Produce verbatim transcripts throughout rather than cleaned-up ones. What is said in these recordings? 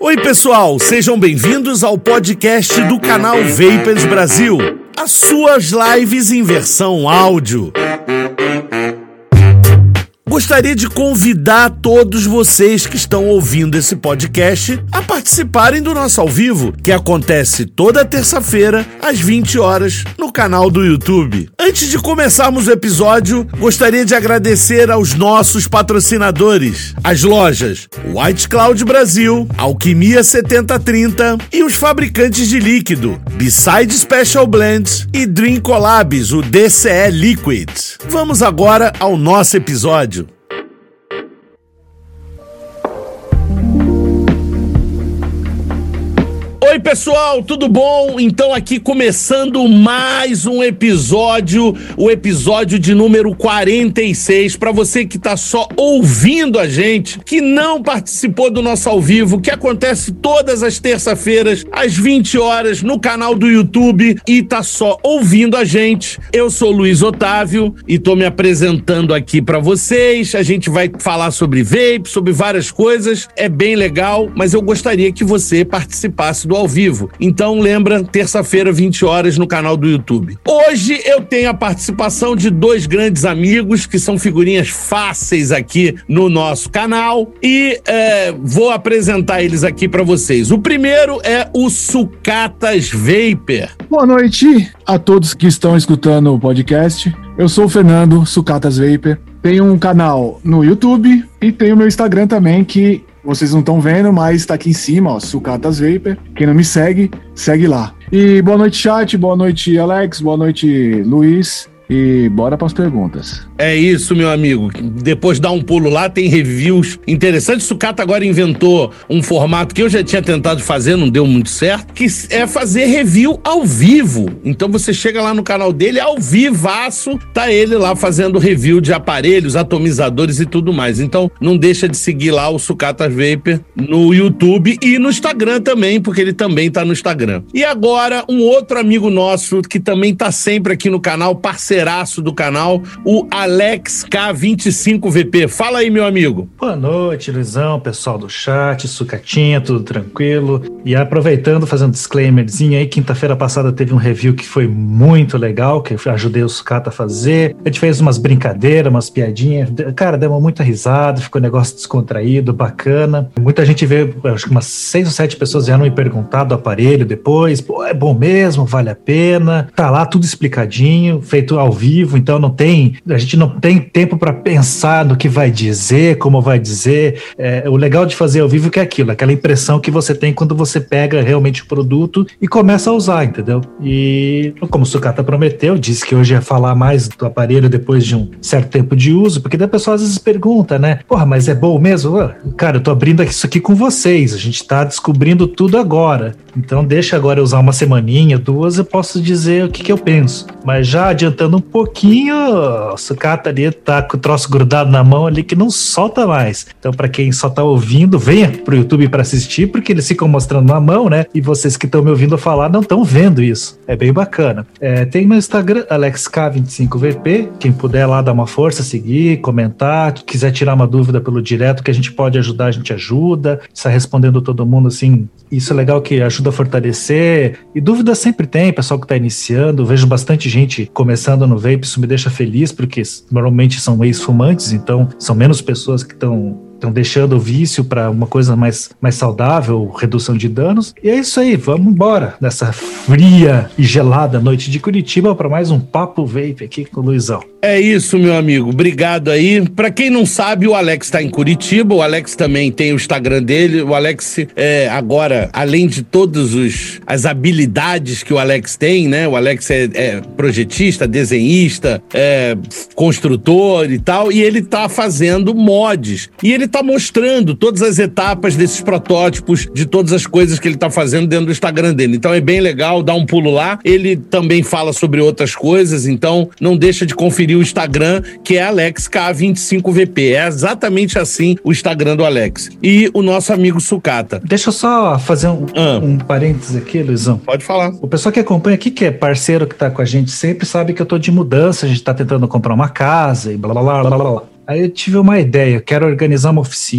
Oi pessoal, sejam bem-vindos ao podcast do canal Vapers Brasil, as suas lives em versão áudio. Gostaria de convidar todos vocês que estão ouvindo esse podcast a participarem do nosso ao vivo, que acontece toda terça-feira, às vinte horas, no canal do YouTube. Antes de começarmos o episódio, gostaria de agradecer aos nossos patrocinadores, as lojas White Cloud Brasil, Alquimia setenta trinta e os fabricantes de líquido, Beside Special Blends e Dream Collabs, o D C E Liquid. Vamos agora ao nosso episódio. Oi pessoal, tudo bom? Então aqui começando mais um episódio, o episódio de número quarenta e seis, para você que tá só ouvindo a gente, que não participou do nosso ao vivo, que acontece todas as terças-feiras, às vinte horas, no canal do YouTube, e tá só ouvindo a gente. Eu sou o Luiz Otávio e tô me apresentando aqui para vocês. A gente vai falar sobre vape, sobre várias coisas, é bem legal, mas eu gostaria que você participasse do ao vivo. Então lembra, terça-feira, vinte horas, no canal do YouTube. Hoje eu tenho a participação de dois grandes amigos que são figurinhas fáceis aqui no nosso canal e é, vou apresentar eles aqui para vocês. O primeiro é o Sucatas Vapor. Boa noite a todos que estão escutando o podcast. Eu sou o Fernando, Sucatas Vapor. Tenho um canal no YouTube e tenho o meu Instagram também, que vocês não estão vendo, mas está aqui em cima, ó, Sucatas Vapor. Quem não me segue, segue lá. E boa noite, chat, boa noite, Alex, boa noite, Luiz. E bora para as perguntas. É isso, meu amigo. Depois dá um pulo lá, tem reviews interessantes. O Sucata agora inventou um formato que eu já tinha tentado fazer, não deu muito certo, que é fazer review ao vivo. Então você chega lá no canal dele, ao vivaço, tá ele lá fazendo review de aparelhos, atomizadores e tudo mais. Então não deixa de seguir lá o Sucatas Vapor no YouTube e no Instagram também, porque ele também tá no Instagram. E agora, um outro amigo nosso que também tá sempre aqui no canal, parceiro do canal, o Alex K vinte e cinco V P. Fala aí, meu amigo. Boa noite, Luizão, pessoal do chat, Sucatinha, tudo tranquilo? E aproveitando, fazendo um disclaimerzinho aí, quinta-feira passada teve um review que foi muito legal, que eu ajudei o Sucata a fazer. A gente fez umas brincadeiras, umas piadinhas. Cara, deu muita risada, ficou um negócio descontraído, bacana. Muita gente veio, acho que umas seis ou sete pessoas vieram me perguntar do aparelho depois. Pô, é bom mesmo? Vale a pena? Tá lá tudo explicadinho, feito ao vivo, então não tem, a gente não tem tempo para pensar no que vai dizer, como vai dizer. É, o legal de fazer ao vivo é que é aquilo, aquela impressão que você tem quando você pega realmente o produto e começa a usar, entendeu? E como o Sucata prometeu, disse que hoje ia falar mais do aparelho depois de um certo tempo de uso, porque daí a pessoa às vezes pergunta, né? Porra, mas é bom mesmo? Cara, eu tô abrindo isso aqui com vocês, a gente tá descobrindo tudo agora, então deixa agora eu usar uma semaninha, duas, eu posso dizer o que que eu penso, mas já adiantando um pouquinho, o Sucata ali tá com o troço grudado na mão ali que não solta mais. Então, pra quem só tá ouvindo, venha pro YouTube pra assistir, porque eles ficam mostrando na mão, né? E vocês que estão me ouvindo falar não estão vendo isso. É bem bacana. É, tem meu Instagram, Alex K vinte e cinco V P. Quem puder lá dar uma força, seguir, comentar, quiser tirar uma dúvida pelo direto que a gente pode ajudar, a gente ajuda. Está respondendo todo mundo, assim, isso é legal que ajuda a fortalecer. E dúvida sempre tem, pessoal que tá iniciando. Vejo bastante gente começando no vape, isso me deixa feliz, porque normalmente são ex-fumantes, então são menos pessoas que estão estão deixando o vício para uma coisa mais, mais saudável, redução de danos. E é isso aí, vamos embora nessa fria e gelada noite de Curitiba para mais um Papo Vape aqui com o Luizão. É isso, meu amigo. Obrigado aí. Pra quem não sabe, o Alex tá em Curitiba. O Alex também tem o Instagram dele. O Alex, é, agora, além de todas as habilidades que o Alex tem, né? O Alex é, é projetista, desenhista, é construtor e tal. E ele tá fazendo mods. E ele tá mostrando todas as etapas desses protótipos, de todas as coisas que ele tá fazendo dentro do Instagram dele. Então é bem legal, dá um pulo lá. Ele também fala sobre outras coisas, então não deixa de conferir o Instagram, que é Alex K vinte e cinco V P. É exatamente assim o Instagram do Alex. E o nosso amigo Sucata. Deixa eu só fazer um, ah. um parênteses aqui, Luizão. Pode falar. O pessoal que acompanha aqui, que é parceiro que tá com a gente sempre, sabe que eu tô de mudança, a gente tá tentando comprar uma casa e blá blá blá blá blá. Aí eu tive uma ideia, eu quero organizar uma oficina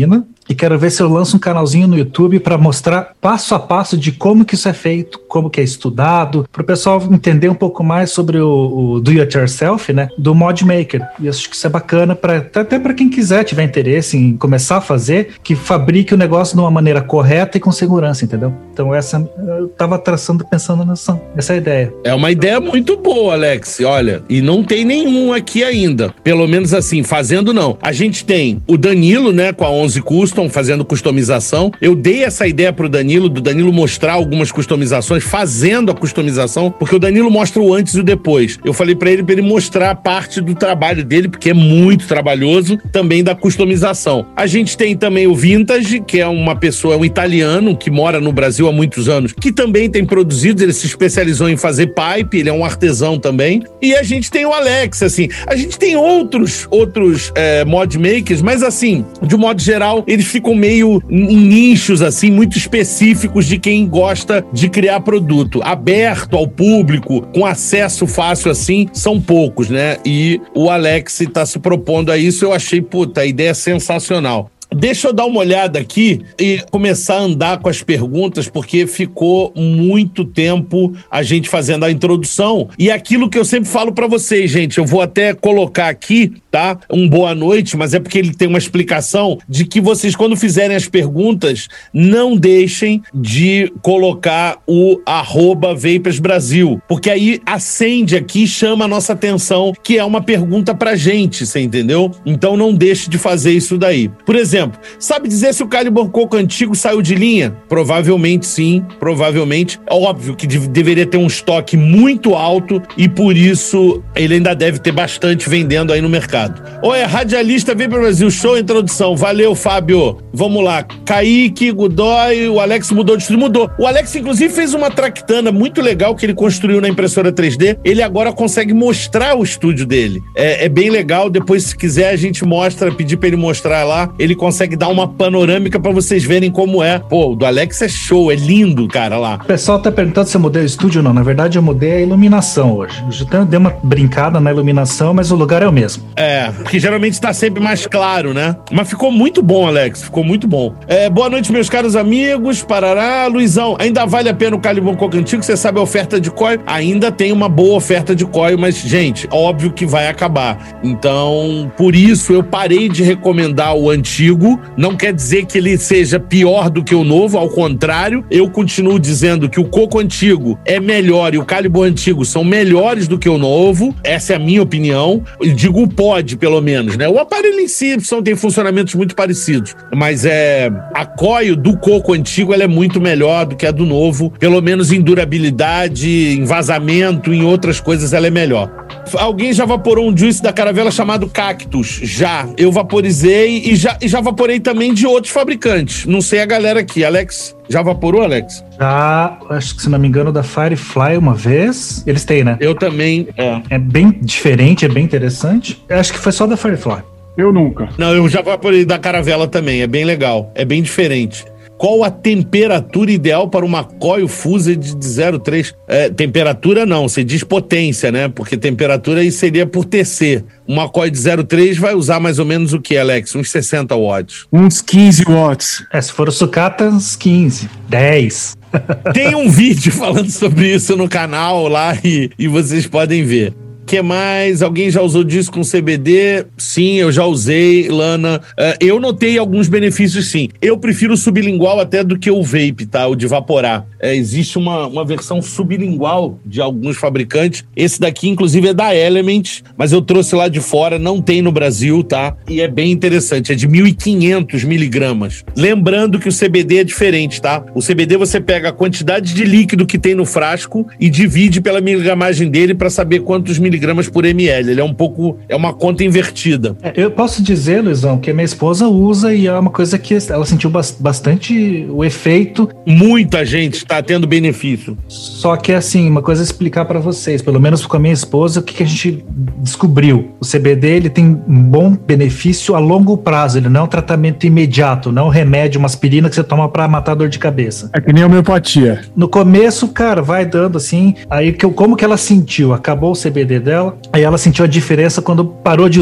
e quero ver se eu lanço um canalzinho no YouTube para mostrar passo a passo de como que isso é feito, como que é estudado, para o pessoal entender um pouco mais sobre o, o do it yourself, né, do Mod Maker. E eu acho que isso é bacana para até para quem quiser, tiver interesse em começar a fazer, que fabrique o negócio de uma maneira correta e com segurança, entendeu? Então essa eu tava traçando, pensando nessa, nessa ideia. É uma ideia muito boa, Alex. Olha, e não tem nenhum aqui ainda. Pelo menos assim, fazendo não. A gente tem o Danilo, né, com a onze Custom, fazendo customização. Eu dei essa ideia pro Danilo, do Danilo mostrar algumas customizações, fazendo a customização, porque o Danilo mostra o antes e o depois. Eu falei pra ele, pra ele mostrar a parte do trabalho dele, porque é muito trabalhoso, também da customização. A gente tem também o Vintage, que é uma pessoa, é um italiano, que mora no Brasil há muitos anos, que também tem produzido, ele se especializou em fazer pipe, ele é um artesão também. E a gente tem o Alex, assim, a gente tem outros, outros é, mod makers, mas assim, de um modo geral, eles ficam meio em nichos, assim, muito específicos de quem gosta de criar produto. Aberto ao público, com acesso fácil, assim, são poucos, né? E o Alex tá se propondo a isso, eu achei, puta, a ideia é sensacional. Deixa eu dar uma olhada aqui e começar a andar com as perguntas, porque ficou muito tempo a gente fazendo a introdução. E aquilo que eu sempre falo pra vocês, gente, eu vou até colocar aqui, tá? Um boa noite, mas é porque ele tem uma explicação de que vocês, quando fizerem as perguntas, não deixem de colocar o arroba Vapers Brasil, porque aí acende aqui e chama a nossa atenção, que é uma pergunta pra gente, você entendeu? Então não deixe de fazer isso daí. Por exemplo, sabe dizer se o Caliburn Coco antigo saiu de linha? Provavelmente sim, provavelmente. É óbvio que de- deveria ter um estoque muito alto e por isso ele ainda deve ter bastante vendendo aí no mercado. Oi, radialista, vem para o Brasil, show, introdução. Valeu, Fábio. Vamos lá. Kaique, Godoy, o Alex mudou de estúdio, mudou. O Alex, inclusive, fez uma tractana muito legal que ele construiu na impressora três D. Ele agora consegue mostrar o estúdio dele. É, é bem legal. Depois, se quiser, a gente mostra, pedir para ele mostrar lá. Ele consegue dar uma panorâmica pra vocês verem como é. Pô, o do Alex é show, é lindo, cara, lá. O pessoal tá perguntando se eu mudei o estúdio ou não. Na verdade, eu mudei a iluminação hoje. Eu já dei uma brincada na iluminação, mas o lugar é o mesmo. É, porque geralmente tá sempre mais claro, né? Mas ficou muito bom, Alex, ficou muito bom. É, boa noite, meus caros amigos, parará. Luizão, ainda vale a pena o Caliburn Coco antigo? Você sabe a oferta de coil? Ainda tem uma boa oferta de coil, mas, gente, óbvio que vai acabar. Então, por isso, eu parei de recomendar o antigo. Não quer dizer que ele seja pior do que o novo, ao contrário, eu continuo dizendo que o Coco antigo é melhor e o Caliburn antigo são melhores do que o novo, essa é a minha opinião, eu digo o pod, pelo menos, né? O aparelho em si são, tem funcionamentos muito parecidos, mas é, a coil do Coco antigo ela é muito melhor do que a do novo, pelo menos em durabilidade, em vazamento, em outras coisas ela é melhor. Alguém já vaporou um juice da Caravela chamado Cactus? Já. Eu vaporizei e já, e já vaporei também de outros fabricantes. Não sei a galera aqui. Alex, já vaporou, Alex? Já, acho que se não me engano, da Firefly uma vez. Eles têm, né? Eu também. É. É bem diferente, é bem interessante. Eu acho que foi só da Firefly. Eu nunca. Não, eu já vaporei da Caravela também. É bem legal. É bem diferente. Qual a temperatura ideal para uma coil fused de zero vírgula três? É, temperatura não, você diz potência, né? Porque temperatura aí seria por T C. Uma coil de zero vírgula três vai usar mais ou menos o que, Alex? Uns sessenta watts. Uns quinze watts. É, se for o sucata, uns quinze, dez. Tem um vídeo falando sobre isso no canal lá e, e vocês podem ver. O que mais? Alguém já usou disso com C B D? Sim, eu já usei, Lana. Uh, eu notei alguns benefícios, sim. Eu prefiro o sublingual até do que o vape, tá? O de vaporar. É, existe uma, uma versão sublingual de alguns fabricantes. Esse daqui, inclusive, é da Element, mas eu trouxe lá de fora, não tem no Brasil, tá? E é bem interessante, é de mil e quinhentos miligramas. Lembrando que o C B D é diferente, tá? O C B D você pega a quantidade de líquido que tem no frasco e divide pela miligramagem dele para saber quantos miligramas por ml. Ele é um pouco, é uma conta invertida. É, eu posso dizer, Luizão, que a minha esposa usa e é uma coisa que ela sentiu bastante o efeito. Muita gente está tendo benefício. Só que, assim, uma coisa é explicar para vocês, pelo menos com a minha esposa, o que, que a gente descobriu. O C B D, ele tem um bom benefício a longo prazo, ele não é um tratamento imediato, não é um remédio, uma aspirina que você toma para matar a dor de cabeça. É que nem a homeopatia. No começo, cara, vai dando assim, aí que, como que ela sentiu? Acabou o C B D dela, aí ela sentiu a diferença quando parou de usar.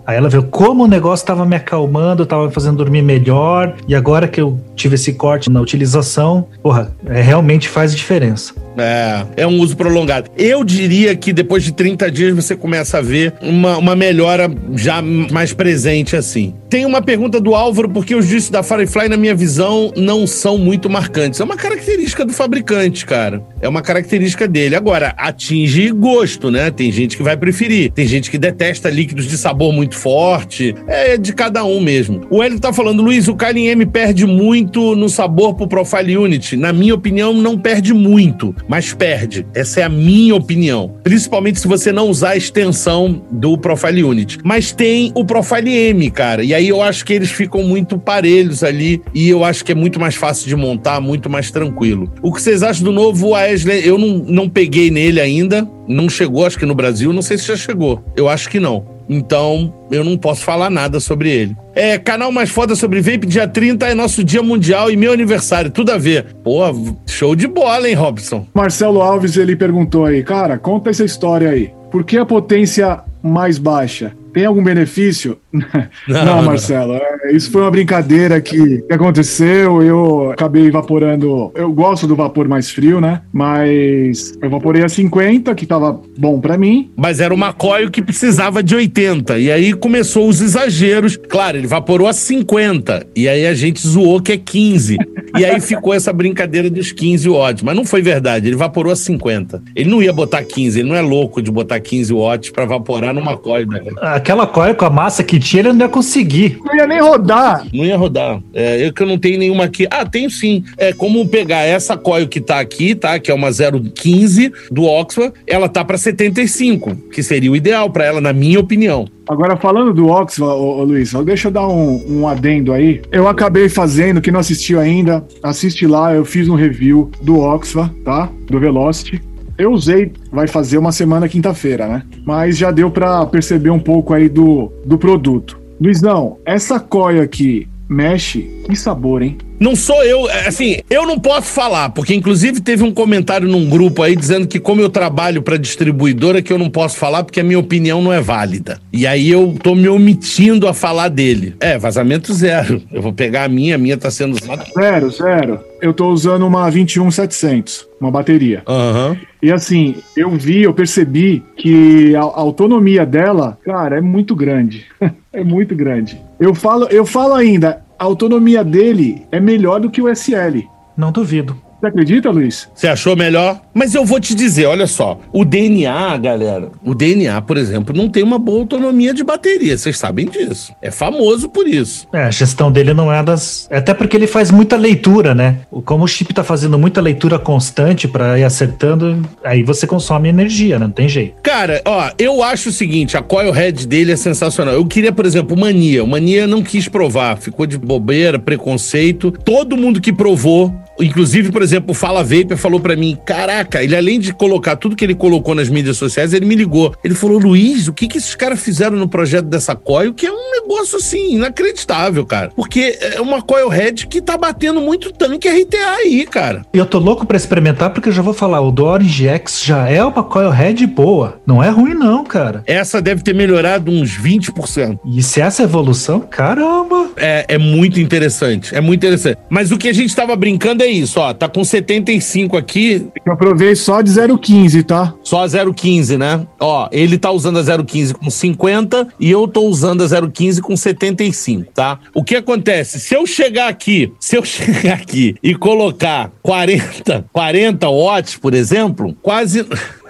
Aí ela viu como o negócio tava me acalmando, tava me fazendo dormir melhor, e agora que eu tive esse corte na utilização, porra, é, realmente faz diferença. É, é um uso prolongado. Eu diria que depois de trinta dias você começa a ver uma, uma melhora já mais presente assim. Tem uma pergunta do Álvaro, porque os juízes da Firefly, na minha visão, não são muito marcantes. É uma característica do fabricante, cara. É uma característica dele. Agora, atinge gosto, né? Tem gente que vai preferir. Tem gente que detesta líquidos de sabor muito forte. É de cada um mesmo. O Hélio tá falando, Luiz, o K L M perde muito no sabor pro Profile Unit. Na minha opinião, não perde muito, mas perde. Essa é a minha opinião. Principalmente se você não usar a extensão do Profile Unit. Mas tem o Profile M, cara. E aí eu acho que eles ficam muito parelhos ali. E eu acho que é muito mais fácil de montar, muito mais tranquilo. O que vocês acham do novo A E S? Eu não, não peguei nele ainda. Não chegou, acho que no Brasil. Não sei se já chegou. Eu acho que não. Então, eu não posso falar nada sobre ele. É, canal mais foda sobre vape, dia trinta é nosso dia mundial e meu aniversário, tudo a ver. Pô, show de bola, hein, Robson? Marcelo Alves, ele perguntou aí, cara, conta essa história aí. Por que a potência mais baixa? Tem algum benefício? Não, não, Marcelo. É, isso foi uma brincadeira que, que aconteceu. Eu acabei evaporando. Eu gosto do vapor mais frio, né? Mas eu evaporei a cinquenta, que tava bom pra mim. Mas era uma coil que precisava de oitenta. E aí começou os exageros. Claro, ele evaporou a cinquenta. E aí a gente zoou que é quinze. E aí ficou essa brincadeira dos quinze watts. Mas não foi verdade. Ele evaporou a cinquenta. Ele não ia botar quinze. Ele não é louco de botar quinze watts pra evaporar numa coil. Né? Aquela coil com a massa que tinha, ele não ia conseguir. Não ia nem rodar. Não ia rodar. É, eu que eu não tenho nenhuma aqui. Ah, tenho sim. É como pegar essa coil que tá aqui, tá? Que é uma zero quinze do Oxford. Ela tá pra setenta e cinco, que seria o ideal pra ela, na minha opinião. Agora, falando do Oxford, ô, ô, Luiz, deixa eu dar um, um adendo aí. Eu acabei fazendo, que não assistiu ainda, assiste lá, eu fiz um review do Oxford, tá? Do Velocity. Eu usei, vai fazer uma semana quinta-feira, né? Mas já deu pra perceber um pouco aí do, do produto. Luizão, essa coil aqui mexe, que sabor, hein? Não sou eu, assim, eu não posso falar, porque inclusive teve um comentário num grupo aí dizendo que como eu trabalho pra distribuidora que eu não posso falar porque a minha opinião não é válida. E aí eu tô me omitindo a falar dele. É, vazamento zero. Eu vou pegar a minha, a minha tá sendo usada. Zero, zero. Eu tô usando uma vinte e um setecentos, uma bateria. Aham. Uhum. E assim, eu vi, eu percebi que a, a autonomia dela, cara, é muito grande. É muito grande. Eu falo, eu falo ainda, a autonomia dele é melhor do que o S L. Não duvido. Você acredita, Luiz? Você achou melhor? Mas eu vou te dizer, olha só, o D N A, galera, o D N A, por exemplo, não tem uma boa autonomia de bateria, vocês sabem disso. É famoso por isso. É, a gestão dele não é das... Até porque ele faz muita leitura, né? Como o chip tá fazendo muita leitura constante pra ir acertando, aí você consome energia, né? Não tem jeito. Cara, ó, eu acho o seguinte, a coil head dele é sensacional. Eu queria, por exemplo, o Mania. O Mania não quis provar, ficou de bobeira, preconceito. Todo mundo que provou, inclusive, por exemplo, o Fala Vapor falou pra mim, caraca, ele além de colocar tudo que ele colocou nas mídias sociais, ele me ligou. Ele falou, Luiz, o que que esses caras fizeram no projeto dessa coil, que é um negócio, assim, inacreditável, cara. Porque é uma coil head que tá batendo muito tanque R T A aí, cara. E eu tô louco pra experimentar, porque eu já vou falar, o do Orange X já é uma coil head boa. Não é ruim não, cara. Essa deve ter melhorado uns vinte por cento. E se essa é evolução, caramba. É, é muito interessante, é muito interessante. Mas o que a gente tava brincando é isso, ó, tá com setenta e cinco aqui. Eu provei só de zero quinze, tá? Só a zero quinze, né? Ó, ele tá usando a zero quinze com cinquenta e eu tô usando a zero quinze com setenta e cinco, tá? O que acontece? Se eu chegar aqui, se eu chegar aqui e colocar quarenta, quarenta watts, por exemplo, quase...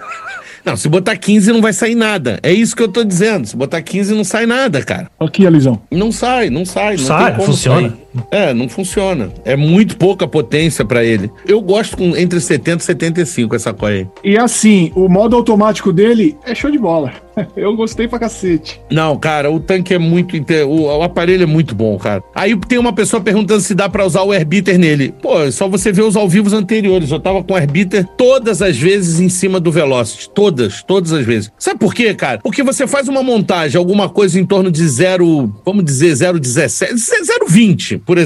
Não, se botar quinze não vai sair nada. É isso que eu tô dizendo. Se botar quinze não sai nada, cara. Aqui, Alisão. Não sai, não sai. Não sai, tem como funciona. Sair. É, não funciona. É muito pouca potência pra ele. Eu gosto com entre setenta e setenta e cinco essa coisa aí. E assim, o modo automático dele é show de bola. Eu gostei pra cacete. Não, cara, o tanque é muito... O, o aparelho é muito bom, cara. Aí tem uma pessoa perguntando se dá pra usar o Airbeater nele. Pô, é só você ver os ao vivos anteriores. Eu tava com o Airbeater todas as vezes em cima do Velocity. Todas, todas as vezes. Sabe por quê, cara? Porque você faz uma montagem, alguma coisa em torno de zero... Vamos dizer, zero vírgula dezessete... zero vírgula vinte, por exemplo.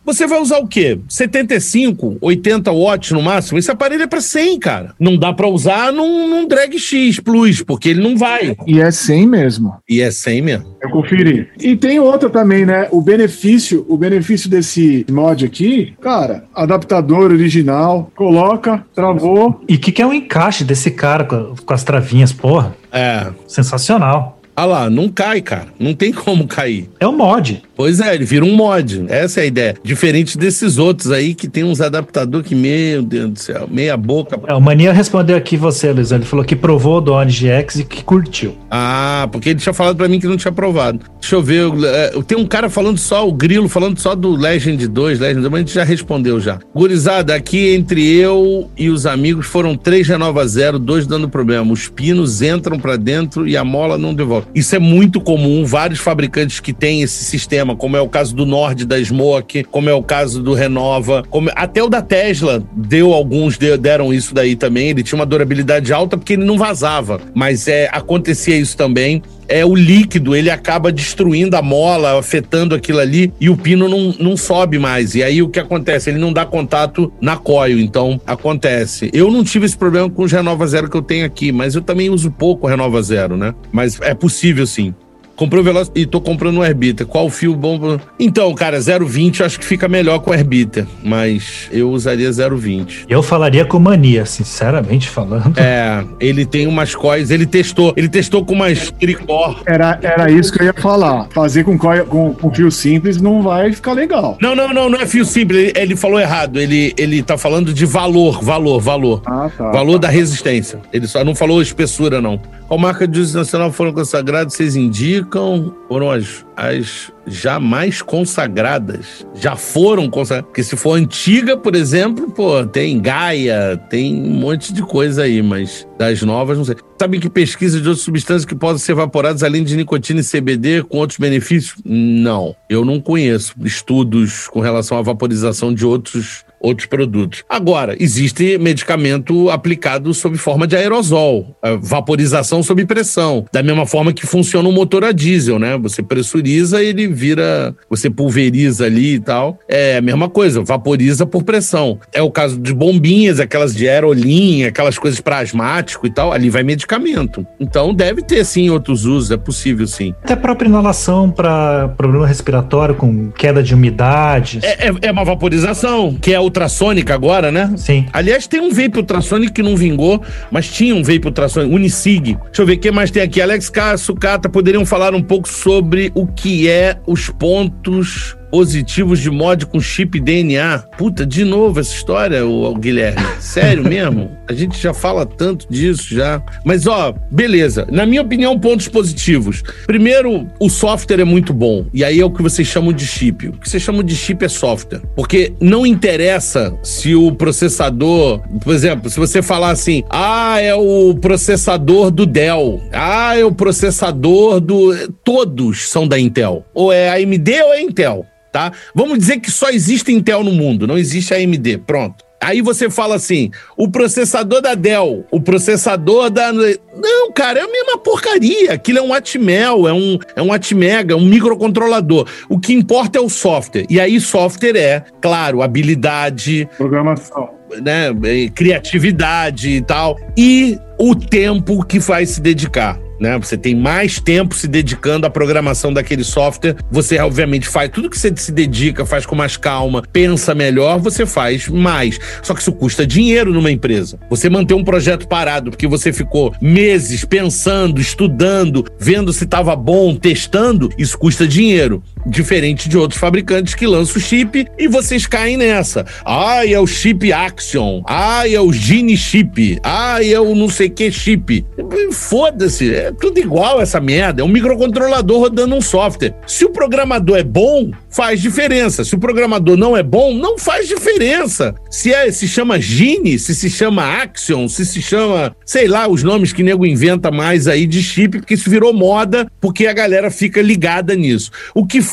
Você vai usar o quê? setenta e cinco, oitenta watts no máximo? Esse aparelho é pra cem, cara. Não dá pra usar num, num Drag X Plus, porque ele não vai. E é cem mesmo. E é cem mesmo. Eu conferi. E tem outra também, né? O benefício, o benefício desse mod aqui, cara, adaptador original, coloca, travou. E o que, que é o encaixe desse cara com, com as travinhas, porra? É. Sensacional. Ah lá, não cai, cara. Não tem como cair. É um mod. Pois é, ele vira um mod. Essa é a ideia. Diferente desses outros aí que tem uns adaptadores que, meu Deus do céu, meia boca. É, o Mania respondeu aqui você, Luiz. Ele falou que provou do Orange X e que curtiu. Ah, porque ele tinha falado pra mim que não tinha provado. Deixa eu ver. Uh, tem um cara falando só, o Grilo, falando só do Legend dois, Legend dois, mas a gente já respondeu já. Gurizada, aqui entre eu e os amigos foram três Renova Zero, dois dando problema. Os pinos entram pra dentro e a mola não devolve. Isso é muito comum. Vários fabricantes que têm esse sistema, como é o caso do Nord da Smoke, como é o caso do Renova, como... até o da Tesla deu alguns, deram isso daí também. Ele tinha uma durabilidade alta porque ele não vazava, mas é, acontecia isso também. É, o líquido, ele acaba destruindo a mola, afetando aquilo ali, e o pino não, não sobe mais. E aí o que acontece? Ele não dá contato na coil, então acontece. Eu não tive esse problema com os Renova Zero que eu tenho aqui, mas eu também uso pouco Renova Zero, né? Mas é possível sim. Comprei o Veloz e tô comprando um Airbitter. Qual fio bom? Pra... Então, cara, zero vinte eu acho que fica melhor com o Airbitter, mas eu usaria zero vinte. Eu falaria com Mania, sinceramente falando. É, ele tem umas coils, ele testou, ele testou com umas tricor. Era, era isso que eu ia falar. Fazer com, coil, com, com fio simples não vai ficar legal. Não, não, não, não é fio simples, ele, ele falou errado, ele, ele tá falando de valor, valor, valor. Ah, tá. Valor tá. da resistência. Ele só não falou espessura, não. Qual marca de uso nacional foram consagradas? Vocês indicam? Foram as, as jamais consagradas. Já foram consagradas. Porque se for antiga, por exemplo, pô, tem Gaia, tem um monte de coisa aí, mas das novas, não sei. Sabe que pesquisa de outras substâncias que possam ser evaporadas além de nicotina e C B D com outros benefícios? Não, eu não conheço estudos com relação à vaporização de outros outros produtos. Agora, existe medicamento aplicado sob forma de aerosol, vaporização sob pressão, da mesma forma que funciona um motor a diesel, né? Você pressuriza, ele vira, você pulveriza ali e tal. É a mesma coisa, vaporiza por pressão. É o caso de bombinhas, aquelas de aerolinha, aquelas coisas para asmático e tal, ali vai medicamento. Então deve ter sim outros usos, é possível sim. Até a própria inalação para problema respiratório com queda de umidade. É, é, é uma vaporização, que é ultrassônica agora, né? Sim. Aliás, tem um vape ultrassônico que não vingou, mas tinha um vape ultrassônico, Unisig. Deixa eu ver o que mais tem aqui. Alex K, Sucata, poderiam falar um pouco sobre o que é os pontos positivos de mod com chip D N A. Puta, de novo essa história, o, o Guilherme. Sério mesmo? A gente já fala tanto disso já. Mas, ó, beleza. Na minha opinião, pontos positivos. Primeiro, o software é muito bom. E aí é o que vocês chamam de chip. O que vocês chamam de chip é software. Porque não interessa se o processador... Por exemplo, se você falar assim, ah, é o processador do Dell. Ah, é o processador do... Todos são da Intel. Ou é A M D ou é Intel. Tá? Vamos dizer que só existe Intel no mundo, não existe A M D, pronto. Aí você fala assim, o processador da Dell, o processador da... Não, cara, é a mesma porcaria. Aquilo é um Atmel, é um, é um Atmega, um microcontrolador. O que importa é o software. E aí software é, claro, habilidade... Programação. Né, criatividade e tal. E o tempo que vai se dedicar. Né? Você tem mais tempo se dedicando à programação daquele software, você obviamente faz tudo que você se dedica, faz com mais calma, pensa melhor, você faz mais. Só que isso custa dinheiro numa empresa. Você manter um projeto parado porque você ficou meses pensando, estudando, vendo se estava bom, testando, isso custa dinheiro. Diferente de outros fabricantes que lançam o chip e vocês caem nessa. Ai, é o chip Axion. Ai, é o Gene chip. Ai, é o não sei que chip. Foda-se, é tudo igual essa merda. É um microcontrolador rodando um software. Se o programador é bom, faz diferença. Se o programador não é bom, não faz diferença. Se é, se chama Gene, se se chama Axion, se se chama, sei lá, os nomes que nego inventa mais aí de chip, porque isso virou moda, porque a galera fica ligada nisso. O que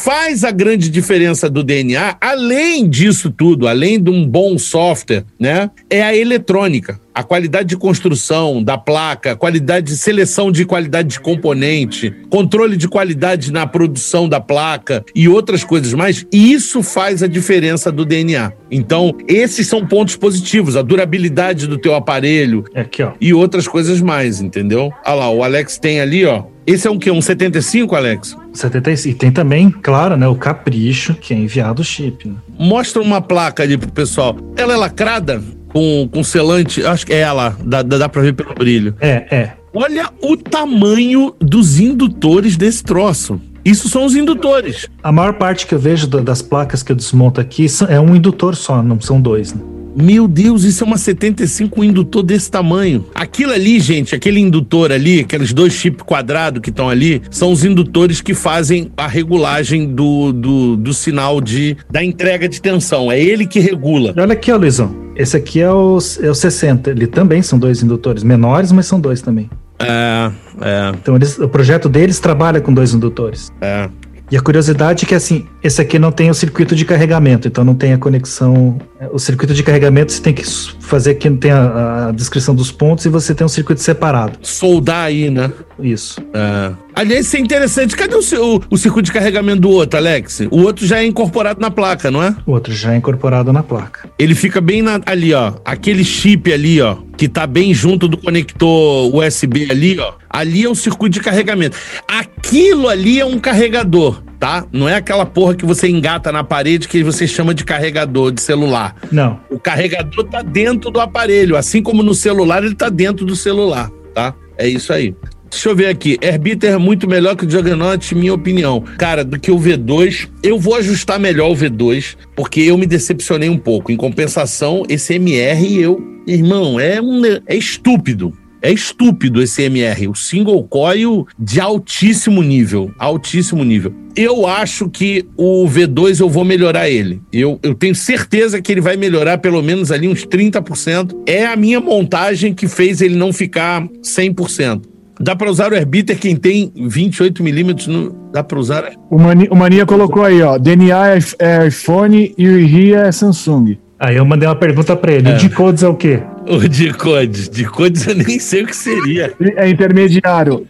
faz a grande diferença do D N A, além disso tudo, além de um bom software, né, é a eletrônica. A qualidade de construção da placa, qualidade de seleção de qualidade de componente, controle de qualidade na produção da placa e outras coisas mais, isso faz a diferença do D N A. Então, esses são pontos positivos, a durabilidade do teu aparelho Aqui, ó. e outras coisas mais, entendeu? Olha lá, o Alex tem ali, ó. Esse é um quê? Um setenta e cinco, Alex? setenta e cinco. E tem também, claro, né, o capricho que é enviado o chip. Né? Mostra uma placa ali pro pessoal. Ela é lacrada? Com, com selante, acho que é ela, dá, dá pra ver pelo brilho. É, é. Olha o tamanho dos indutores desse troço. Isso são os indutores. A maior parte que eu vejo das placas que eu desmonto aqui é um indutor só, não são dois, né? Meu Deus, isso é uma setenta e cinco, um indutor desse tamanho. Aquilo ali, gente, aquele indutor ali, aqueles dois chips quadrados que estão ali, são os indutores que fazem a regulagem do, do, do sinal de, da entrega de tensão. É ele que regula. Olha aqui, ó, Luizão. Esse aqui é o, é o sessenta. Ele também são dois indutores. Menores, mas são dois também. É, é. Então, eles, o projeto deles trabalha com dois indutores. É. E a curiosidade é que, assim, esse aqui não tem o circuito de carregamento, então não tem a conexão... O circuito de carregamento você tem que fazer que tem a, a descrição dos pontos e você tem um circuito separado. Soldar aí, né? Isso. É. Aliás, isso é interessante. Cadê o, o, o circuito de carregamento do outro, Alex? O outro já é incorporado na placa, não é? O outro já é incorporado na placa. Ele fica bem na, ali, ó. Aquele chip ali, ó, que tá bem junto do conector U S B ali, ó. Ali é o circuito de carregamento. Aquilo ali é um carregador, tá? Não é aquela porra que você engata na parede que você chama de carregador de celular. Não. O carregador tá dentro do aparelho. Assim como no celular, ele tá dentro do celular, tá? É isso aí. Deixa eu ver aqui. Airbeater é muito melhor que o Juggernaut, minha opinião. Cara, do que o V dois, eu vou ajustar melhor o V dois, porque eu me decepcionei um pouco. Em compensação, esse M R, eu... Irmão, é, um, é estúpido. É estúpido esse M R. O single coil de altíssimo nível. Altíssimo nível. Eu acho que o V dois eu vou melhorar ele. Eu, eu tenho certeza que ele vai melhorar pelo menos ali uns trinta por cento. É a minha montagem que fez ele não ficar cem por cento. Dá pra usar o Airbeater quem tem vinte e oito milímetros, no... dá pra usar? O Mania, o Mania colocou aí, ó, D N A é iPhone e o I R I é Samsung. Aí eu mandei uma pergunta pra ele, é. o Decodes é o quê? O Decodes, Decodes eu nem sei o que seria. É intermediário.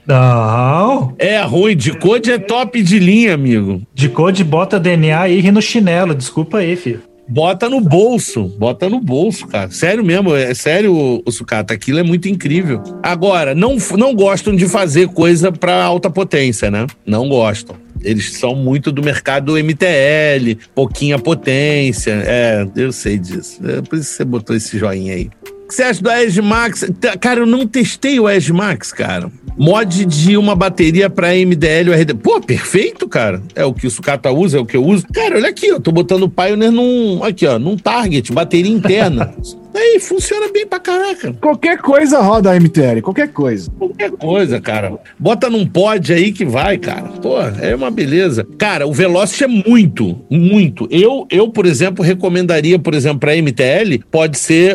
Não. É ruim, Decode é top de linha, amigo. Decode bota D N A e I R I no chinelo, desculpa aí, filho. Bota no bolso, bota no bolso, cara. Sério mesmo, é sério, o, o Sucata, aquilo é muito incrível. Agora, não, não gostam de fazer coisa pra alta potência, né? Não gostam. Eles são muito do mercado M T L, pouquinha potência. É, eu sei disso. É por isso que você botou esse joinha aí. O que você acha do Edge Max? Cara, eu não testei o Edge Max, cara. Mod de uma bateria pra M D L ou R D. Pô, perfeito, cara. É o que o Sucata usa, é o que eu uso. Cara, olha aqui, eu tô botando o Pioneer num, aqui, ó, num Target, bateria interna. Aí, funciona bem pra caraca. Qualquer coisa roda a M T L, qualquer coisa. Qualquer coisa, cara. Bota num pod aí que vai, cara. Pô, é uma beleza. Cara, o Velocity é muito, muito. Eu, eu por exemplo, recomendaria, por exemplo, pra M T L, pode ser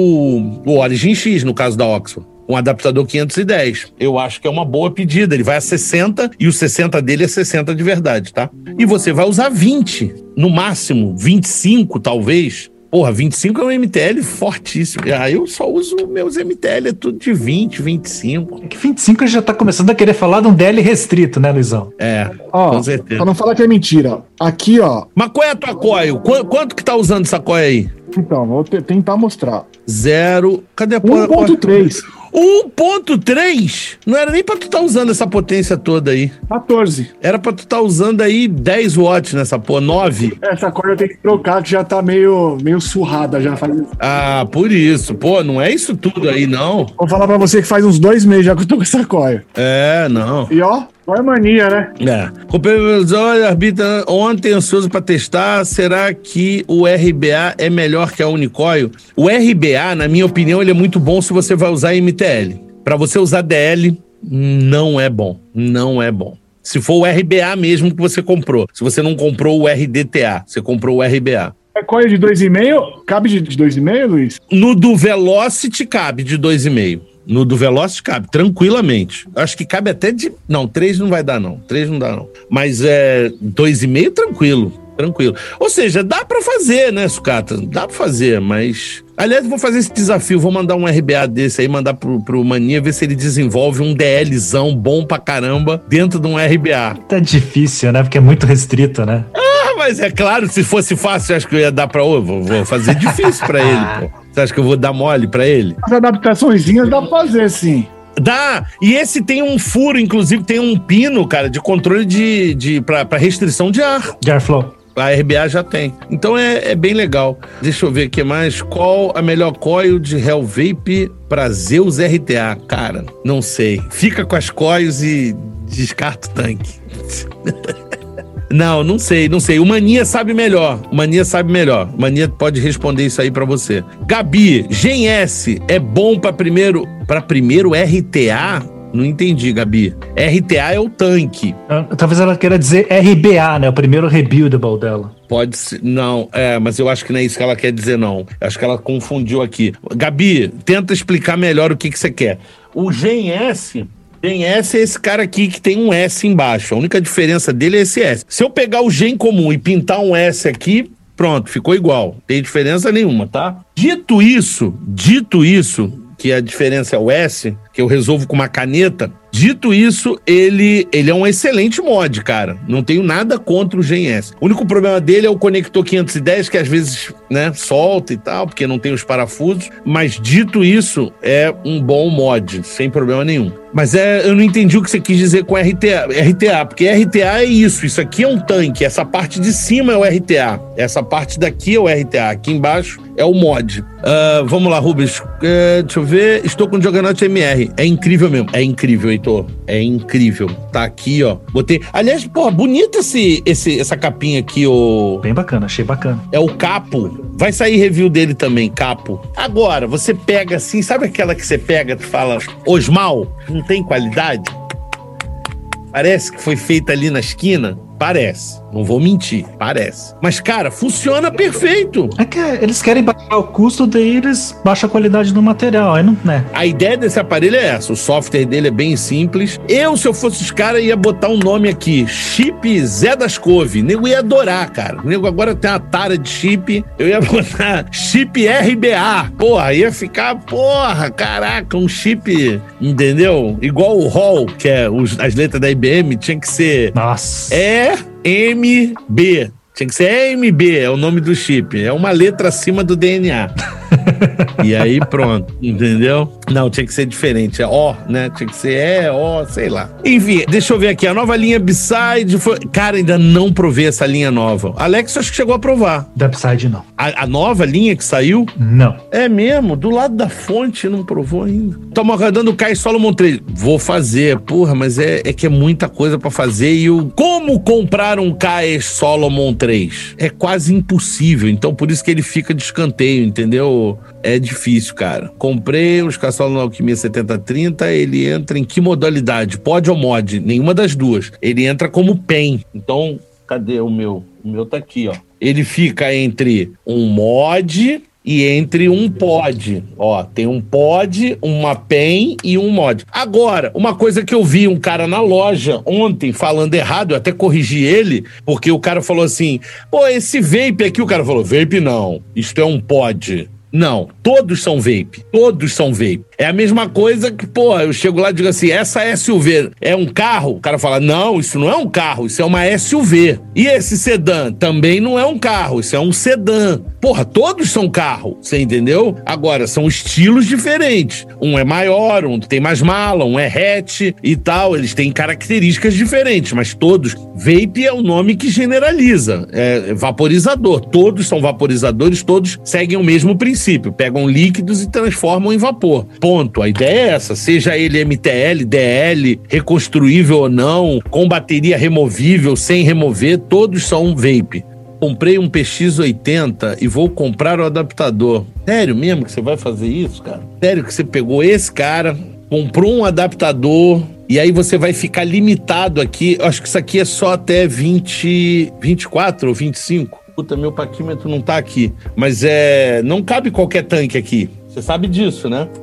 o, o Origin X, no caso da Oxford. Um adaptador quinhentos e dez. Eu acho que é uma boa pedida. Ele vai a sessenta e o sessenta dele é sessenta de verdade, tá? E você vai usar vinte, no máximo, vinte e cinco talvez. Porra, vinte e cinco é um M T L fortíssimo. Ah, eu só uso meus M T L, é tudo de vinte, vinte e cinco. É que vinte e cinco já tá começando a querer falar de um D L restrito, né, Luizão? É, ó, com certeza. Pra não falar que é mentira. Aqui, ó. Mas qual é a tua coil? Qu- quanto que tá usando essa coil aí? Então, vou te- tentar mostrar. Zero. Cadê a um ponto três. um ponto três? Não era nem pra tu tá usando essa potência toda aí. quatorze. Era pra tu tá usando aí dez watts nessa porra, nove. Essa corda eu tenho que trocar, que já tá meio, meio surrada já. Faz... Ah, por isso. Pô, não é isso tudo aí, não. Vou falar pra você que faz uns dois meses já que eu tô com essa corda. É, não. E ó, não é mania, né? É. Comprei meus olhos, arbitra ontem, ansioso pra testar. Será que o R B A é melhor que a Unicoil? O R B A, na minha opinião, ele é muito bom se você vai usar M T L. Pra você usar D L, não é bom. Não é bom. Se for o R B A mesmo que você comprou. Se você não comprou o R D T A, você comprou o R B A. É coil de dois e meio? Cabe de dois e meio, Luiz? No do Velocity cabe de dois vírgula cinco. No do Velocity cabe, tranquilamente. Acho que cabe até de... Não, três não vai dar, não. Três não dá, não. Mas é dois e meio, tranquilo. Tranquilo. Ou seja, dá pra fazer, né, Sucata? Dá pra fazer, mas... Aliás, eu vou fazer esse desafio. Vou mandar um R B A desse aí, mandar pro, pro Mania, ver se ele desenvolve um D Lzão bom pra caramba dentro de um R B A. Tá difícil, né? Porque é muito restrito, né? Ah, mas é claro, se fosse fácil, acho que eu ia dar pra... Vou, vou fazer difícil pra ele, pô. Você acha que eu vou dar mole pra ele? As adaptaçõezinhas dá pra fazer, sim. Dá! E esse tem um furo, inclusive tem um pino, cara, de controle de, de pra, pra restrição de ar. De airflow. A R B A já tem. Então é, é bem legal. Deixa eu ver aqui mais. Qual a melhor coil de Hell Vape pra Zeus R T A? Cara, não sei. Fica com as coils e descarta o tanque. Não, não sei, não sei. O Mania sabe melhor. O Mania sabe melhor. O Mania pode responder isso aí pra você. Gabi, Gen S é bom pra primeiro, pra primeiro R T A? Não entendi, Gabi. R T A é o tanque. Talvez ela queira dizer R B A, né? O primeiro rebuildable dela. Pode ser. Não, é, mas eu acho que não é isso que ela quer dizer, não. Eu acho que ela confundiu aqui. Gabi, tenta explicar melhor o que, que você quer. O Gen S... Gen S é esse cara aqui que tem um S embaixo. A única diferença dele é esse S. Se eu pegar o Gen comum e pintar um S aqui, pronto, ficou igual. Não tem diferença nenhuma, tá? Dito isso, dito isso, que a diferença é o S, que eu resolvo com uma caneta, dito isso, ele, ele é um excelente mod, cara. Não tenho nada contra o Gen S. O único problema dele é o conector quinhentos e dez, que às vezes, né, solta e tal, porque não tem os parafusos. Mas dito isso, é um bom mod, sem problema nenhum. Mas é, eu não entendi o que você quis dizer com R T A, R T A, porque R T A é isso, isso aqui é um tanque, essa parte de cima é o R T A, essa parte daqui é o R T A, aqui embaixo é o mod. Uh, vamos lá, Rubens, uh, deixa eu ver, estou com o Juggernaut M R, é incrível mesmo, é incrível, Heitor, é incrível, tá aqui, ó, botei, aliás, porra, bonito esse, esse, essa capinha aqui, ó. Bem bacana, achei bacana. É o capo, vai sair review dele também, capo. Agora, você pega assim, sabe aquela que você pega, tu fala, Osmal, não tem qualidade? Parece que foi feita ali na esquina? Parece. Não vou mentir. Parece. Mas, cara, funciona perfeito. É que eles querem baixar o custo deles, baixa a qualidade do material. Aí não, né? A ideia desse aparelho é essa. O software dele é bem simples. Eu, se eu fosse os caras, ia botar um nome aqui. Chip Zé das Couve. O nego ia adorar, cara. O nego agora tem uma tara de chip. Eu ia botar chip R B A. Porra, ia ficar, porra, caraca, um chip, entendeu? Igual o R O L, que é os, as letras da I B M, tinha que ser... Nossa. É... M B. Tinha que ser M B, é o nome do chip. É uma letra acima do D N A. E aí pronto, entendeu? Não, tinha que ser diferente. É O, né? Tinha que ser E, O, sei lá. Enfim, deixa eu ver aqui. A nova linha B-Side foi... Cara, ainda não provei essa linha nova. Alex, acho que chegou a provar. Da B-Side, não. A, a nova linha que saiu? Não. É mesmo? Do lado da fonte, não provou ainda. Estamos aguardando o Kai Solomon três. Vou fazer. Porra, mas é, é que é muita coisa pra fazer. E o... Como comprar um Kai Solomon três? É quase impossível. Então, por isso que ele fica de escanteio, entendeu? É difícil, cara. Comprei os Caçolos Alquimia setenta trinta, ele entra em que modalidade? Pod ou mod? Nenhuma das duas. Ele entra como pen. Então, cadê o meu? O meu tá aqui, ó. Ele fica entre um mod e entre um pod. Ó, tem um pod, uma pen e um mod. Agora, uma coisa que eu vi um cara na loja ontem falando errado, eu até corrigi ele, porque o cara falou assim, pô, esse vape aqui, o cara falou, vape não, isto é um pod. Não, todos são vape, todos são vape. É a mesma coisa que, pô, eu chego lá e digo assim, essa S U V é um carro? O cara fala, não, isso não é um carro, isso é uma S U V. E esse sedã também não é um carro, isso é um sedã. Porra, todos são carro, você entendeu? Agora, são estilos diferentes. Um é maior, um tem mais mala, um é hatch e tal, eles têm características diferentes, mas todos... Vape é o nome que generaliza, é vaporizador. Todos são vaporizadores, todos seguem o mesmo princípio, pegam líquidos e transformam em vapor. Ponto. A ideia é essa, seja ele M T L, D L, reconstruível ou não, com bateria removível, sem remover, todos são vape. Comprei um P X oitenta e vou comprar o adaptador. Sério mesmo que você vai fazer isso, cara? Sério que você pegou esse cara, comprou um adaptador e aí você vai ficar limitado aqui? Eu acho que isso aqui é só até vinte, vinte e quatro ou vinte e cinco. Puta, meu paquímetro não tá aqui. Mas é... não cabe qualquer tanque aqui. Você sabe disso, né?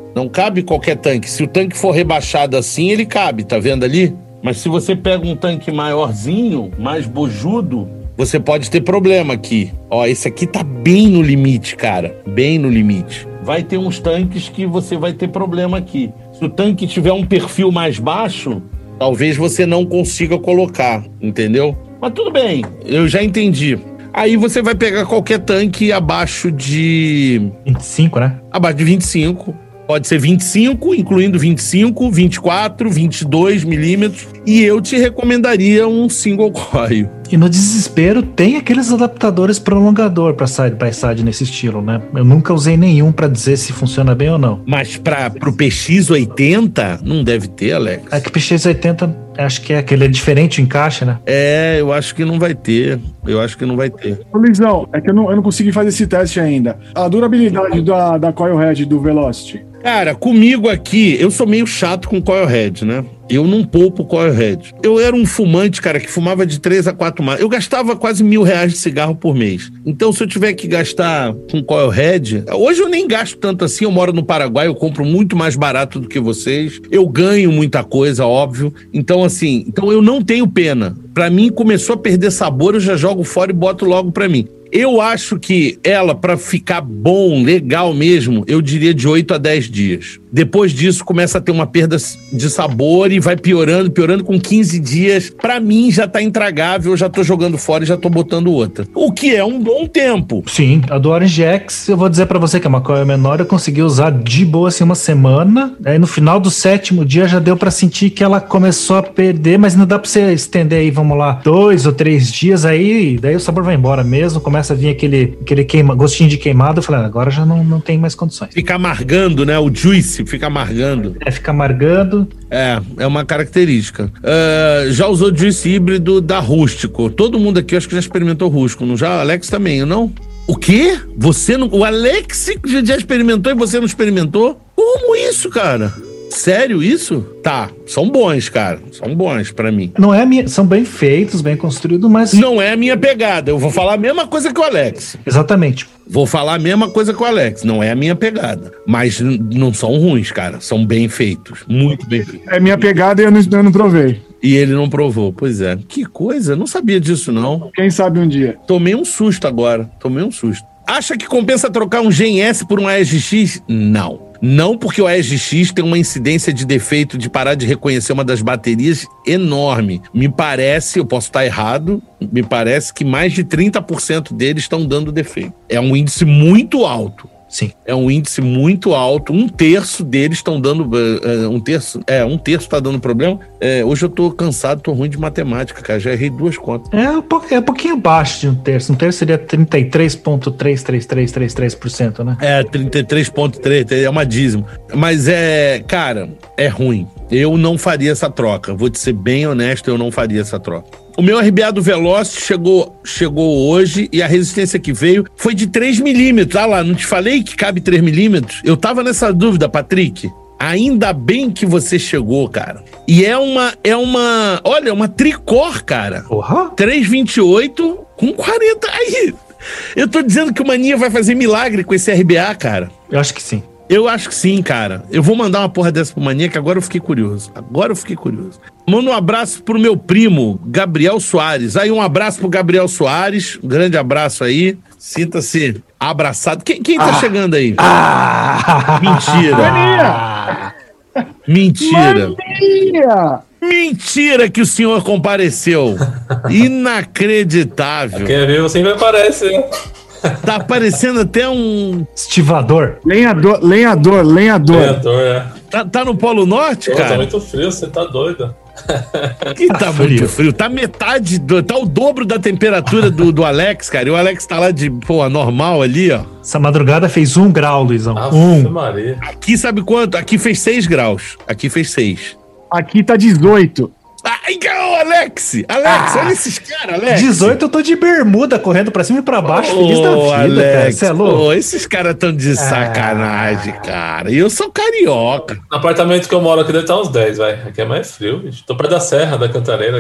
Não cabe qualquer tanque. Se o tanque for rebaixado assim, ele cabe, tá vendo ali? Mas se você pega um tanque maiorzinho, mais bojudo, você pode ter problema aqui. Ó, esse aqui tá bem no limite, cara. Bem no limite. Vai ter uns tanques que você vai ter problema aqui. Se o tanque tiver um perfil mais baixo, talvez você não consiga colocar, entendeu? Mas tudo bem, eu já entendi. Aí você vai pegar qualquer tanque abaixo de... vinte e cinco, né? Abaixo de vinte e cinco. Pode ser vinte e cinco, incluindo vinte e cinco, vinte e quatro, vinte e dois milímetros. E eu te recomendaria um single coil. E no desespero tem aqueles adaptadores prolongador para side by side nesse estilo, né? Eu nunca usei nenhum para dizer se funciona bem ou não. Mas para pro P X oitenta, não deve ter, Alex. É que o P X oitenta, acho que é aquele é diferente o encaixe, né? É, eu acho que não vai ter. Eu acho que não vai ter. Ô, Luizão, é que eu não, eu não consegui fazer esse teste ainda. A durabilidade da, da Coilhead do Velocity. Cara, comigo aqui, eu sou meio chato com Coilhead, né? Eu não poupo Coilhead. Eu era um fumante, cara, que fumava de três a quatro maços. Eu gastava quase mil reais de cigarro por mês. Então, se eu tiver que gastar com Coilhead... Hoje eu nem gasto tanto assim, eu moro no Paraguai, eu compro muito mais barato do que vocês. Eu ganho muita coisa, óbvio. Então, assim, então eu não tenho pena. Pra mim, começou a perder sabor, eu já jogo fora e boto logo pra mim. Eu acho que ela, pra ficar bom, legal mesmo, eu diria de oito a dez dias. Depois disso, começa a ter uma perda de sabor e vai piorando, piorando com quinze dias. Pra mim, já tá intragável, eu já tô jogando fora e já tô botando outra. O que é um bom tempo. Sim, a do Orange X, eu vou dizer pra você que é uma coisa menor, eu consegui usar de boa assim uma semana. Aí no final do sétimo dia já deu pra sentir que ela começou a perder, mas não dá pra você estender aí, vamos lá, dois ou três dias aí, daí o sabor vai embora mesmo, começa a vir aquele, aquele queima, gostinho de queimado. Eu falei, agora já não, não tem mais condições. Fica amargando, né? O juice fica amargando. É, fica amargando. É, é uma característica. Uh, já usou juice híbrido da Rústico. Todo mundo aqui, eu acho que já experimentou Rústico, não já? Alex também, não? O quê? Você não... O Alex já experimentou e você não experimentou? Como isso, cara? Sério isso? Tá, são bons, cara. São bons pra mim. Não é a minha... São bem feitos, bem construídos, mas... Não é a minha pegada. Eu vou falar a mesma coisa que o Alex. Exatamente. Vou falar a mesma coisa que o Alex. Não é a minha pegada. Mas n- não são ruins, cara. São bem feitos. Muito bem feitos. É minha pegada e eu não, eu não provei. E ele não provou. Pois é. Que coisa. Não sabia disso, não. Quem sabe um dia. Tomei um susto agora. Tomei um susto. Acha que compensa trocar um G M S por um A E G X? Não. Não, porque o A E G X tem uma incidência de defeito de parar de reconhecer uma das baterias enorme. Me parece, eu posso estar errado, me parece que mais de trinta por cento deles estão dando defeito. É um índice muito alto. Sim. É um índice muito alto. Um terço deles estão dando... Uh, um terço... É, um terço está dando problema. É, hoje eu tô cansado, tô ruim de matemática, cara. Já errei duas contas. É um, po- é um pouquinho abaixo de um terço. Um terço seria trinta e três vírgula trezentos e trinta e três trinta e três por cento, né? É, trinta e três vírgula três, é uma dízimo. Mas é... Cara, é ruim. Eu não faria essa troca. Vou te ser bem honesto, eu não faria essa troca. O meu R B A do Velocity chegou, chegou hoje e a resistência que veio foi de três milímetros. Ah lá, não te falei que cabe três milímetros? Eu tava nessa dúvida, Patrick. Ainda bem que você chegou, cara. E é uma, é uma, olha, uma tricor, cara. Porra! três vírgula vinte e oito com quarenta. Aí, eu tô dizendo que o Mania vai fazer milagre com esse R B A, cara. Eu acho que sim. Eu acho que sim, cara. Eu vou mandar uma porra dessa pro Mania, que agora eu fiquei curioso. Agora eu fiquei curioso. Manda um abraço pro meu primo, Gabriel Soares. Aí um abraço pro Gabriel Soares. Um grande abraço aí. Sinta-se abraçado. Quem, quem tá Ah. chegando aí? Ah! Mentira. Mania! Mentira. Mania! Mentira que o senhor compareceu. Inacreditável. Quer ver, você vai aparecer. Tá aparecendo até um... Estivador. Lenhador, lenhador, lenhador. Vereador, é. Tá, tá no Polo Norte, Pô, tá cara? muito frio, você tá doido. Que tá, Tá muito frio. frio. Tá metade, do, tá o dobro da temperatura do, do Alex, cara. E o Alex tá lá de, pô, normal ali, ó. Essa madrugada fez um grau, Luizão. Ave um. Maria. Aqui sabe quanto? Aqui fez seis graus. Aqui fez seis. Aqui tá dezoito. Ai, ô, Alex! Alex, olha esses caras, Alex. dezoito eu tô de bermuda, correndo pra cima e pra baixo, feliz da Ô, vida, cara. Alex, Você é louco? ô, esses caras tão de sacanagem, cara. E eu sou carioca. No apartamento que eu moro aqui deve estar uns dez, vai. Aqui é mais frio, bicho. Tô perto da Serra, da Cantareira aqui.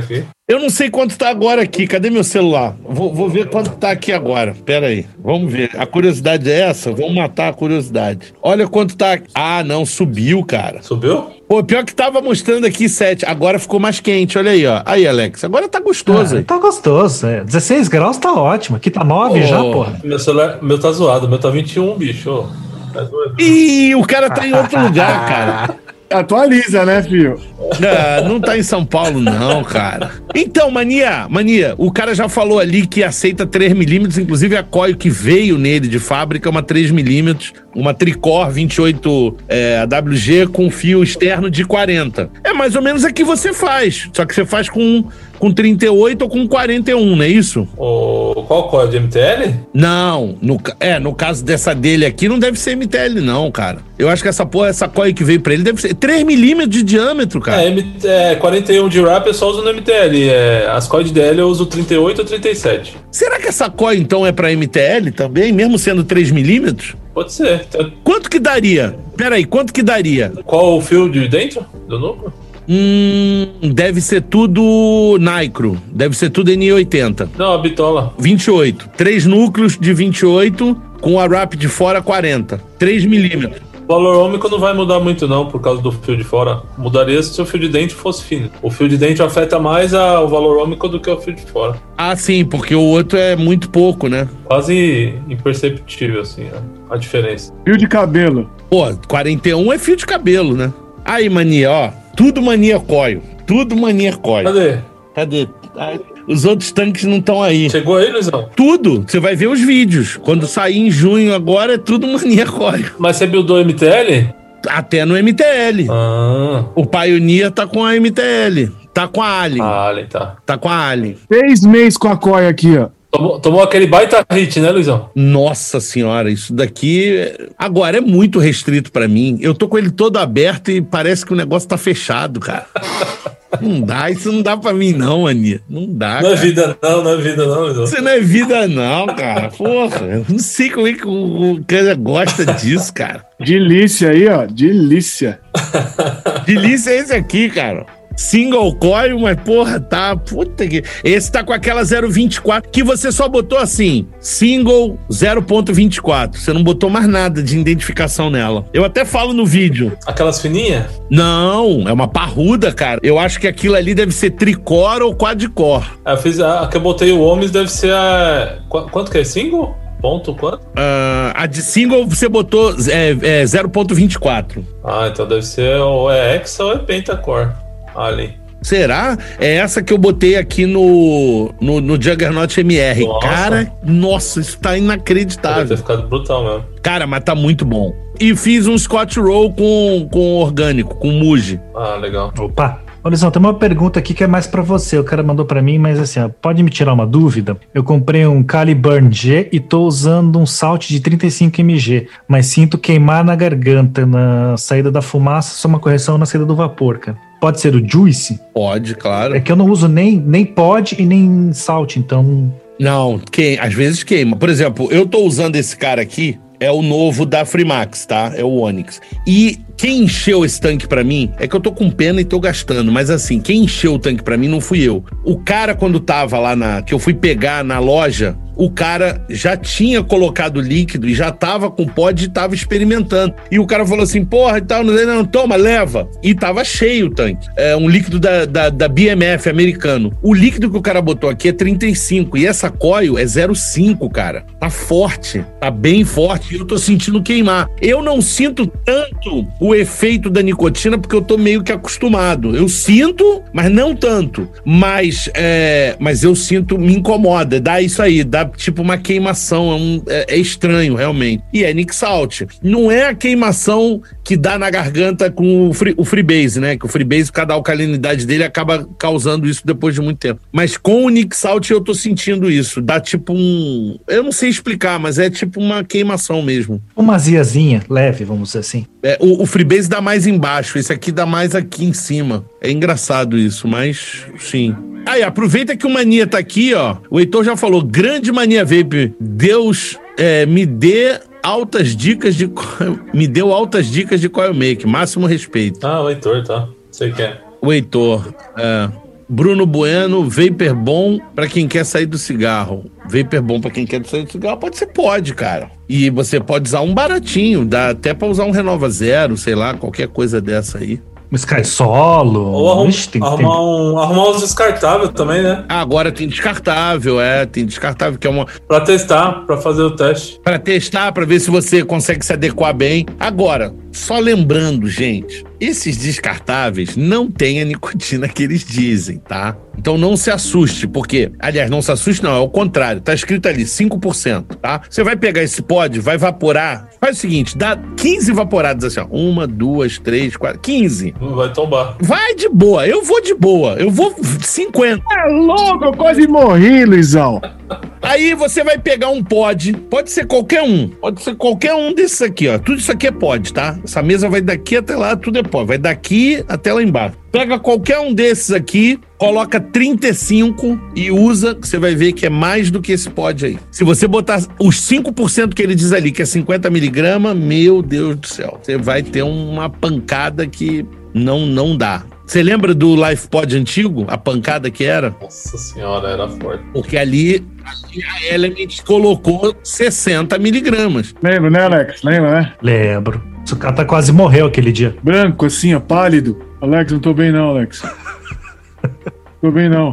Eu não sei quanto tá agora aqui. Cadê meu celular? Vou, vou ver quanto tá aqui agora. Pera aí. Vamos ver. A curiosidade é essa? Vamos matar a curiosidade. Olha quanto tá aqui. Ah, não. Subiu, cara. Subiu? Pô, pior que tava mostrando aqui sete. Agora ficou mais quente. Olha aí, ó. Aí, Alex. Agora tá gostoso. Ah, aí. tá gostoso. É. dezesseis graus tá ótimo. Aqui tá nove Oh. já, porra. Meu celular, meu tá zoado, meu tá vinte e um, bicho. Tá doido. Ih, o cara tá em outro lugar, cara. Atualiza, né, filho? Ah, não tá em São Paulo, não, cara. Então, Mania, Mania, o cara já falou ali que aceita três milímetros, inclusive a coil que veio nele de fábrica é uma três milímetros, uma Tricor vinte e oito é, A W G com fio externo de quarenta. É mais ou menos a que você faz, só que você faz com, com trinta e oito ou com quarenta e um, não é isso? O, qual código? M T L? Não, no, ca- é, no caso dessa dele aqui, não deve ser M T L, não, cara. Eu acho que essa porra, essa coil que veio pra ele deve ser três milímetros de diâmetro, cara. É, M T, é, quarenta e um de wrap eu só uso no M T L. É, as coil de D L eu uso trinta e oito ou trinta e sete. Será que essa coil, então, é pra M T L também, mesmo sendo três milímetros? Pode ser. Tem- Quanto que daria? Peraí, quanto que daria? Qual o fio de dentro do núcleo? Hum, deve ser tudo Nicro. Deve ser tudo N oitenta. Não, a bitola. vinte e oito. Três núcleos de vinte e oito com a wrap de fora quarenta. três milímetros. O valor ômico não vai mudar muito não, por causa do fio de fora. Mudaria se o fio de dentro fosse fino. O fio de dentro afeta mais a, o valor ômico do que o fio de fora. Ah, sim, porque o outro é muito pouco, né? Quase imperceptível, assim, a, a diferença. Fio de cabelo. Pô, quarenta e um é fio de cabelo, né? Aí, Mania, ó. Tudo Mania coil. Tudo Mania coil. Cadê? Cadê? Ah, os outros tanques não estão aí. Chegou aí, Luizão? Tudo. Você vai ver os vídeos. Quando sair em junho agora, é tudo Mania coil. Mas você buildou M T L? Até no M T L. Ah, O Pioneer tá com a M T L. Tá com a Alien. ah, ali tá. Tá com a Alien. Seis meses com a coia aqui, ó. Tomou, tomou aquele baita hit, né, Luizão? Nossa senhora, isso daqui agora é muito restrito pra mim. Eu tô com ele todo aberto e parece que o negócio tá fechado, cara. Não dá, isso não dá pra mim não, Aninha. Não dá, Não é cara. vida não, não é vida não, Luizão. Isso não é vida não, cara. Porra, eu não sei como é que o, o cara gosta disso, cara. Delícia aí, ó. Delícia. Delícia é esse aqui, cara. Single coil, mas porra, tá, puta que... Esse tá com aquela zero vinte e quatro, que você só botou assim, single zero ponto vinte e quatro. Você não botou mais nada de identificação nela. Eu até falo no vídeo. Aquelas fininhas? Não, é uma parruda, cara. Eu acho que aquilo ali deve ser tricore ou quadcore. Eu fiz a, a que eu botei o Omis deve ser a... qu- Quanto que é? Single? Ponto quanto? Ah, a de single você botou é, é zero ponto vinte e quatro. Ah, então deve ser ou é Hexa ou é Pentacore. Ali. Será? É essa que eu botei aqui no, no, no Juggernaut M R. Nossa. Cara, nossa, isso tá Deve inacreditável. ter ficado brutal mesmo. Cara, mas tá muito bom. E fiz um Scotch Roll com, com orgânico, com Muji. Ah, legal. Opa! Olha só, tem uma pergunta aqui que é mais pra você. O cara mandou pra mim, mas assim, ó, pode me tirar uma dúvida? Eu comprei um Caliburn G e tô usando um Salt de trinta e cinco mililitros, mas sinto queimar na garganta, na saída da fumaça, só uma correção na saída do vapor, cara. Pode ser o Juice? Pode, claro. É que eu não uso nem, nem pod e nem Salt, então... Não, que, às vezes queima. Por exemplo, eu tô usando esse cara aqui, é o novo da Freemax, tá? É o Onyx. E quem encheu esse tanque pra mim, é que eu tô com pena e tô gastando, mas assim, quem encheu o tanque pra mim não fui eu. O cara, quando tava lá na... que eu fui pegar na loja, o cara já tinha colocado líquido e já tava com pod e tava experimentando. E o cara falou assim, porra e tal, não, não, toma, leva. E tava cheio o tanque. É um líquido da, da, da B M F americano. O líquido que o cara botou aqui é trinta e cinco e essa coil é zero vírgula cinco, cara. Tá forte, tá bem forte e eu tô sentindo queimar. Eu não sinto tanto o efeito da nicotina porque eu tô meio que acostumado. Eu sinto, mas não tanto. Mas, é, mas eu sinto, me incomoda, dá isso aí, dá tipo uma queimação, é, um, é, é estranho realmente. E é Nic Salt. Não é a queimação que dá na garganta com o, free, o Freebase, né? Que o Freebase, cada alcalinidade dele acaba causando isso depois de muito tempo. Mas com o Nic Salt eu tô sentindo isso. Dá tipo um... Eu não sei explicar, mas é tipo uma queimação mesmo. Uma aziazinha leve, vamos dizer assim. É, o, o Freebase dá mais embaixo, esse aqui dá mais aqui em cima. É engraçado isso, mas sim. Aí, aproveita que o Mania tá aqui, ó. O Heitor já falou, grande Mania Vape. Deus é, me dê altas dicas de... me deu altas dicas de coil make. Máximo respeito. Ah, o Heitor, tá. Sei que é. O Heitor, é... Bruno Bueno, vapor bom pra quem quer sair do cigarro. Vapor bom pra quem quer sair do cigarro? Pode ser, pode, cara. E você pode usar um baratinho, dá até pra usar um Renova Zero, sei lá, qualquer coisa dessa aí. Um Sky Solo. Ou arrum, Ixi, tem, arrumar, tem... Um, arrumar uns descartáveis também, né? Ah, agora tem descartável, é, tem descartável, que é uma... Pra testar, pra fazer o teste. Pra testar, pra ver se você consegue se adequar bem. Agora, só lembrando, gente, esses descartáveis não têm a nicotina que eles dizem, tá? Então não se assuste, porque... Aliás, não se assuste não, é o contrário. Tá escrito ali, cinco por cento, tá? Você vai pegar esse pod, vai evaporar. Faz o seguinte, dá quinze evaporadas assim, ó. Uma, duas, três, quatro, quinze. Vai tombar. Vai de boa, eu vou de boa. Eu vou cinquenta. É louco, eu quase morri, Luizão. Aí você vai pegar um pod, pode ser qualquer um, pode ser qualquer um desses aqui, ó. Tudo isso aqui é pod, tá? Essa mesa vai daqui até lá, tudo é pod. Vai daqui até lá embaixo. Pega qualquer um desses aqui, coloca trinta e cinco e usa, que você vai ver que é mais do que esse pod aí. Se você botar os cinco por cento que ele diz ali, que é cinquenta miligramas, meu Deus do céu, você vai ter uma pancada que não, não dá. Você lembra do LifePod antigo? A pancada que era? Nossa senhora, era forte. Porque ali, ali a Element colocou sessenta miligramas. Lembra, né, Alex? Lembra, né? Lembro. O Sucata quase morreu aquele dia. Branco, assim, ó, pálido. Alex, não tô bem não, Alex. Tô bem não.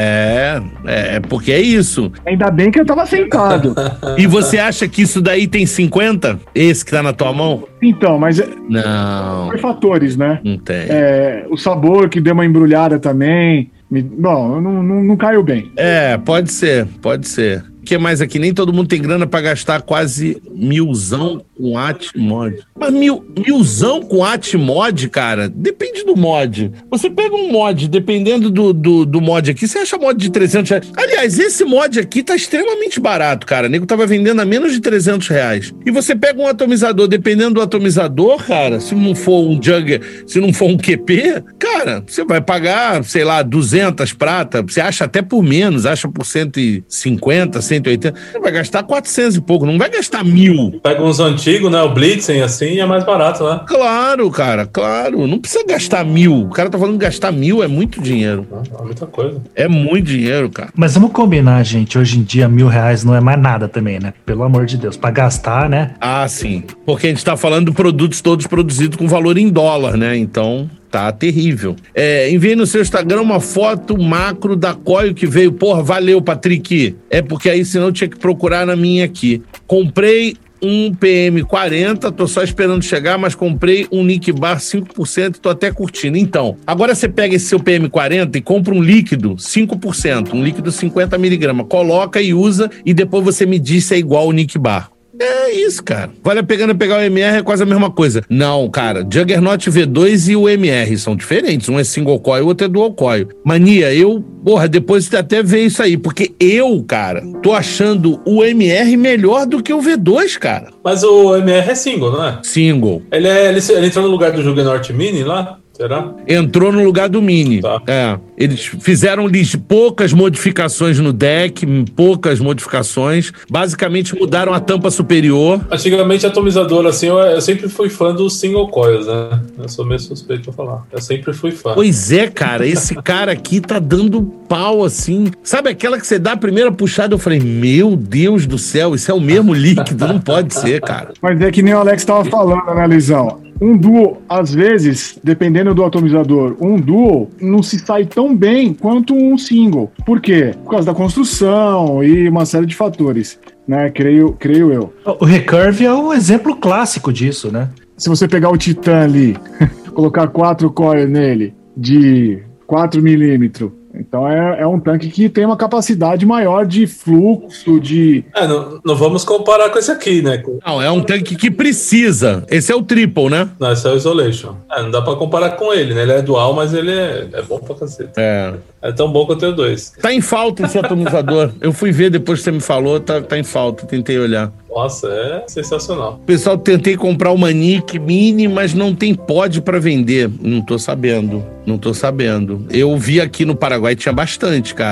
É, é, porque é isso. Ainda bem que eu tava sentado. E você acha que isso daí tem cinquenta? Esse que tá na tua mão? Então, mas é, Não, foi fatores, né? não tem. É, o sabor que deu uma embrulhada também. Me, bom, não, não, não caiu bem. É, pode ser, pode ser. O que mais aqui? Nem todo mundo tem grana pra gastar quase milzão com Atmod. Mas mil, milzão com Atmod, cara, depende do mod. Você pega um mod, dependendo do, do, do mod aqui, você acha mod de trezentos reais. Aliás, esse mod aqui tá extremamente barato, cara. O nego tava vendendo a menos de trezentos reais. E você pega um atomizador, dependendo do atomizador, cara, se não for um Jugger, se não for um Q P, cara, você vai pagar, sei lá, duzentas prata, você acha até por menos, acha por cento e cinquenta, cento e oitenta, você vai gastar quatrocentos e pouco, não vai gastar mil. Pega uns antigos, né? O Blitzen, assim, é mais barato, né? Claro, cara, claro. Não precisa gastar mil. O cara tá falando que gastar mil é muito dinheiro. É muita coisa. É muito dinheiro, cara. Mas vamos combinar, gente. Hoje em dia, mil reais não é mais nada também, né? Pelo amor de Deus. Pra gastar, né? Ah, sim. Porque a gente tá falando de produtos todos produzidos com valor em dólar, né? Então... tá terrível. É, enviei no seu Instagram uma foto macro da coil que veio. Porra, valeu, Patrick. É porque aí senão eu tinha que procurar na minha aqui. Comprei um P M quarenta, tô só esperando chegar, mas comprei um Nick Bar cinco por cento e tô até curtindo. Então, agora você pega esse seu P M quarenta e compra um líquido cinco por cento, um líquido cinquenta miligramas, coloca e usa e depois você me diz se é igual o Nick Bar. É isso, cara. Vale a pena pegar o M R, é quase a mesma coisa. Não, cara, Juggernaut V dois e o M R são diferentes. Um é single coil, o outro é dual coil. Mania, eu, porra, depois você até vê isso aí, porque eu, cara, tô achando o M R melhor do que o V dois, cara. Mas o M R é single, não é? Single. Ele, é, ele, ele entrou no lugar do Juggernaut Mini lá? Será? Entrou no lugar do Mini. Tá. É. Eles fizeram-lhes poucas modificações no deck, poucas modificações. Basicamente mudaram a tampa superior. Antigamente, atomizador, assim, eu, eu sempre fui fã dos single coils, né? Eu sou meio suspeito pra falar. Eu sempre fui fã. Pois é, cara. Esse cara aqui tá dando pau, assim. Sabe aquela que você dá a primeira puxada? Eu falei, meu Deus do céu, isso é o mesmo líquido. Não pode ser, cara. Mas é que nem o Alex tava falando, né, Lisão? Um duo, às vezes, dependendo do atomizador, um duo não se sai tão bem quanto um single. Por quê? Por causa da construção e uma série de fatores, né? Creio, creio eu. O Recurve é um exemplo clássico disso, né? Se você pegar o Titan ali, colocar quatro coils nele de quatro milímetros, então é, é um tanque que tem uma capacidade maior de fluxo, de... É, não, não vamos comparar com esse aqui, né? Não, é um tanque que precisa. Esse é o triple, né? Não, esse é o Isolation. É, não dá pra comparar com ele, né? Ele é dual, mas ele é, é bom pra cacete. É. É tão bom quanto o dois. Tá em falta esse atomizador. Eu fui ver depois que você me falou, tá, tá em falta. Tentei olhar. Nossa, é sensacional. Pessoal, tentei comprar uma Nick Mini, mas não tem pod pra vender. Não tô sabendo. Não tô sabendo. Eu vi aqui no Paraguai, tinha bastante, cara.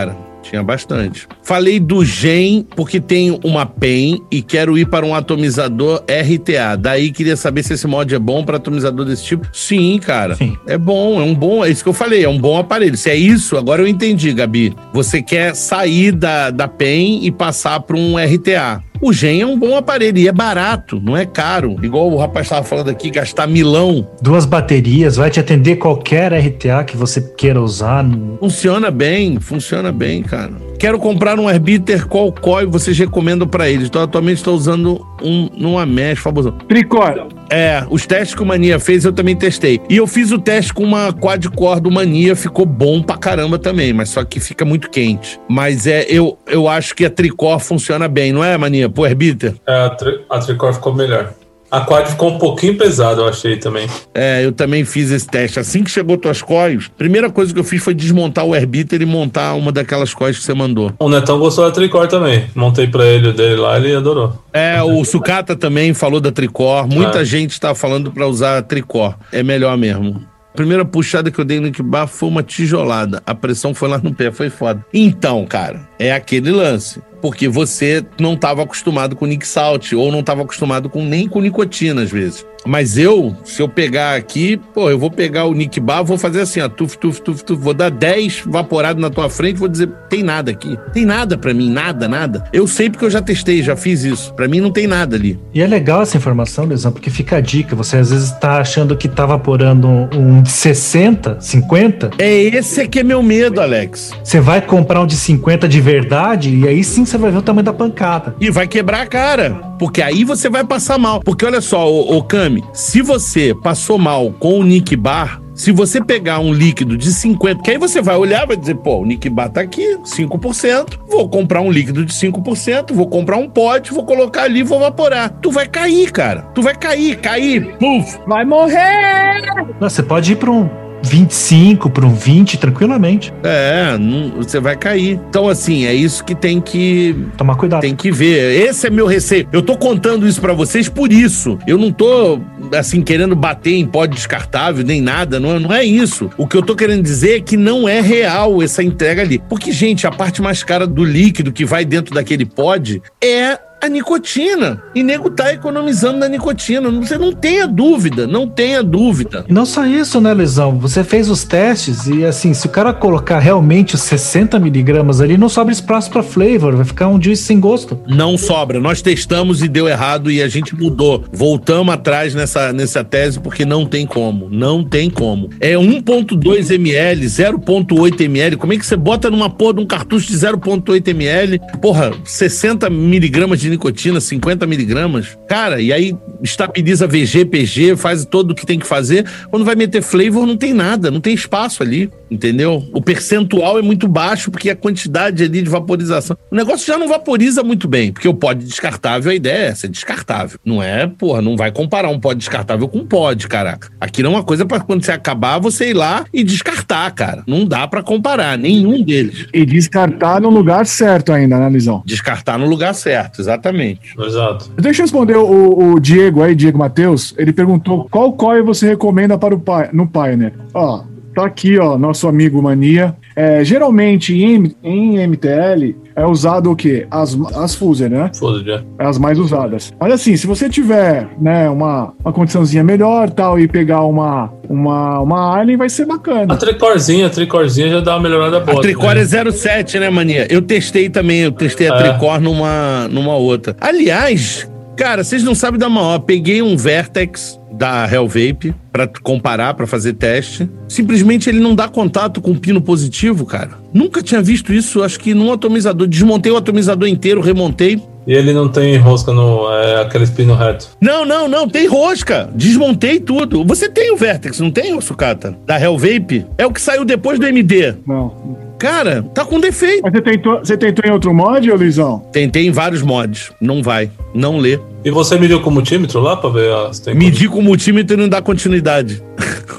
Tinha bastante. Falei do Gen, porque tem uma pen e quero ir para um atomizador R T A. Daí queria saber se esse mod é bom para atomizador desse tipo. Sim, cara. Sim. É bom, é um bom... É isso que eu falei, é um bom aparelho. Se é isso, agora eu entendi, Gabi. Você quer sair da, da pen e passar para um R T A. O Gen é um bom aparelho e é barato, não é caro. Igual o rapaz estava falando aqui, gastar milão. Duas baterias, vai te atender qualquer R T A que você queira usar. Funciona bem, funciona bem, cara. Quero comprar um Arbiter, qual coil vocês recomendam para eles? Então, atualmente estou usando um numa mesh, famoso. Tricor. É, os testes que o Mania fez eu também testei. E eu fiz o teste com uma quad-core do Mania, ficou bom pra caramba também, mas só que fica muito quente. Mas é, eu, eu acho que a Tricor funciona bem, não é, Mania? Pô, Arbiter? É, a, tri- a Tricor ficou melhor. A quad ficou um pouquinho pesada, eu achei também. É, eu também fiz esse teste. Assim que chegou tuas coils, a primeira coisa que eu fiz foi desmontar o Arbiter e montar uma daquelas coils que você mandou. O Netão gostou da Tricor também. Montei pra ele o dele lá, ele adorou. É, o Sucata também falou da Tricor. Muita é. gente tá falando pra usar a Tricor. É melhor mesmo. A primeira puxada que eu dei no Nickbar foi uma tijolada. A pressão foi lá no pé, foi foda. Então, cara, é aquele lance. Porque você não estava acostumado com Nick Salt, ou não estava acostumado com, nem com nicotina, às vezes. Mas eu, se eu pegar aqui, pô, eu vou pegar o Nick Bar, vou fazer assim, ó, tuf, tuf, tuf, tuf, vou dar dez vaporados na tua frente, vou dizer, tem nada aqui. Tem nada pra mim, nada, nada. Eu sei porque eu já testei, já fiz isso. Pra mim não tem nada ali. E é legal essa informação, Lesão, porque fica a dica. Você às vezes tá achando que tá vaporando um de sessenta, cinquenta. É esse que é meu medo, Alex. Você vai comprar um de cinquenta de verdade e aí sim você vai ver o tamanho da pancada. E vai quebrar a cara, porque aí você vai passar mal. Porque olha só, ô, ô Cami, se você passou mal com o Nick Bar, se você pegar um líquido de cinquenta, que aí você vai olhar e vai dizer, pô, o Nick Bar tá aqui, cinco por cento, vou comprar um líquido de cinco por cento, vou comprar um pote, vou colocar ali e vou evaporar. Tu vai cair, cara. Tu vai cair, cair, puf, vai morrer! Não, você pode ir para um vinte e cinco, para um vinte, tranquilamente. É, não, você vai cair. Então, assim, é isso que tem que... Tomar cuidado. Tem que ver. Esse é meu receio. Eu tô contando isso pra vocês por isso. Eu não tô, assim, querendo bater em pó descartável, nem nada. Não, não é isso. O que eu tô querendo dizer é que não é real essa entrega ali. Porque, gente, a parte mais cara do líquido que vai dentro daquele pod é a nicotina. E nego tá economizando na nicotina. Você não tenha dúvida, não tenha dúvida. E não só isso, né, Lesão? Você fez os testes e, assim, se o cara colocar realmente os sessenta miligramas ali, não sobra espaço pra flavor, vai ficar um juice sem gosto. Não sobra. Nós testamos e deu errado e a gente mudou. Voltamos atrás nessa, nessa tese porque não tem como. Não tem como. É um ponto dois mililitros, zero ponto oito mililitros. Como é que você bota numa porra de um cartucho de zero ponto oito mililitros? Porra, sessenta miligramas de nicotina, cinquenta miligramas, cara, e aí estabiliza V G, P G, faz todo o que tem que fazer. Quando vai meter flavor, não tem nada, não tem espaço ali, entendeu? O percentual é muito baixo, porque a quantidade ali de vaporização, o negócio já não vaporiza muito bem, porque o pó de descartável, a ideia é ser descartável, não é, porra, não vai comparar um pó descartável com um pó de, caraca. Aquilo é uma coisa pra quando você acabar, você ir lá e descartar, cara. Não dá pra comparar, nenhum deles. E descartar no lugar certo ainda, né, Lisão? Descartar no lugar certo, exatamente. Exatamente. Exato. Deixa eu responder o, o Diego aí, Diego Matheus. Ele perguntou qual coil você recomenda para o pai, no Pioneer. Ó, tá aqui, ó, nosso amigo Mania. É, geralmente em, em M T L é usado o quê? As, as Fuser, né? Fuser, é. As mais usadas. Mas assim, se você tiver, né, uma, uma condiçãozinha melhor tal, e pegar uma, uma, uma Alien, vai ser bacana. A tricorzinha, a tricorzinha já dá uma melhorada boa. A Tricor né? É zero sete, né, Mania? Eu testei também, eu testei a é. Tricor numa, numa outra. Aliás, cara, vocês não sabem da maior. Peguei um Vertex da Hellvape pra comparar, pra fazer teste. Simplesmente ele não dá contato com o pino positivo, cara. Nunca tinha visto isso, acho que num atomizador. Desmontei o atomizador inteiro, remontei. E ele não tem rosca no... é aquele pino reto. Não, não, não, tem rosca. Desmontei tudo. Você tem o Vertex, não tem, Sucata? Da Hellvape? É o que saiu depois do M D. Não. Cara, tá com defeito. Mas você tentou, você tentou em outro mod, Luizão? Tentei em vários mods. Não vai. Não lê. E você mediu com o multímetro lá pra ver as... Medi com o multímetro e não dá continuidade.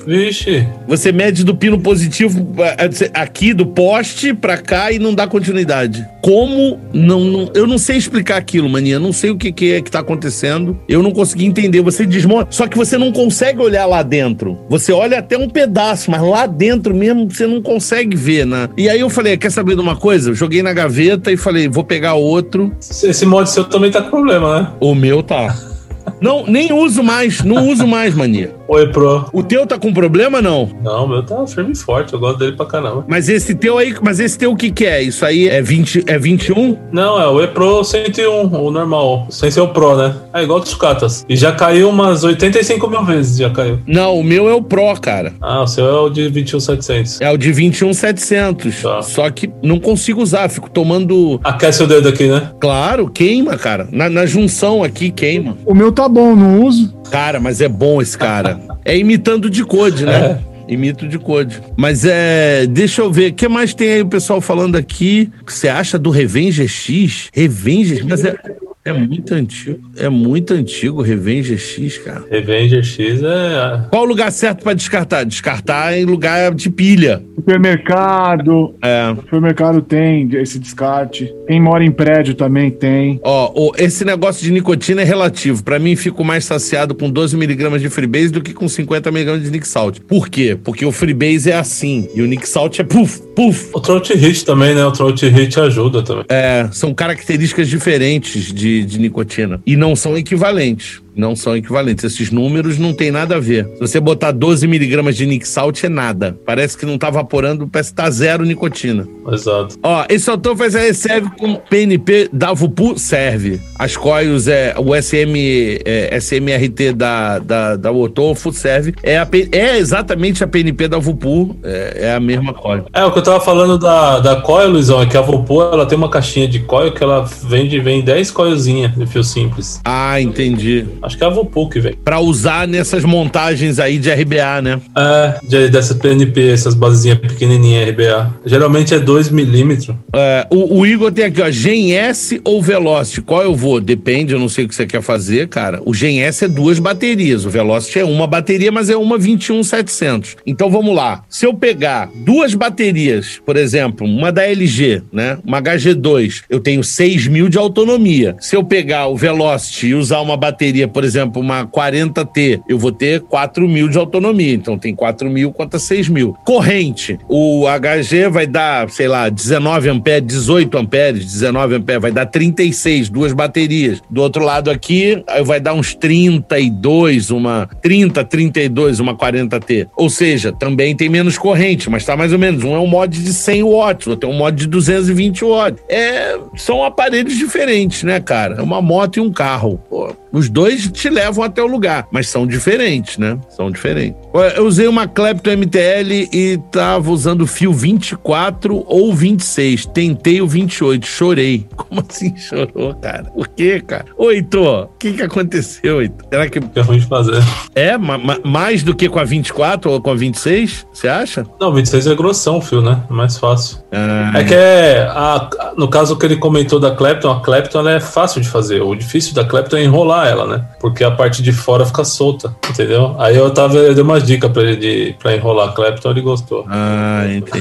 Vixe. Você mede do pino positivo aqui, do poste pra cá e não dá continuidade. Como? Não, não, eu não sei explicar aquilo, maninha. Eu não sei o que, que é que tá acontecendo. Eu não consegui entender. Você desmonta. Só que você não consegue olhar lá dentro. Você olha até um pedaço, mas lá dentro mesmo você não consegue ver, né? E aí eu falei, quer saber de uma coisa? Eu joguei na gaveta e falei, vou pegar outro. Esse mod seu também tá com problema, né? O meu tá. Não, nem uso mais, não uso mais, mania. Oi, Pro. O teu tá com problema, não? Não, o meu tá firme e forte, eu gosto dele pra caramba. Mas esse teu aí, mas esse teu o que que é? Isso aí é, vinte, é vinte e um? Não, é o E-Pro cento e um, o normal, sem ser o Pro, né? É igual dos Sucatas. E já caiu umas oitenta e cinco mil vezes, já caiu. Não, o meu é o Pro, cara. Ah, o seu é o de vinte e um mil e setecentos. É o de vinte e um mil e setecentos. Tá. Só que não consigo usar, fico tomando... Aquece o dedo aqui, né? Claro, queima, cara. Na, na junção aqui, queima. O meu tá bom, não uso. Cara, mas é bom esse cara. É imitando de Code, né? É. Imito de Code. Mas é... Deixa eu ver. O que mais tem aí o pessoal falando aqui? O que você acha do Revenger X? Revenger... Mas é... É muito antigo. É muito antigo o Revenger X, cara. Revenger X é... Qual o lugar certo pra descartar? Descartar em lugar de pilha. Supermercado. É. Supermercado tem esse descarte. Quem mora em prédio também tem. Ó, ó, esse negócio de nicotina é relativo. Pra mim, fico mais saciado com doze miligramas de Freebase do que com cinquenta miligramas de Nick Salt. Por quê? Porque o Freebase é assim. E o Nick Salt é puf, puf. O Throat Hit também, né? O Throat Hit ajuda também. É, são características diferentes de de nicotina. E não são equivalentes. Não são equivalentes. Esses números não tem nada a ver. Se você botar doze miligramas de Nick Salt, é nada. Parece que não tá vaporando, parece que tá zero nicotina. Exato. Ó, esse autor faz a serve com P N P da Vupu, serve. As coils, é, o S M, é, S M R T da, da, da Otofo, serve. É, a, é exatamente a P N P da Vupu, é, é a mesma coil. É, o que eu tava falando da, da coil, Luizão, é que a Vupu, ela tem uma caixinha de coil que ela vende, vem dez coilzinhas de fio simples. Ah, entendi. Acho que é a Vupu que vem. Pra usar nessas montagens aí de R B A, né? É, de, dessa P N P, essas basezinhas pequenininhas R B A. Geralmente é dois milímetros. É, o, o Igor tem aqui, ó, Gen S ou Velocity? Qual eu vou? Depende, eu não sei o que você quer fazer, cara. O Gen S é duas baterias, o Velocity é uma bateria, mas é uma vinte e um mil e setecentos. Então vamos lá. Se eu pegar duas baterias, por exemplo, uma da L G, né? Uma H G dois, eu tenho seis mil de autonomia. Se eu pegar o Velocity e usar uma bateria, por exemplo, uma quarenta T, eu vou ter quatro mil de autonomia. Então tem quatro mil contra seis mil. Corrente, o H G vai dar, sei lá, dezenove amperes, dezoito amperes, dezenove amperes, vai dar trinta e seis, duas baterias. Do outro lado aqui, vai dar uns trinta e dois, uma trinta, trinta e dois, uma quarenta T. Ou seja, também tem menos corrente, mas tá mais ou menos. Um é um mod de cem watts, outro é um mod de duzentos e vinte watts. É, são aparelhos diferentes, né, cara? É uma moto e um carro. Pô, os dois te levam até o lugar, mas são diferentes, né? São diferentes. Eu usei uma Clapton M T L e tava usando fio vinte e quatro ou vinte e seis. Tentei o vinte e oito, chorei. Como assim chorou, cara? Por quê, cara? Ô, Heitor, o que que aconteceu, Heitor? Será que... É ruim de fazer. É? Ma- ma- mais do que com a vinte e quatro ou com a vinte e seis? Você acha? Não, vinte e seis é grossão o fio, né? É mais fácil. Ah, é que é... A, no caso que ele comentou da Clapton, a Clapton ela é fácil de fazer. O difícil da Clapton é enrolar ela, né? Porque a parte de fora fica solta, entendeu? Aí eu tava... Eu dei umas dicas pra ele de, pra enrolar a Clapton, ele gostou. Ah, entendi.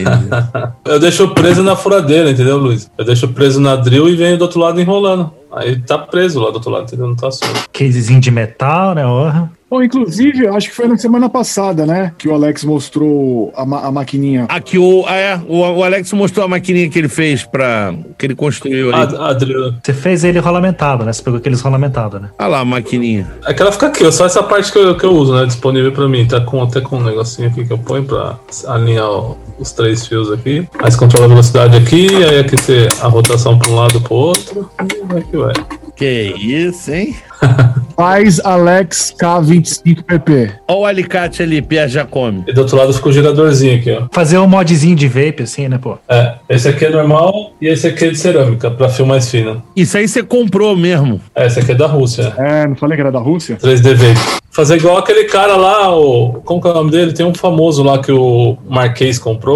Eu deixo preso na furadeira, entendeu, Luiz? Eu deixo preso na drill e venho do outro lado enrolando. Aí tá preso lá do outro lado, entendeu? Não tá solto. Casezinho de metal, né? Orra. Bom, inclusive, acho que foi na semana passada, né? Que o Alex mostrou a, ma- a maquininha. Aqui o, ah, é, o, o Alex mostrou a maquininha que ele fez pra... que ele construiu aí. A, a drill. Você fez ele rolamentado, né? Você pegou aqueles rolamentados, né? Olha lá a maquininha. É que ela fica aqui, ó, só essa parte que eu, que eu uso, né? Disponível pra mim. Tá com, até com um negocinho aqui que eu ponho pra alinhar ó, os três fios aqui. Aí você controla a velocidade aqui, aí aqui você a rotação pra um lado pro outro. E vai que vai. Que isso, hein? Faz Alex K vinte e cinco P P. Olha o alicate ali, Pierre Jacome. E do outro lado fica o giradorzinho aqui, ó. Fazer um modzinho de vape, assim, né, pô? É, esse aqui é normal e esse aqui é de cerâmica, pra fio mais fino. Isso aí você comprou mesmo. É, esse aqui é da Rússia. É, não falei que era da Rússia? três D Vape. Fazer igual aquele cara lá, o... como que é o nome dele? Tem um famoso lá que o Marquês comprou.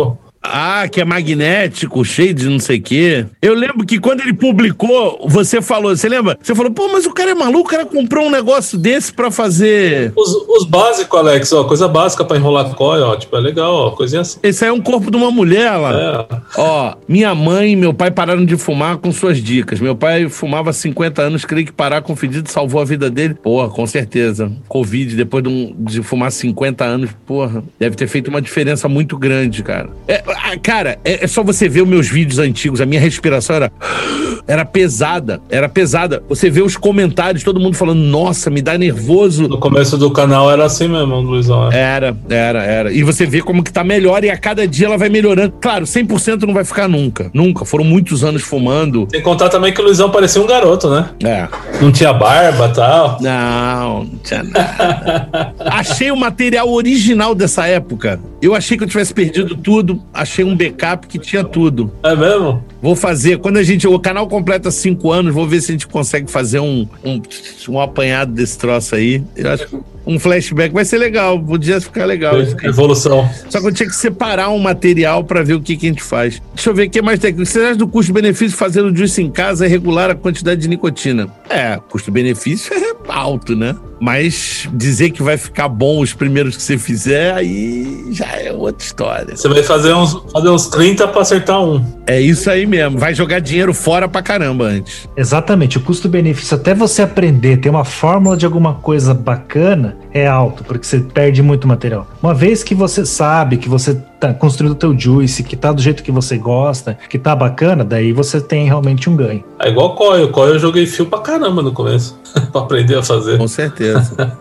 Ah, que é magnético, cheio de não sei o quê. Eu lembro que quando ele publicou, você falou, você lembra? Você falou, pô, mas o cara é maluco, o cara comprou um negócio desse pra fazer... Os, os básicos, Alex, ó, coisa básica pra enrolar coil, ó, tipo, é legal, ó, coisinha assim. Esse aí é um corpo de uma mulher, lá. É. Ó, minha mãe e meu pai pararam de fumar com suas dicas. Meu pai fumava há cinquenta anos, creio que parar com o fedido salvou a vida dele. Porra, com certeza. Covid, depois de, um, de fumar cinquenta anos, porra, deve ter feito uma diferença muito grande, cara. É, cara, é, é só você ver os meus vídeos antigos, a minha respiração era... Era pesada, era pesada. Você vê os comentários, todo mundo falando, nossa, me dá nervoso. No começo do canal era assim mesmo, Luizão. É. Era, era, era. E você vê como que tá melhor e a cada dia ela vai melhorando. Claro, cem por cento não vai ficar nunca. Nunca. Foram muitos anos fumando. Sem contar também que o Luizão parecia um garoto, né? É. Não tinha barba e tal. Não, não tinha nada. Achei o material original dessa época. Eu achei que eu tivesse perdido tudo. Achei um backup que tinha tudo. É mesmo? Vou fazer, quando a gente, o canal completa cinco anos, vou ver se a gente consegue fazer um, um, um apanhado desse troço aí. Eu acho que um flashback vai ser legal, podia ficar legal. Evolução. Só que eu tinha que separar um material pra ver o que, que a gente faz. Deixa eu ver o que é mais técnico. Você acha do custo-benefício fazer o juice em casa é regular a quantidade de nicotina? É, custo-benefício é alto, né? Mas dizer que vai ficar bom os primeiros que você fizer, aí já é outra história. Você vai fazer uns, fazer uns trinta pra acertar um. É isso aí mesmo. Vai jogar dinheiro fora pra caramba antes. Exatamente. O custo-benefício, até você aprender, ter uma fórmula de alguma coisa bacana, é alto, porque você perde muito material. Uma vez que você sabe que você tá construindo o teu juice, que tá do jeito que você gosta, que tá bacana, daí você tem realmente um ganho. É igual coil. Coil eu joguei fio pra caramba no começo. Pra aprender a fazer. Com certeza.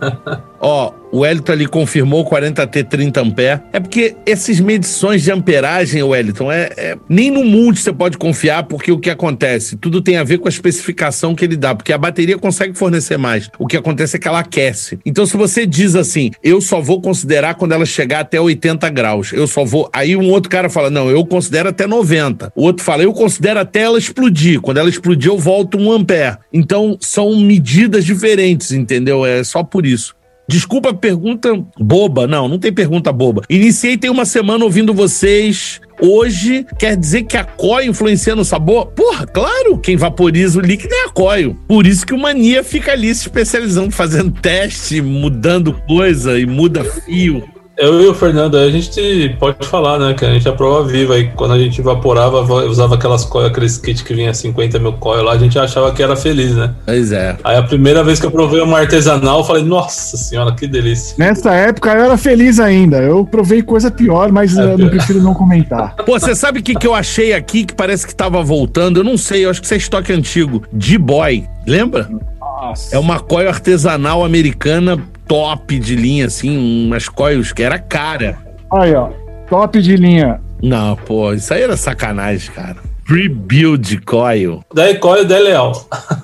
Ó, o Wellington ali confirmou quarenta T trinta ampere. É porque essas medições de amperagem, Wellington, é, é, nem no multi você pode confiar, porque o que acontece? Tudo tem a ver com a especificação que ele dá, porque a bateria consegue fornecer mais. O que acontece é que ela aquece. Então, se você diz assim, eu só vou considerar quando ela chegar até oitenta graus, eu só vou... Aí um outro cara fala, não, eu considero até noventa. O outro fala, eu considero até ela explodir. Quando ela explodir, eu volto um ampere. Então, são medidas diferentes, entendeu? É só por isso. Desculpa a pergunta boba. Não, não tem pergunta boba. Iniciei tem uma semana ouvindo vocês. Hoje, quer dizer que a coil influencia no sabor? Porra, claro, quem vaporiza o líquido é a coil. Por isso que o Mania fica ali se especializando, fazendo teste, mudando coisa e muda fio. Eu e o Fernando, a gente pode falar, né, que a gente é prova viva, aí quando a gente evaporava, usava aquelas coil, aqueles kits que vinha cinquenta mil coil lá, a gente achava que era feliz, né? Pois é. Aí a primeira vez que eu provei uma artesanal, eu falei, nossa senhora, que delícia. Nessa época eu era feliz ainda, eu provei coisa pior, mas é eu não prefiro não comentar. Pô, você sabe o que, que eu achei aqui, que parece que tava voltando? Eu não sei, eu acho que isso é estoque antigo. D-Boy, lembra? Nossa. É uma coil artesanal americana top de linha, assim, umas coils que era cara. Aí, ó, top de linha. Não, pô, isso aí era sacanagem, cara. Pre-build coil. Daí coil da Leal.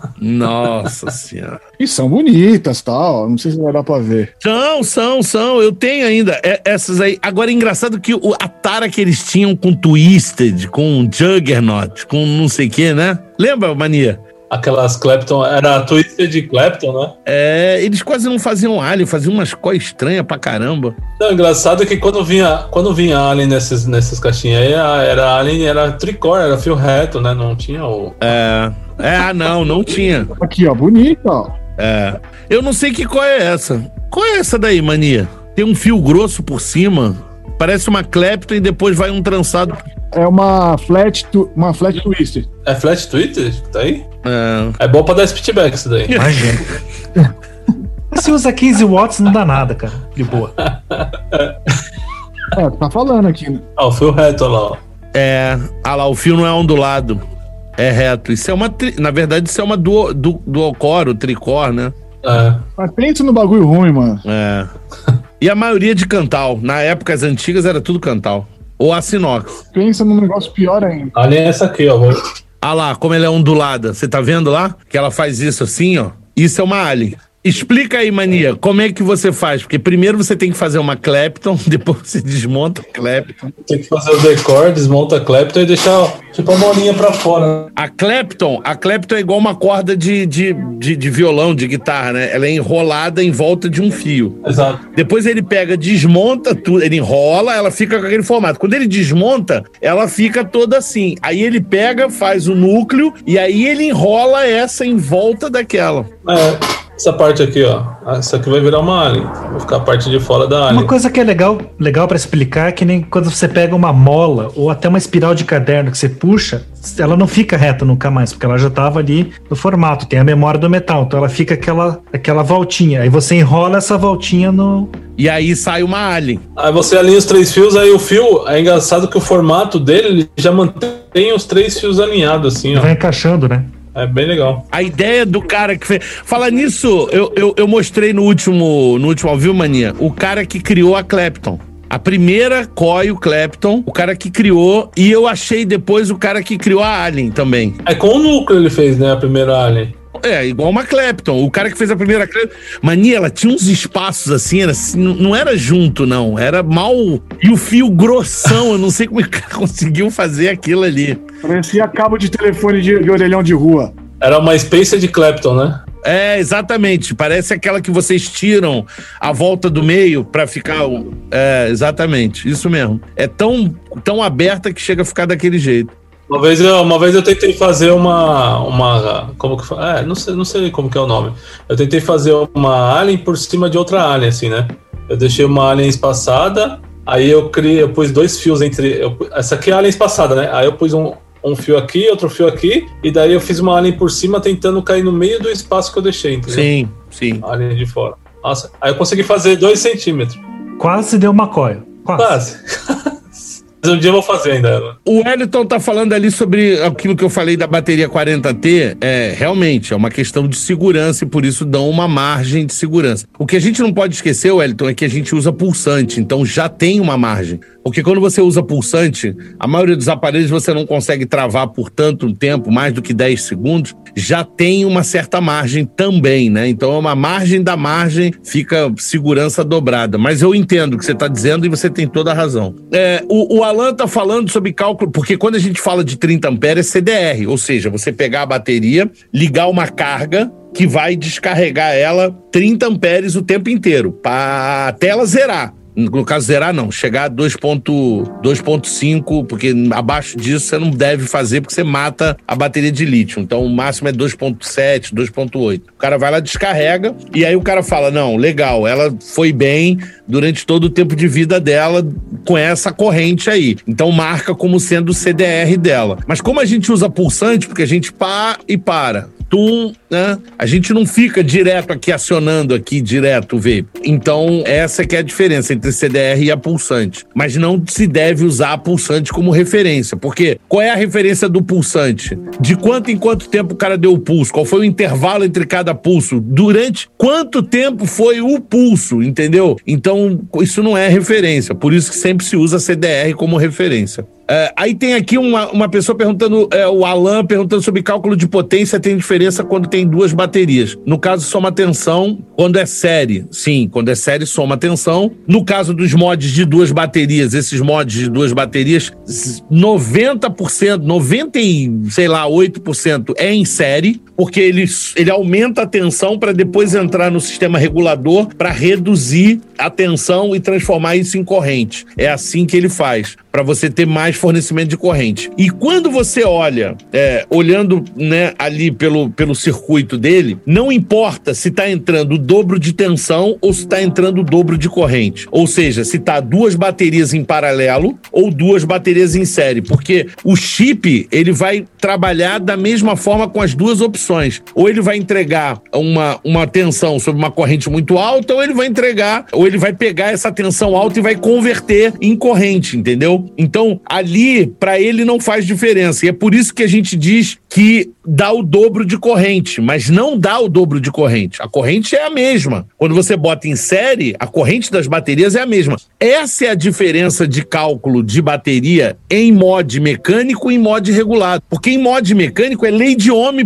Nossa senhora. E são bonitas, tal, não sei se vai dar pra ver. São, são, são, eu tenho ainda é, essas aí. Agora, é engraçado que o, a tara que eles tinham com Twisted, com Juggernaut, com não sei o que, né? Lembra, Mania? Aquelas Clapton, era a Twisted de Clapton, né? É, eles quase não faziam Alien, faziam umas coisas estranhas pra caramba. Não, engraçado é que quando vinha, quando vinha Alien nessas, nessas caixinhas aí, era Alien, era tricor, era fio reto, né? Não tinha o... É, é, não, não tinha. Aqui, ó, bonita, ó. É, eu não sei que cor é essa. Qual é essa daí, Mania? Tem um fio grosso por cima, parece uma Clapton e depois vai um trançado... É uma flat, tu, uma flat twister. É flat twister? Tá aí? É. É bom pra dar spitback isso daí. Imagina. Se usa quinze watts, não dá nada, cara. De boa. É, tá falando aqui, né? Ah, o fio reto, olha lá, ó. É, ah lá, o fio não é ondulado. É reto. Isso é uma, tri... na verdade, isso é uma duo, du, duocor, tricor, né? É. Mas pensa no bagulho ruim, mano. É. E a maioria de Cantal. Na época, as antigas, era tudo Cantal. Ou aço inox. Pensa num negócio pior ainda. Ali é essa aqui, ó. Ah lá, como ela é ondulada. Você tá vendo lá? Que ela faz isso assim, ó. Isso é uma Alien. Explica aí, Mania, como é que você faz? Porque primeiro você tem que fazer uma Clapton, depois você desmonta a Clapton. Tem que fazer o decor, desmonta a Clapton e deixar tipo a molinha pra fora. A Clapton, a Clapton é igual uma corda de, de, de, de violão, de guitarra, né? Ela é enrolada em volta de um fio. Exato. Depois ele pega, desmonta tudo, ele enrola, ela fica com aquele formato. Quando ele desmonta, ela fica toda assim. Aí ele pega, faz o núcleo e aí ele enrola essa em volta daquela. É. Essa parte aqui, ó. Essa aqui vai virar uma alien. Vai ficar a parte de fora da alien. Uma coisa que é legal, legal para explicar é que nem quando você pega uma mola ou até uma espiral de caderno que você puxa, ela não fica reta nunca mais, porque ela já estava ali no formato, tem a memória do metal, então ela fica aquela, aquela voltinha. Aí você enrola essa voltinha no... E aí sai uma alien. Aí você alinha os três fios, aí o fio... É engraçado que o formato dele ele já mantém os três fios alinhados, assim, ó. Vai encaixando, né? É bem legal. A ideia do cara que fez... Fala nisso, eu, eu, eu mostrei no último, no último Ao Vivo, Mania, o cara que criou a Clapton. A primeira Coil Clapton, o cara que criou, e eu achei depois o cara que criou a Alien também. É com o núcleo ele fez, né, a primeira Alien. É, igual uma Clapton. O cara que fez a primeira Clapton... Mania, ela tinha uns espaços assim, era assim, não era junto, não. Era mal... E o fio grossão, eu não sei como o cara conseguiu fazer aquilo ali. Parecia cabo de telefone de, de orelhão de rua. Era uma Spacer de Clapton, né? É, exatamente. Parece aquela que vocês tiram a volta do meio pra ficar... É, exatamente. Isso mesmo. É tão, tão aberta que chega a ficar daquele jeito. Uma vez, eu, uma vez eu tentei fazer uma, uma como que fala? É, não sei, não sei como que é o nome. Eu tentei fazer uma alien por cima de outra alien, assim, né? Eu deixei uma alien espaçada, aí eu criei, eu pus dois fios entre... Eu, essa aqui é a alien espaçada, né? Aí eu pus um, um fio aqui, outro fio aqui, e daí eu fiz uma alien por cima tentando cair no meio do espaço que eu deixei, entendeu? Sim, sim. A alien de fora. Nossa, aí eu consegui fazer dois centímetros. Quase deu uma coil. Quase. Quase. Mas um dia eu vou fazer ainda ela. O Wellington tá falando ali sobre aquilo que eu falei da bateria quarenta T. É, realmente, é uma questão de segurança e por isso dão uma margem de segurança. O que a gente não pode esquecer, Wellington, é que a gente usa pulsante, então já tem uma margem. Porque quando você usa pulsante, a maioria dos aparelhos você não consegue travar por tanto tempo, mais do que dez segundos, já tem uma certa margem também, né? Então é uma margem da margem, fica segurança dobrada. Mas eu entendo o que você está dizendo e você tem toda a razão. É, o, o Alan tá falando sobre cálculo, porque quando a gente fala de trinta amperes é C D R, ou seja, você pegar a bateria, ligar uma carga que vai descarregar ela trinta amperes o tempo inteiro, para até ela zerar. No caso, zerar não, chegar a dois ponto cinco, porque abaixo disso você não deve fazer, porque você mata a bateria de lítio. Então o máximo é dois ponto sete, dois ponto oito. O cara vai lá, descarrega, e aí o cara fala, não, legal, ela foi bem durante todo o tempo de vida dela com essa corrente aí. Então marca como sendo o C D R dela. Mas como a gente usa pulsante, porque a gente pá e para... Tum, né? A gente não fica direto aqui acionando aqui direto o vape. Então essa que é a diferença entre C D R e a pulsante. Mas não se deve usar a pulsante como referência, porque qual é a referência do pulsante? De quanto em quanto tempo o cara deu o pulso? Qual foi o intervalo entre cada pulso? Durante quanto tempo foi o pulso, entendeu? Então isso não é referência, por isso que sempre se usa C D R como referência. É, aí tem aqui uma, uma pessoa perguntando, é, o Alan perguntando sobre cálculo de potência, tem diferença quando tem duas baterias. No caso, soma tensão quando é série. Sim, quando é série, soma tensão. No caso dos mods de duas baterias, esses mods de duas baterias, noventa por cento, noventa e, sei lá, oito por cento é em série, porque ele, ele aumenta a tensão para depois entrar no sistema regulador para reduzir a tensão e transformar isso em corrente. É assim que ele faz, para você ter mais fornecimento de corrente. E quando você olha, é, olhando, né, ali pelo, pelo circuito dele, não importa se está entrando o dobro de tensão ou se está entrando o dobro de corrente. Ou seja, se está duas baterias em paralelo ou duas baterias em série, porque o chip, ele vai trabalhar da mesma forma com as duas opções. Ou ele vai entregar uma, uma tensão sobre uma corrente muito alta, ou ele vai entregar, ou ele vai pegar essa tensão alta e vai converter em corrente, entendeu? Então, ali, para ele não faz diferença. E é por isso que a gente diz que dá o dobro de corrente, mas não dá o dobro de corrente. A corrente é a mesma. Quando você bota em série, a corrente das baterias é a mesma. Essa é a diferença de cálculo de bateria em mod mecânico e em mod regulado. Porque em mod mecânico é lei de Ohm pura e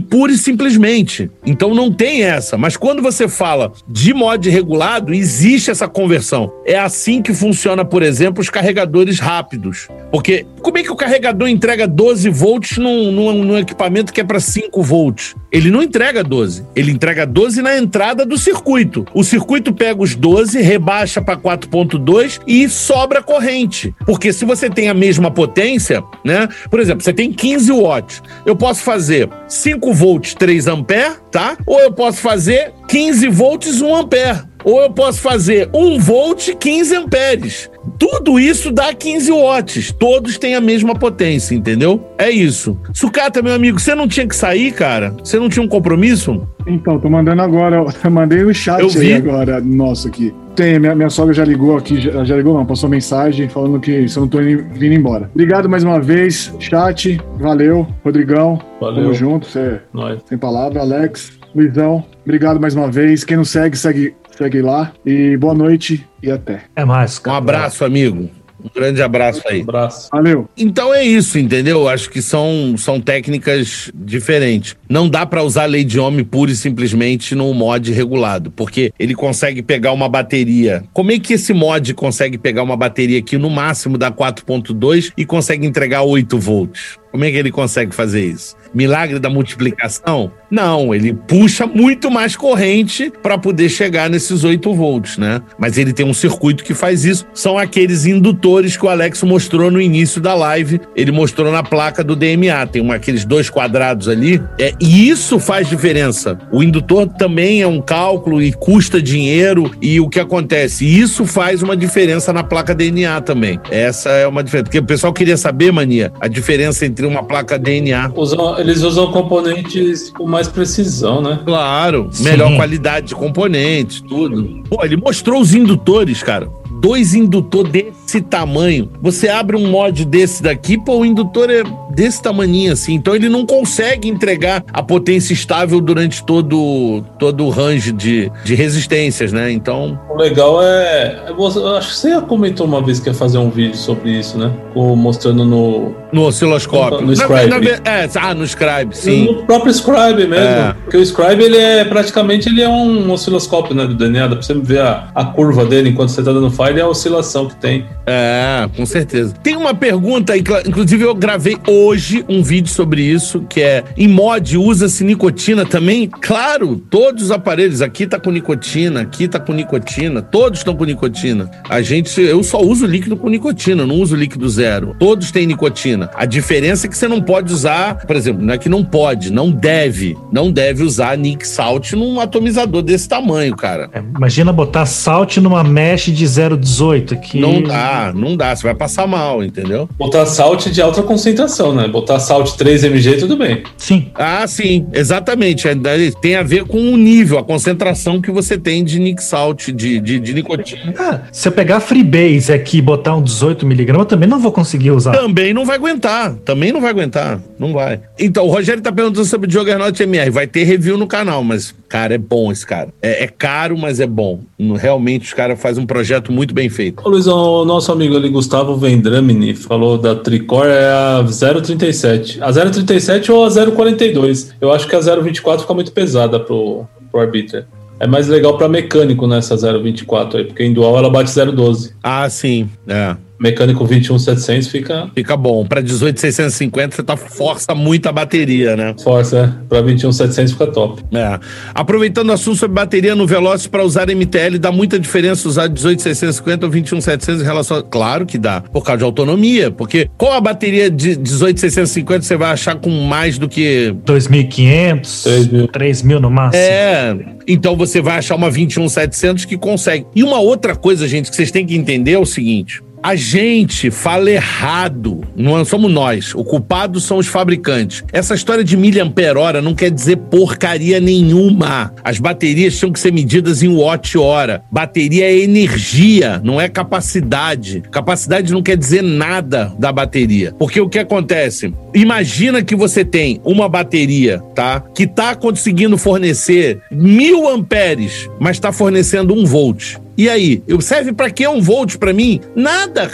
simplesmente. Então não tem essa. Mas quando você fala de mod regulado, existe essa conversão. É assim que funciona, por exemplo, os carregadores rápidos. Porque como é que o carregador entrega doze volts num, num, num equipamento que é para cinco volts? Ele não entrega doze. Ele entrega doze na entrada do circuito. O circuito pega os doze, rebaixa para quatro ponto dois e sobra corrente. Porque se você tem a mesma potência, né? Por exemplo, você tem quinze watts. Eu posso fazer cinco volts, três amperes, tá? Ou eu posso fazer quinze volts, um ampere. Ou eu posso fazer um volt, quinze amperes. Tudo isso dá quinze watts. Todos têm a mesma potência, entendeu? É isso. Sucata, meu amigo, você não tinha que sair, cara? Você não tinha um compromisso? Então, tô mandando agora. Eu mandei no chat eu vi. aí agora, nosso aqui. Tem, minha, minha sogra já ligou aqui, já, já ligou não, passou mensagem falando que se eu não tô indo, vindo embora. Obrigado mais uma vez, chat, valeu, Rodrigão, valeu. Tamo junto, você Nós. sem palavra, Alex, Luizão, obrigado mais uma vez, quem não segue, segue, segue lá, e boa noite e até. É mais, Um cara. abraço, amigo. Um grande abraço aí. Um abraço. Valeu. Então é isso, entendeu? Acho que são, são técnicas diferentes. Não dá pra usar a lei de Ohm pura e simplesmente no mod regulado, porque ele consegue pegar uma bateria. Como é que esse mod consegue pegar uma bateria que no máximo dá quatro ponto dois e consegue entregar oito volts? Como é que ele consegue fazer isso? Milagre da multiplicação? Não, ele puxa muito mais corrente para poder chegar nesses oito volts, né? Mas ele tem um circuito que faz isso. São aqueles indutores que o Alex mostrou no início da live. Ele mostrou na placa do D M A. Tem uma, aqueles dois quadrados ali. É, e isso faz diferença. O indutor também é um cálculo e custa dinheiro. E o que acontece? Isso faz uma diferença na placa D N A também. Essa é uma diferença. Porque o pessoal queria saber, Mania, a diferença entre uma placa D N A. Usam, eles usam componentes com mais precisão, né? Claro, Sim. melhor qualidade de componentes, tudo. Pô, ele mostrou os indutores, cara. Dois indutores desse tamanho. Você abre um mod desse daqui, pô, o indutor é desse tamaninho assim. Então ele não consegue entregar a potência estável durante todo, todo o range de, de resistências, né? Então... O legal é... é você, eu acho que você comentou uma vez que ia fazer um vídeo sobre isso, né? Com, mostrando no... No osciloscópio. No, no Scribe. Na, na, é, ah, no Scribe, sim. No próprio Scribe mesmo. É. Porque o Scribe, ele é praticamente ele é um osciloscópio, né, do D N A. Dá pra você ver a, a curva dele enquanto você tá dando file e a oscilação que tem. É, com certeza. Tem uma pergunta, inclusive eu gravei hoje um vídeo sobre isso, que é, em mod usa-se nicotina também? Claro, todos os aparelhos, aqui tá com nicotina, aqui tá com nicotina, todos estão com nicotina. A gente, eu só uso líquido com nicotina, não uso líquido zero. Todos têm nicotina. A diferença é que você não pode usar, por exemplo, não é que não pode, não deve, não deve usar Nic Salt num atomizador desse tamanho, cara. É, imagina botar salt numa mesh de zero vírgula dezoito aqui. Não dá, não dá, você vai passar mal, entendeu? Botar salt de alta concentração, né? Botar salt três mililitros, tudo bem. Sim. Ah, sim, exatamente. Tem a ver com o nível, a concentração que você tem de Nic Salt, de, de, de nicotina. Ah, se eu pegar Freebase aqui e botar um dezoito miligramas, eu também não vou conseguir usar. Também não vai aguentar, também não vai aguentar, não vai. Então, o Rogério tá perguntando sobre o Juggernaut M R, vai ter review no canal, mas, cara, é bom esse cara. É, é caro, mas é bom. Realmente, os caras fazem um projeto muito bem feito. Ô, Luizão, o nosso amigo ali, Gustavo Vendramini, falou da Tricor é a zero vírgula trinta e sete. A zero vírgula trinta e sete ou a zero vírgula quarenta e dois. Eu acho que a zero vírgula vinte e quatro fica muito pesada pro, pro Arbiter. É mais legal pra mecânico nessa zero vírgula vinte e quatro aí, porque em dual ela bate zero vírgula doze. Ah, sim, é. Mecânico vinte e um setecentos fica... Fica bom. Pra dezoito seiscentos e cinquenta você tá, força muito a bateria, né? Força, é. Pra vinte e um setecentos fica top. É. Aproveitando o assunto sobre bateria no Velocis para usar M T L, dá muita diferença usar dezoito seiscentos e cinquenta ou vinte e um setecentos em relação a... Claro que dá, por causa de autonomia. Porque qual a bateria de dezoito seiscentos e cinquenta você vai achar com mais do que... dois mil e quinhentos, três mil. três mil no máximo. É, então você vai achar uma vinte e um setecentos que consegue. E uma outra coisa, gente, que vocês têm que entender é o seguinte... A gente fala errado, não somos nós, o culpado são os fabricantes. Essa história de miliampere-hora não quer dizer porcaria nenhuma. As baterias tinham que ser medidas em watt-hora. Bateria é energia, não é capacidade. Capacidade não quer dizer nada da bateria. Porque o que acontece? Imagina que você tem uma bateria, tá? Que tá conseguindo fornecer mil amperes, mas tá fornecendo um volt. E aí, serve pra quê um volt pra mim? Nada, cara.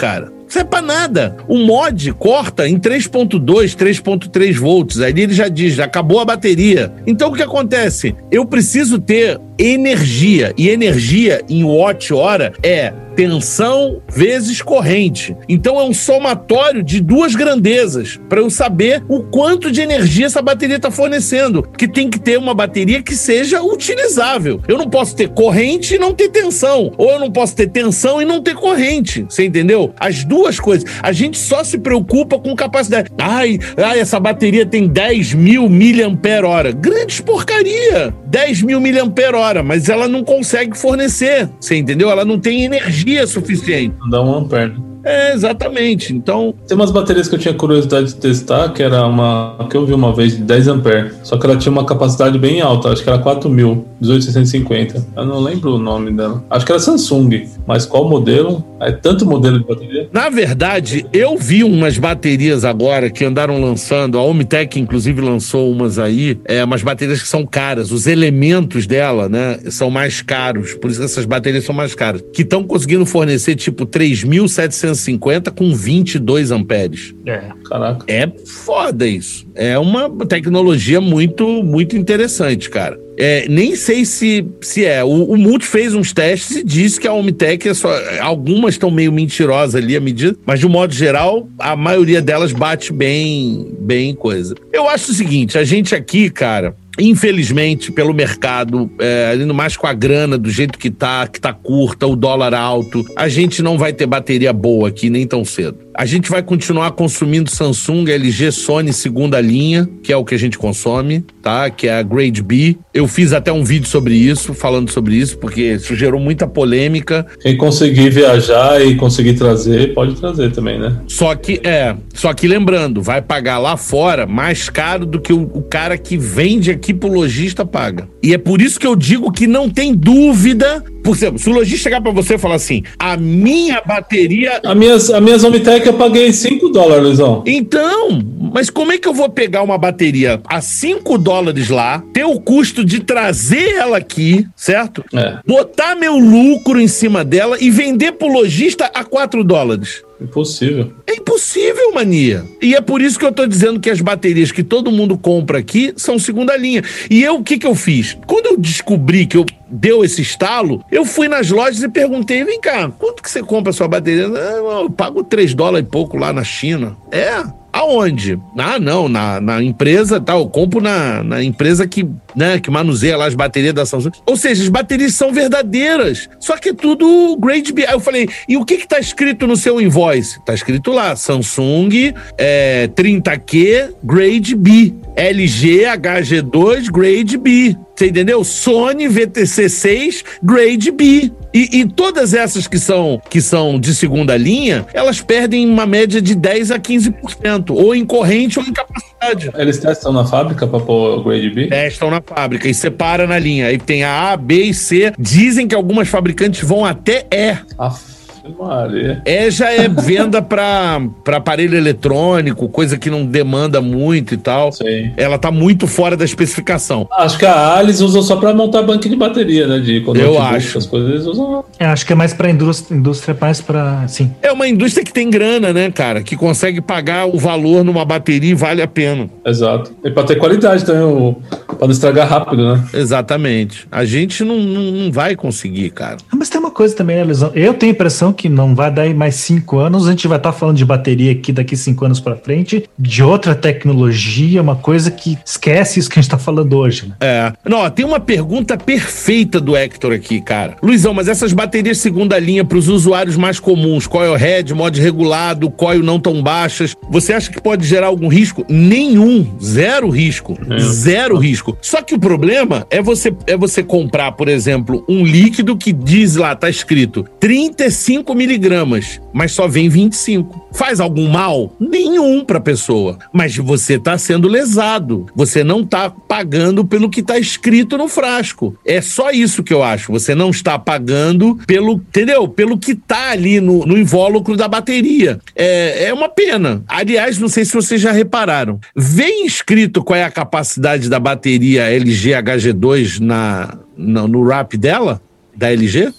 serve pra nada. O mod corta em três ponto dois, três ponto três volts. Aí ele já diz, já acabou a bateria. Então o que acontece? Eu preciso ter energia. E energia em watt-hora é tensão vezes corrente. Então é um somatório de duas grandezas para eu saber o quanto de energia essa bateria está fornecendo. Porque tem que ter uma bateria que seja utilizável. Eu não posso ter corrente e não ter tensão. Ou eu não posso ter tensão e não ter corrente. Você entendeu? As duas coisas. A gente só se preocupa com capacidade. Ai, ai essa bateria tem dez mil miliampere-hora. Grandes porcaria. dez mil miliampere-hora. Mas ela não consegue fornecer. Você entendeu? Ela não tem energia suficiente. Não dá um ampere. É, exatamente. Então... Tem umas baterias que eu tinha curiosidade de testar, que era uma... que eu vi uma vez de dez amperes. Só que ela tinha uma capacidade bem alta. Acho que era quatro mil, dezoito mil seiscentos e cinquenta. Eu não lembro o nome dela. Acho que era Samsung. Mas qual modelo? É tanto modelo de bateria? Na verdade, eu vi umas baterias agora que andaram lançando. A Ohmtech, inclusive, lançou umas aí. É, umas baterias que são caras. Os elementos dela, né, são mais caros. Por isso que essas baterias são mais caras. Que estão conseguindo fornecer, tipo, três mil setecentos e cinquenta com vinte e dois amperes. É, caraca. É foda isso. É uma tecnologia muito, muito interessante, cara. É, nem sei se, se é. O, o Multi fez uns testes e disse que a Ohmtech é só... Algumas estão meio mentirosas ali à medida, mas de um modo geral, a maioria delas bate bem, bem coisa. Eu acho o seguinte, a gente aqui, cara... Infelizmente, pelo mercado, é, indo mais com a grana do jeito que tá, que tá curta, o dólar alto, a gente não vai ter bateria boa aqui nem tão cedo. A gente vai continuar consumindo Samsung, L G, Sony segunda linha, que é o que a gente consome, tá? Que é a Grade B. Eu fiz até um vídeo sobre isso, falando sobre isso, porque isso gerou muita polêmica. Quem conseguir viajar e conseguir trazer, pode trazer também, né? Só que, é, só que lembrando, vai pagar lá fora mais caro do que o, o cara que vende aqui pro lojista paga. E é por isso que eu digo que não tem dúvida. Por exemplo, se o lojista chegar pra você e falar assim, a minha bateria... A minhas, a minhas Ohmtech eu paguei cinco dólares, Luizão. Então, mas como é que eu vou pegar uma bateria a cinco dólares lá, ter o custo de trazer ela aqui, certo? É. Botar meu lucro em cima dela e vender pro lojista a quatro dólares. Impossível. É impossível, mania. E é por isso que eu tô dizendo que as baterias que todo mundo compra aqui são segunda linha. E eu, o que que eu fiz? Quando eu descobri que eu deu esse estalo, eu fui nas lojas e perguntei, vem cá, quanto que você compra a sua bateria? Ah, eu pago três dólares e pouco lá na China. É? Aonde? Ah, não, na, na empresa, tá, eu compro na, na empresa que, né, que manuseia lá as baterias da Samsung. Ou seja, as baterias são verdadeiras, só que é tudo Grade B. Aí eu falei, e o que que tá escrito no seu invoice? Tá escrito lá, Samsung é, trinta Q Grade B, L G H G dois Grade B. Você entendeu? Sony V T C seis Grade B. E, e todas essas que são, que são de segunda linha, elas perdem uma média de dez a quinze por cento, ou em corrente ou em capacidade. Eles testam na fábrica para pôr o Grade B? Testam na fábrica e separa na linha. Aí tem a A, B e C. Dizem que algumas fabricantes vão até E. Aff. Maria. É, já é venda para aparelho eletrônico, coisa que não demanda muito e tal. Sim. Ela tá muito fora da especificação. Acho que a Alice usou só para montar banco de bateria, né? De quando eu acho. As coisas eles usam. É, acho que é mais para indústria, indústria mais para, sim. É uma indústria que tem grana, né, cara? Que consegue pagar o valor numa bateria e vale a pena. Exato. E para ter qualidade também, para não estragar rápido, né? Exatamente. A gente não, não, não vai conseguir, cara. Mas tem uma coisa também, né, Luizão? Eu tenho a impressão que não vai dar aí mais cinco anos, a gente vai estar tá falando de bateria aqui daqui cinco anos para frente, de outra tecnologia, uma coisa que esquece isso que a gente tá falando hoje, né? É. Não, ó, tem uma pergunta perfeita do Hector aqui, cara. Luizão, mas essas baterias segunda linha para os usuários mais comuns, coil head, mod regulado, coil não tão baixas, você acha que pode gerar algum risco? Nenhum. Zero risco. É. Zero risco. Só que o problema é você, é você comprar, por exemplo, um líquido que diz lá, tá escrito trinta e cinco miligramas, mas só vem vinte e cinco. Faz algum mal? Nenhum pra pessoa. Mas você tá sendo lesado. Você não tá pagando pelo que tá escrito no frasco. É só isso que eu acho. Você não está pagando pelo, entendeu? Pelo que tá ali no, no invólucro da bateria. É, é uma pena. Aliás, não sei se vocês já repararam. Vem escrito qual é a capacidade da bateria L G H G dois na, na, no wrap dela? Da L G?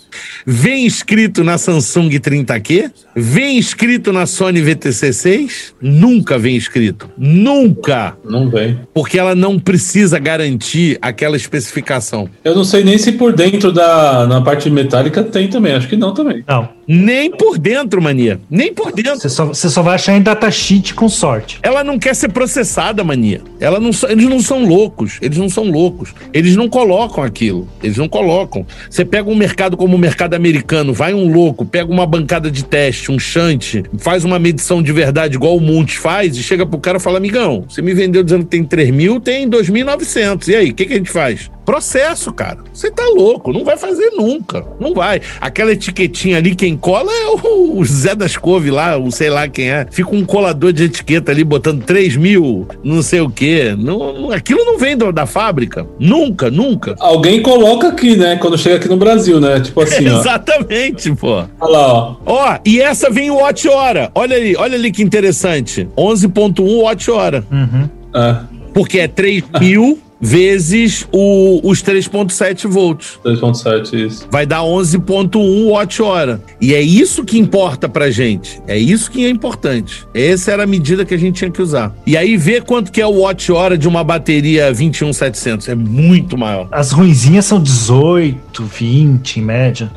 Vem escrito na Samsung trinta Q? Vem escrito na Sony V T C seis? Nunca vem escrito. Nunca! Não vem. Porque ela não precisa garantir aquela especificação. Eu não sei nem se por dentro da na parte metálica tem também. Acho que não também. Não. Nem por dentro, mania. Nem por dentro. Você só, você só vai achar em datasheet com sorte. Ela não quer ser processada, mania. Ela não, eles não são loucos. Eles não são loucos. Eles não colocam aquilo. Eles não colocam. Você pega um mercado como o mercado americano, vai um louco, pega uma bancada de teste, um shunt, faz uma medição de verdade igual o Monte faz e chega pro cara e fala, amigão, você me vendeu dizendo que tem três mil, tem dois mil e novecentos. E aí, o que, que a gente faz? Processo, cara. Você tá louco. Não vai fazer nunca. Não vai. Aquela etiquetinha ali, quem cola é o, o Zé das Couve lá, o sei lá quem é. Fica um colador de etiqueta ali, botando três mil, não sei o quê. Não, não, aquilo não vem do, da fábrica. Nunca, nunca. Alguém coloca aqui, né? Quando chega aqui no Brasil, né? Tipo assim, ó. Exatamente, pô. Olha lá, ó. Ó, e essa vem o Watch Hora. Olha ali, olha ali que interessante. onze ponto um Watch Hora. Uhum. É. Porque é três mil... vezes o, os três ponto sete volts. três ponto sete, isso. Vai dar onze ponto um watt-hora. E é isso que importa pra gente. É isso que é importante. Essa era a medida que a gente tinha que usar. E aí vê quanto que é o watt-hora de uma bateria vinte e um mil e setecentos. É muito maior. As ruinzinhas são dezoito, vinte em média.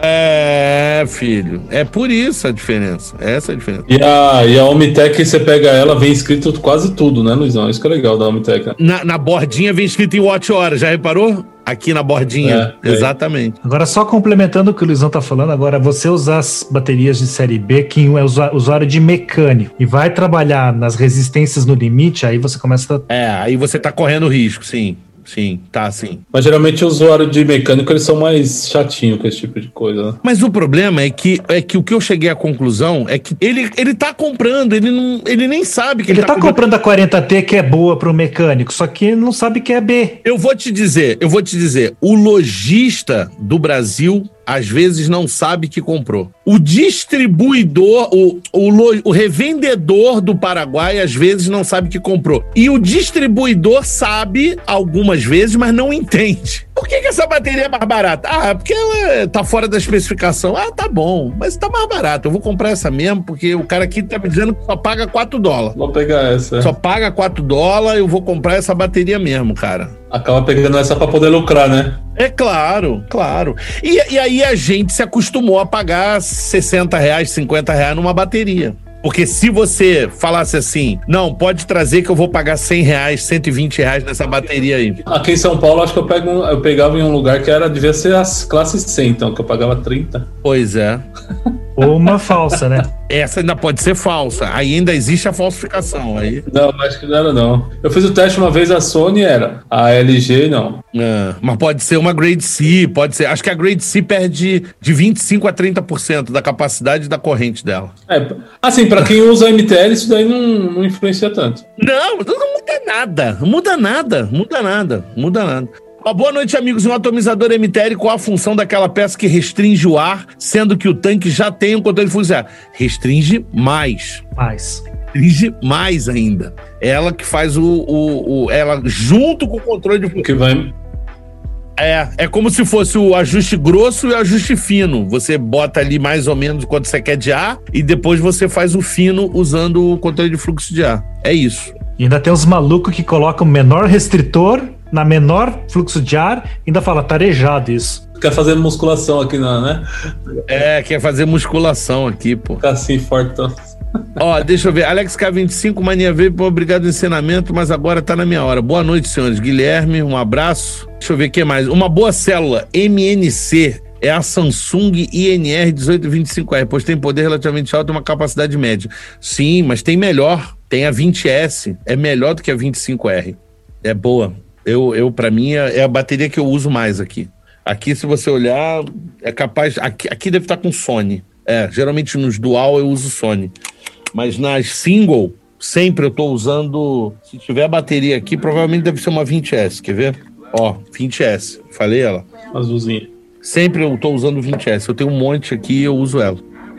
É, filho. É por isso a diferença. Essa é a diferença. E a, e a Omitec, você pega ela, vem escrito quase tudo, né, Luizão? Isso que é legal da Omitec. Na, na bordinha vem escrito em watt-hora, já reparou? Aqui na bordinha. É, é. Exatamente. Agora, só complementando o que o Luizão tá falando, agora você usar as baterias de série B, quem é usuário de mecânico e vai trabalhar nas resistências no limite, aí você começa a... É, aí você tá correndo risco, sim. Sim, tá sim. Mas geralmente o usuário de mecânico, eles são mais chatinhos com esse tipo de coisa, né? Mas o problema é que, é que o que eu cheguei à conclusão é que ele, ele tá comprando, ele, não, ele nem sabe que ele, ele tá, tá comprando. comprando a quarenta T que é boa pro mecânico, só que ele não sabe que é B. Eu vou te dizer, eu vou te dizer, o lojista do Brasil às vezes não sabe que comprou. O distribuidor, o, o, o revendedor do Paraguai às vezes não sabe que comprou. E o distribuidor sabe algumas vezes, mas não entende. Por que, que essa bateria é mais barata? Ah, porque ela tá fora da especificação. Ah, tá bom, mas tá mais barato. Eu vou comprar essa mesmo, porque o cara aqui tá me dizendo que só paga quatro dólares. Vou pegar essa. Só paga quatro dólares, eu vou comprar essa bateria mesmo, cara. Acaba pegando essa pra poder lucrar, né? É claro, claro. E, e aí a gente se acostumou a pagar sessenta reais, cinquenta reais numa bateria. Porque se você falasse assim, não, pode trazer que eu vou pagar cem reais, cento e vinte reais nessa bateria aí. Aqui em São Paulo, acho que eu, pego, eu pegava em um lugar que era, devia ser as classes cem, então, que eu pagava trinta. Pois é. Ou uma falsa, né? Essa ainda pode ser falsa. Aí ainda existe a falsificação. Aí... Não, acho que não era, não. Eu fiz o teste uma vez, a Sony era. A L G, não. É, mas pode ser uma Grade C, pode ser. Acho que a Grade C perde de vinte e cinco por cento a trinta por cento da capacidade da corrente dela. É, assim, pra quem usa M T L, isso daí não, não influencia tanto. Não, não muda nada. Muda nada, muda nada, muda nada. Uma boa noite, amigos. Um atomizador M T L, qual a função daquela peça que restringe o ar, sendo que o tanque já tem um controle de fluxo de ar? Restringe mais. Mais. Restringe mais ainda. Ela que faz o... o, o ela junto com o controle de fluxo. Que vai... É, é como se fosse o ajuste grosso e o ajuste fino. Você bota ali mais ou menos quanto você quer de ar e depois você faz o fino usando o controle de fluxo de ar. É isso. E ainda tem os malucos que colocam menor restritor na menor fluxo de ar, ainda fala tarejado isso. Quer fazer musculação aqui, não, né? É, quer fazer musculação aqui, pô. Ficar assim, fortão. Ó, deixa eu ver. Alex K vinte e cinco, mania veio, pô, obrigado pelo ensinamento, mas agora tá na minha hora. Boa noite, senhores. Guilherme, um abraço. Deixa eu ver o que mais. Uma boa célula M N C é a Samsung I N R dezoito vinte e cinco R, pois tem poder relativamente alto e uma capacidade média. Sim, mas tem melhor. Tem a vinte S. É melhor do que a vinte e cinco R. É boa. Eu, eu para mim, é a bateria que eu uso mais aqui. Aqui, se você olhar, é capaz... Aqui, aqui deve estar com Sony. É, geralmente nos dual eu uso Sony. Mas nas single, sempre eu tô usando... Se tiver a bateria aqui, provavelmente deve ser uma vinte S. Quer ver? Ó, vinte S. Falei ela. Azulzinha. Sempre eu tô usando vinte S. Eu tenho um monte aqui e eu uso ela.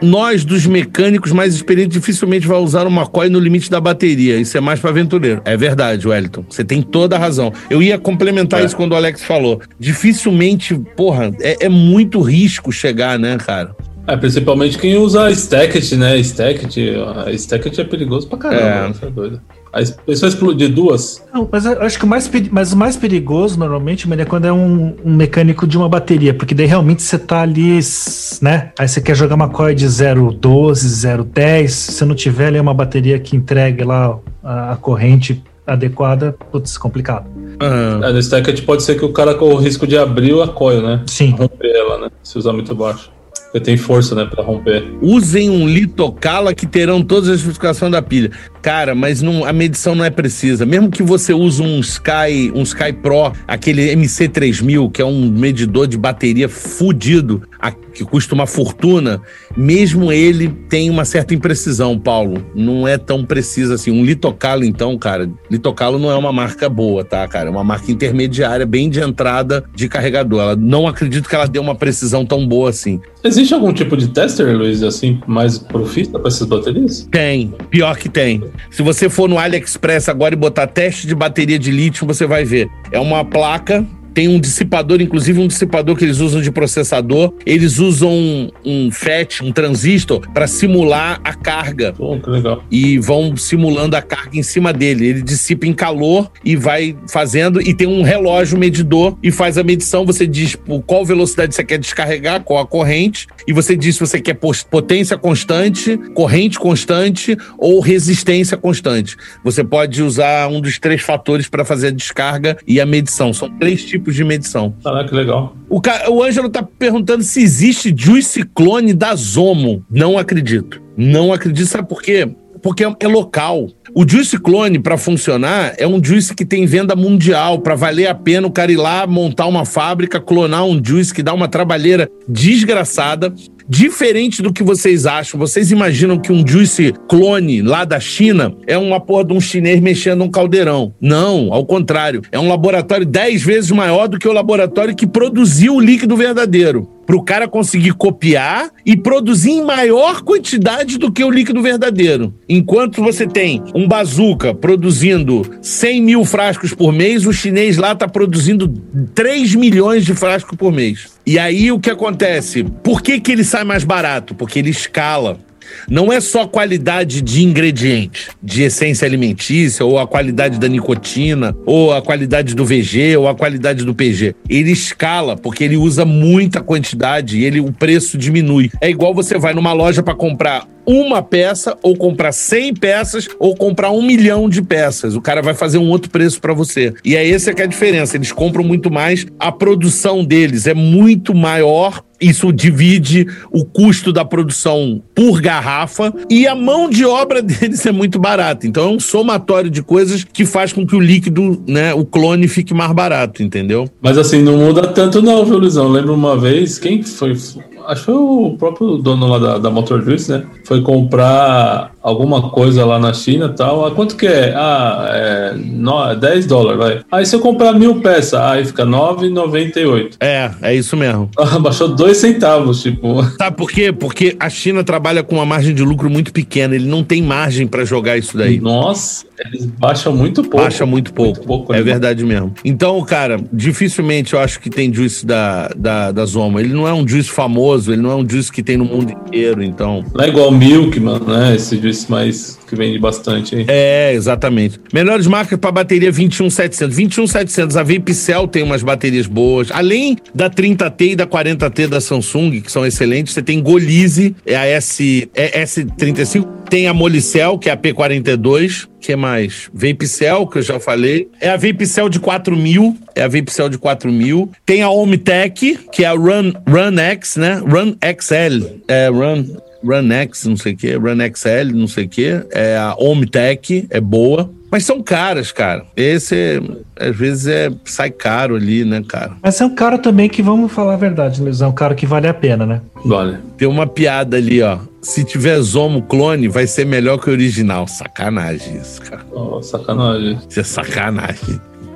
nós, dos mecânicos mais experientes, dificilmente vai usar uma coil no limite da bateria. Isso é mais para aventureiro. É verdade, Wellington. Você tem toda a razão. Eu ia complementar é. isso quando o Alex falou. Dificilmente, porra, é, é muito risco chegar, né, cara? É, principalmente quem usa stacket, né? Stacket, a stacket é perigoso pra caramba, é. Você é doido. A pessoa explodir duas. Não, mas eu acho que o mais, mas o mais perigoso, normalmente, é quando é um, um mecânico de uma bateria, porque daí realmente você tá ali, né? Aí você quer jogar uma coil de zero vírgula doze, zero vírgula dez, se não tiver ali uma bateria que entregue lá a, a corrente adequada, putz, complicado. Uhum. É, no stacket pode ser que o cara corra o risco de abrir a coil, né? Sim. Romper ela, né? Se usar muito baixo. Porque tem força, né, pra romper. Usem um litocala que terão todas as especificações da pilha. Cara, mas não, a medição não é precisa. Mesmo que você use um Sky, um Sky Pro, aquele M C três mil, que é um medidor de bateria fudido, a, que custa uma fortuna, mesmo ele tem uma certa imprecisão, Paulo. Não é tão preciso assim. Um litocala, então, cara, litocala não é uma marca boa, tá, cara? É uma marca intermediária, bem de entrada de carregador. Ela, não acredito que ela dê uma precisão tão boa assim. Existe algum tipo de tester, Luiz, assim, mais profissa para essas baterias? Tem, pior que tem. Se você for no AliExpress agora e botar teste de bateria de lítio, você vai ver. É uma placa, tem um dissipador, inclusive um dissipador que eles usam de processador. Eles usam um, um F E T, um transistor, para simular a carga. Oh, que legal. E vão simulando a carga em cima dele. Ele dissipa em calor e vai fazendo. E tem um relógio medidor e faz a medição. Você diz por qual velocidade você quer descarregar, qual a corrente. E você diz se você quer potência constante, corrente constante ou resistência constante. Você pode usar um dos três fatores para fazer a descarga e a medição. São três tipos de medição. Caraca, que legal. O, ca... o Ângelo tá perguntando se existe Juice Clone da Zomo. Não acredito. Não acredito. Sabe por quê? Porque é local. O Juice Clone, para funcionar, é um Juice que tem venda mundial. Para valer a pena o cara ir lá, montar uma fábrica, clonar um Juice que dá uma trabalheira desgraçada. Diferente do que vocês acham. Vocês imaginam que um Juice Clone lá da China é uma porra de um chinês mexendo um caldeirão. Não, ao contrário. É um laboratório dez vezes maior do que o laboratório que produziu o líquido verdadeiro. Para o cara conseguir copiar e produzir em maior quantidade do que o líquido verdadeiro. Enquanto você tem um Bazooka produzindo cem mil frascos por mês, o chinês lá está produzindo três milhões de frascos por mês. E aí o que acontece? Por que que ele sai mais barato? Porque ele escala. Não é só qualidade de ingrediente, de essência alimentícia, ou a qualidade da nicotina, ou a qualidade do V G, ou a qualidade do P G. Ele escala, porque ele usa muita quantidade e ele, o preço diminui. É igual você vai numa loja para comprar uma peça, ou comprar cem peças, ou comprar um milhão de peças. O cara vai fazer um outro preço para você. E é essa que é a diferença. Eles compram muito mais, a produção deles é muito maior. Isso divide o custo da produção por garrafa e a mão de obra deles é muito barata. Então é um somatório de coisas que faz com que o líquido, né, o clone fique mais barato, entendeu? Mas assim, não muda tanto não, viu, Luizão? Lembro uma vez, quem foi... Acho que foi o próprio dono lá da, da Motor Juice, né? Foi comprar alguma coisa lá na China e tal. Ah, quanto que é? Ah, é no, dez dólares, vai. Aí se eu comprar mil peças, aí fica nove reais e noventa e oito centavos. É, é isso mesmo. Ah, baixou dois centavos, tipo. Sabe por quê? Porque a China trabalha com uma margem de lucro muito pequena. Ele não tem margem pra jogar isso daí. Nossa, eles baixam muito pouco. Baixa muito pouco. Muito pouco, é né? verdade mesmo. Então, cara, dificilmente eu acho que tem juice da, da, da Zomo. Ele não é um juice famoso, ele não é um juice que tem no mundo inteiro, então... Não é igual o Milk, mano, né? Esse juice mais que vende bastante aí. É, exatamente. Melhores marcas para bateria vinte e um setecentos. vinte e um setecentos, a Vapecell tem umas baterias boas. Além da trinta T e da quarenta T da Samsung, que são excelentes, você tem Golize, é a S, é S trinta e cinco, tem a Molicel, que é a P quarenta e dois, que mais? Vapecell, que eu já falei. É a Vapecell de quatro mil, é a Vapecell de quatro mil. Tem a Ohmtech, que é a Run, Run X, né? Run X L, é Run... Run X, não sei o que, Run X L, não sei o que, é a Ohmtech, é boa, mas são caras, cara. Esse, às vezes, é, sai caro ali, né, cara? Mas é um cara também que, vamos falar a verdade, Luiz, é um cara que vale a pena, né? Vale. Tem uma piada ali, ó. Se tiver Zomo clone, vai ser melhor que o original. Sacanagem isso, cara. Oh, sacanagem. Isso é sacanagem.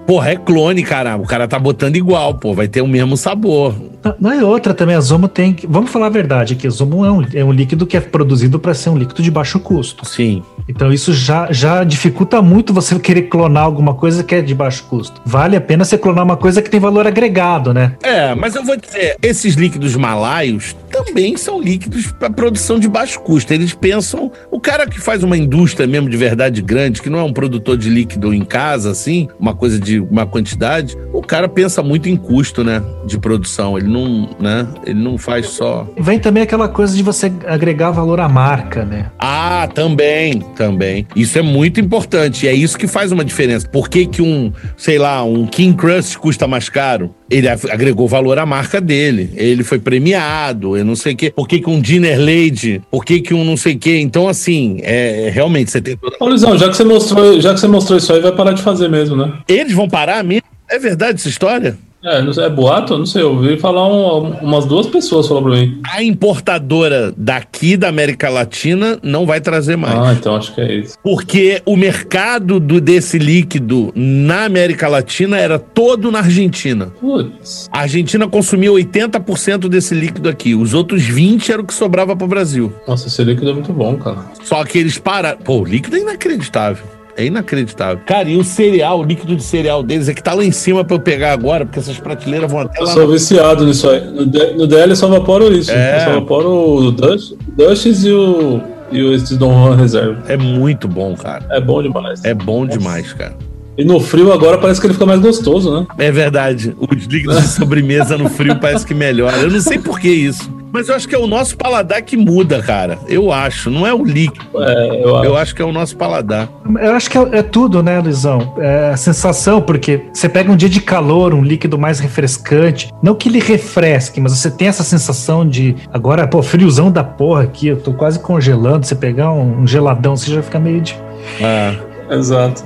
Porra, é clone, cara. O cara tá botando igual, pô. Vai ter o mesmo sabor. Não, não é outra também. A Zomo tem... que- Vamos falar a verdade, que a Zomo é um, é um líquido que é produzido para ser um líquido de baixo custo. Sim. Então isso já, já dificulta muito você querer clonar alguma coisa que é de baixo custo. Vale a pena você clonar uma coisa que tem valor agregado, né? É, mas eu vou dizer, esses líquidos malaios também são líquidos para produção de baixo custo. Eles pensam, o cara que faz uma indústria mesmo de verdade grande, que não é um produtor de líquido em casa, assim, uma coisa de uma quantidade, o cara pensa muito em custo, né, de produção. Ele não, né, ele não faz só... Vem também aquela coisa de você agregar valor à marca, né? Ah, também, também. Isso é muito importante e é isso que faz uma diferença. Por que que um, sei lá, um King Crust custa mais caro? Ele agregou valor à marca dele. Ele foi premiado, eu não sei o quê. Por que que um Dinner Lady? Por que que um não sei o quê? Então, assim, é, realmente, você tem toda... Ô, Luizão, já que você mostrou, já que você mostrou isso aí, vai parar de fazer mesmo, né? Eles vão parar mesmo? É verdade essa história? É, não sei, é boato? Não sei, eu ouvi falar um, umas duas pessoas falaram pra mim. A importadora daqui da América Latina não vai trazer mais. Ah, então acho que é isso. Porque o mercado do, desse líquido na América Latina era todo na Argentina. Putz. A Argentina consumia oitenta por cento desse líquido aqui. Os outros vinte por cento era o que sobrava pro Brasil. Nossa, esse líquido é muito bom, cara. Só que eles pararam. Pô, o líquido é inacreditável. É inacreditável. Cara, e o cereal, o líquido de cereal deles é que tá lá em cima pra eu pegar agora, porque essas prateleiras vão até Eu lá. sou viciado nisso aí. No, D- no D L eu só vaporo isso. É. Eu só vaporo o Dutch, Dutchess e o, e o esse Don Juan Reserva. É muito bom, cara. É bom demais. É bom demais, cara. E no frio agora parece que ele fica mais gostoso, né? É verdade. Os líquidos de sobremesa no frio parece que melhora. Eu não sei por que isso. Mas eu acho que é o nosso paladar que muda, cara. Eu acho. Não é o líquido. É, eu acho. Eu acho que é o nosso paladar. Eu acho que é, é tudo, né, Luizão? É a sensação, porque você pega um dia de calor, um líquido mais refrescante, não que ele refresque, mas você tem essa sensação de, agora, pô, friozão da porra aqui, eu tô quase congelando, você pegar um, um geladão, você já fica meio de... Ah. Exato.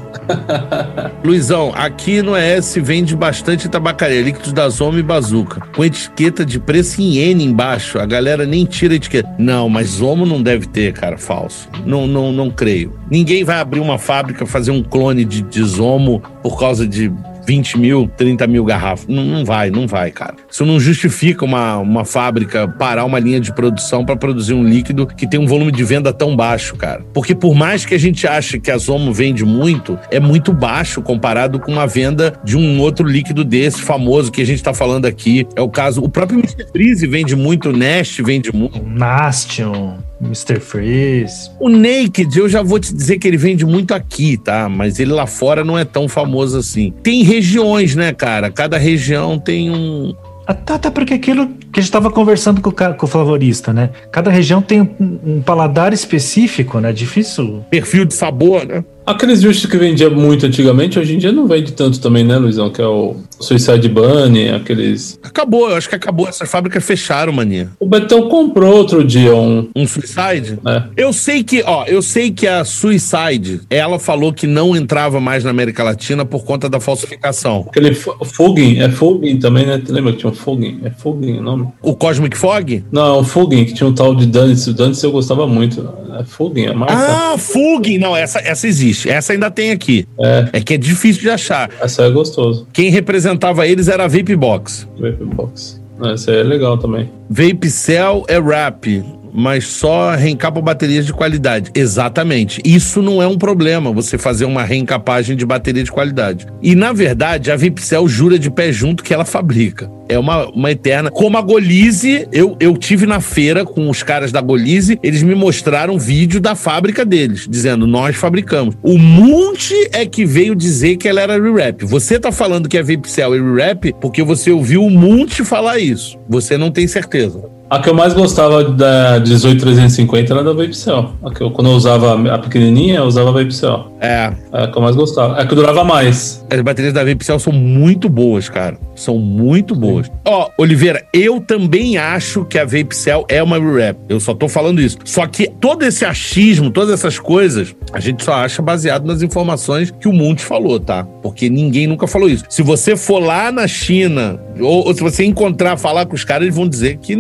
Luizão, aqui no E S vende bastante tabacaria, líquidos da Zomo e Bazuca, com etiqueta de preço em iene embaixo. A galera nem tira a etiqueta. Não, mas Zomo não deve ter, cara, falso. Não, não, não creio. Ninguém vai abrir uma fábrica, fazer um clone de, de Zomo por causa de vinte mil, trinta mil garrafas. Não, não vai, não vai, cara. Isso não justifica uma, uma fábrica parar uma linha de produção para produzir um líquido que tem um volume de venda tão baixo, cara. Porque por mais que a gente ache que a Zomo vende muito, é muito baixo comparado com uma venda de um outro líquido desse famoso que a gente tá falando aqui. É o caso, o próprio mister Freeze vende muito, o Nest vende muito. Nastion, mister Freeze. O Naked, eu já vou te dizer que ele vende muito aqui, tá? Mas ele lá fora não é tão famoso assim. Tem regiões, né, cara? Cada região tem um... Até, até porque aquilo que a gente estava conversando com o, ca- com o flavorista, né? Cada região tem um, um paladar específico, né? Difícil. perfil de sabor, né? Aqueles justos que vendia muito antigamente, hoje em dia não vende tanto também, né, Luizão? Que é o Suicide Bunny, aqueles... Acabou, eu acho que acabou. Essas fábricas fecharam, maninha. O Betão comprou outro dia um... Um Suicide? É. Eu sei que, ó, eu sei que a Suicide, ela falou que não entrava mais na América Latina por conta da falsificação. Aquele F- Fugin, é Fugin também, né? Lembra que tinha um Fugin? É Fugin o nome? O Cosmic Fog? Não, é um Fugin, que tinha um tal de Dantz. O Dantz eu gostava muito. É Fugin, a marca. Ah, Fugin! Não, essa, essa existe. Essa ainda tem aqui. É, É que é difícil de achar. essa é gostoso. Quem representava eles era a Vape Box. Vape Box. Essa aí é legal também. Vape Cell é wrap, mas só reencapa baterias de qualidade. Exatamente. Isso não é um problema, você fazer uma reencapagem de bateria de qualidade. E, na verdade, a Vape Cell jura de pé junto que ela fabrica. É uma, uma eterna... Como a Golize, eu, eu tive na feira com os caras da Golize, eles me mostraram vídeo da fábrica deles, dizendo, nós fabricamos. O Munch é que veio dizer que ela era rewrap. Você tá falando que é Vape Cell e rewrap porque você ouviu o Munch falar isso. Você não tem certeza. A que eu mais gostava da dezoito trezentos e cinquenta era da Vape Cell. A que eu, quando eu usava a pequenininha, eu usava a Vape Cell. É, É a que eu mais gostava. É a que durava mais. as baterias da Vape Cell são muito boas, cara. São muito boas. Ó, Oliveira, eu também acho que a Vape Cell é uma rewrap. Eu só tô falando isso. Só que todo esse achismo, todas essas coisas, a gente só acha baseado nas informações que o Munch falou, tá? Porque ninguém nunca falou isso. Se você for lá na China, ou, ou se você encontrar, falar com os caras, eles vão dizer que não.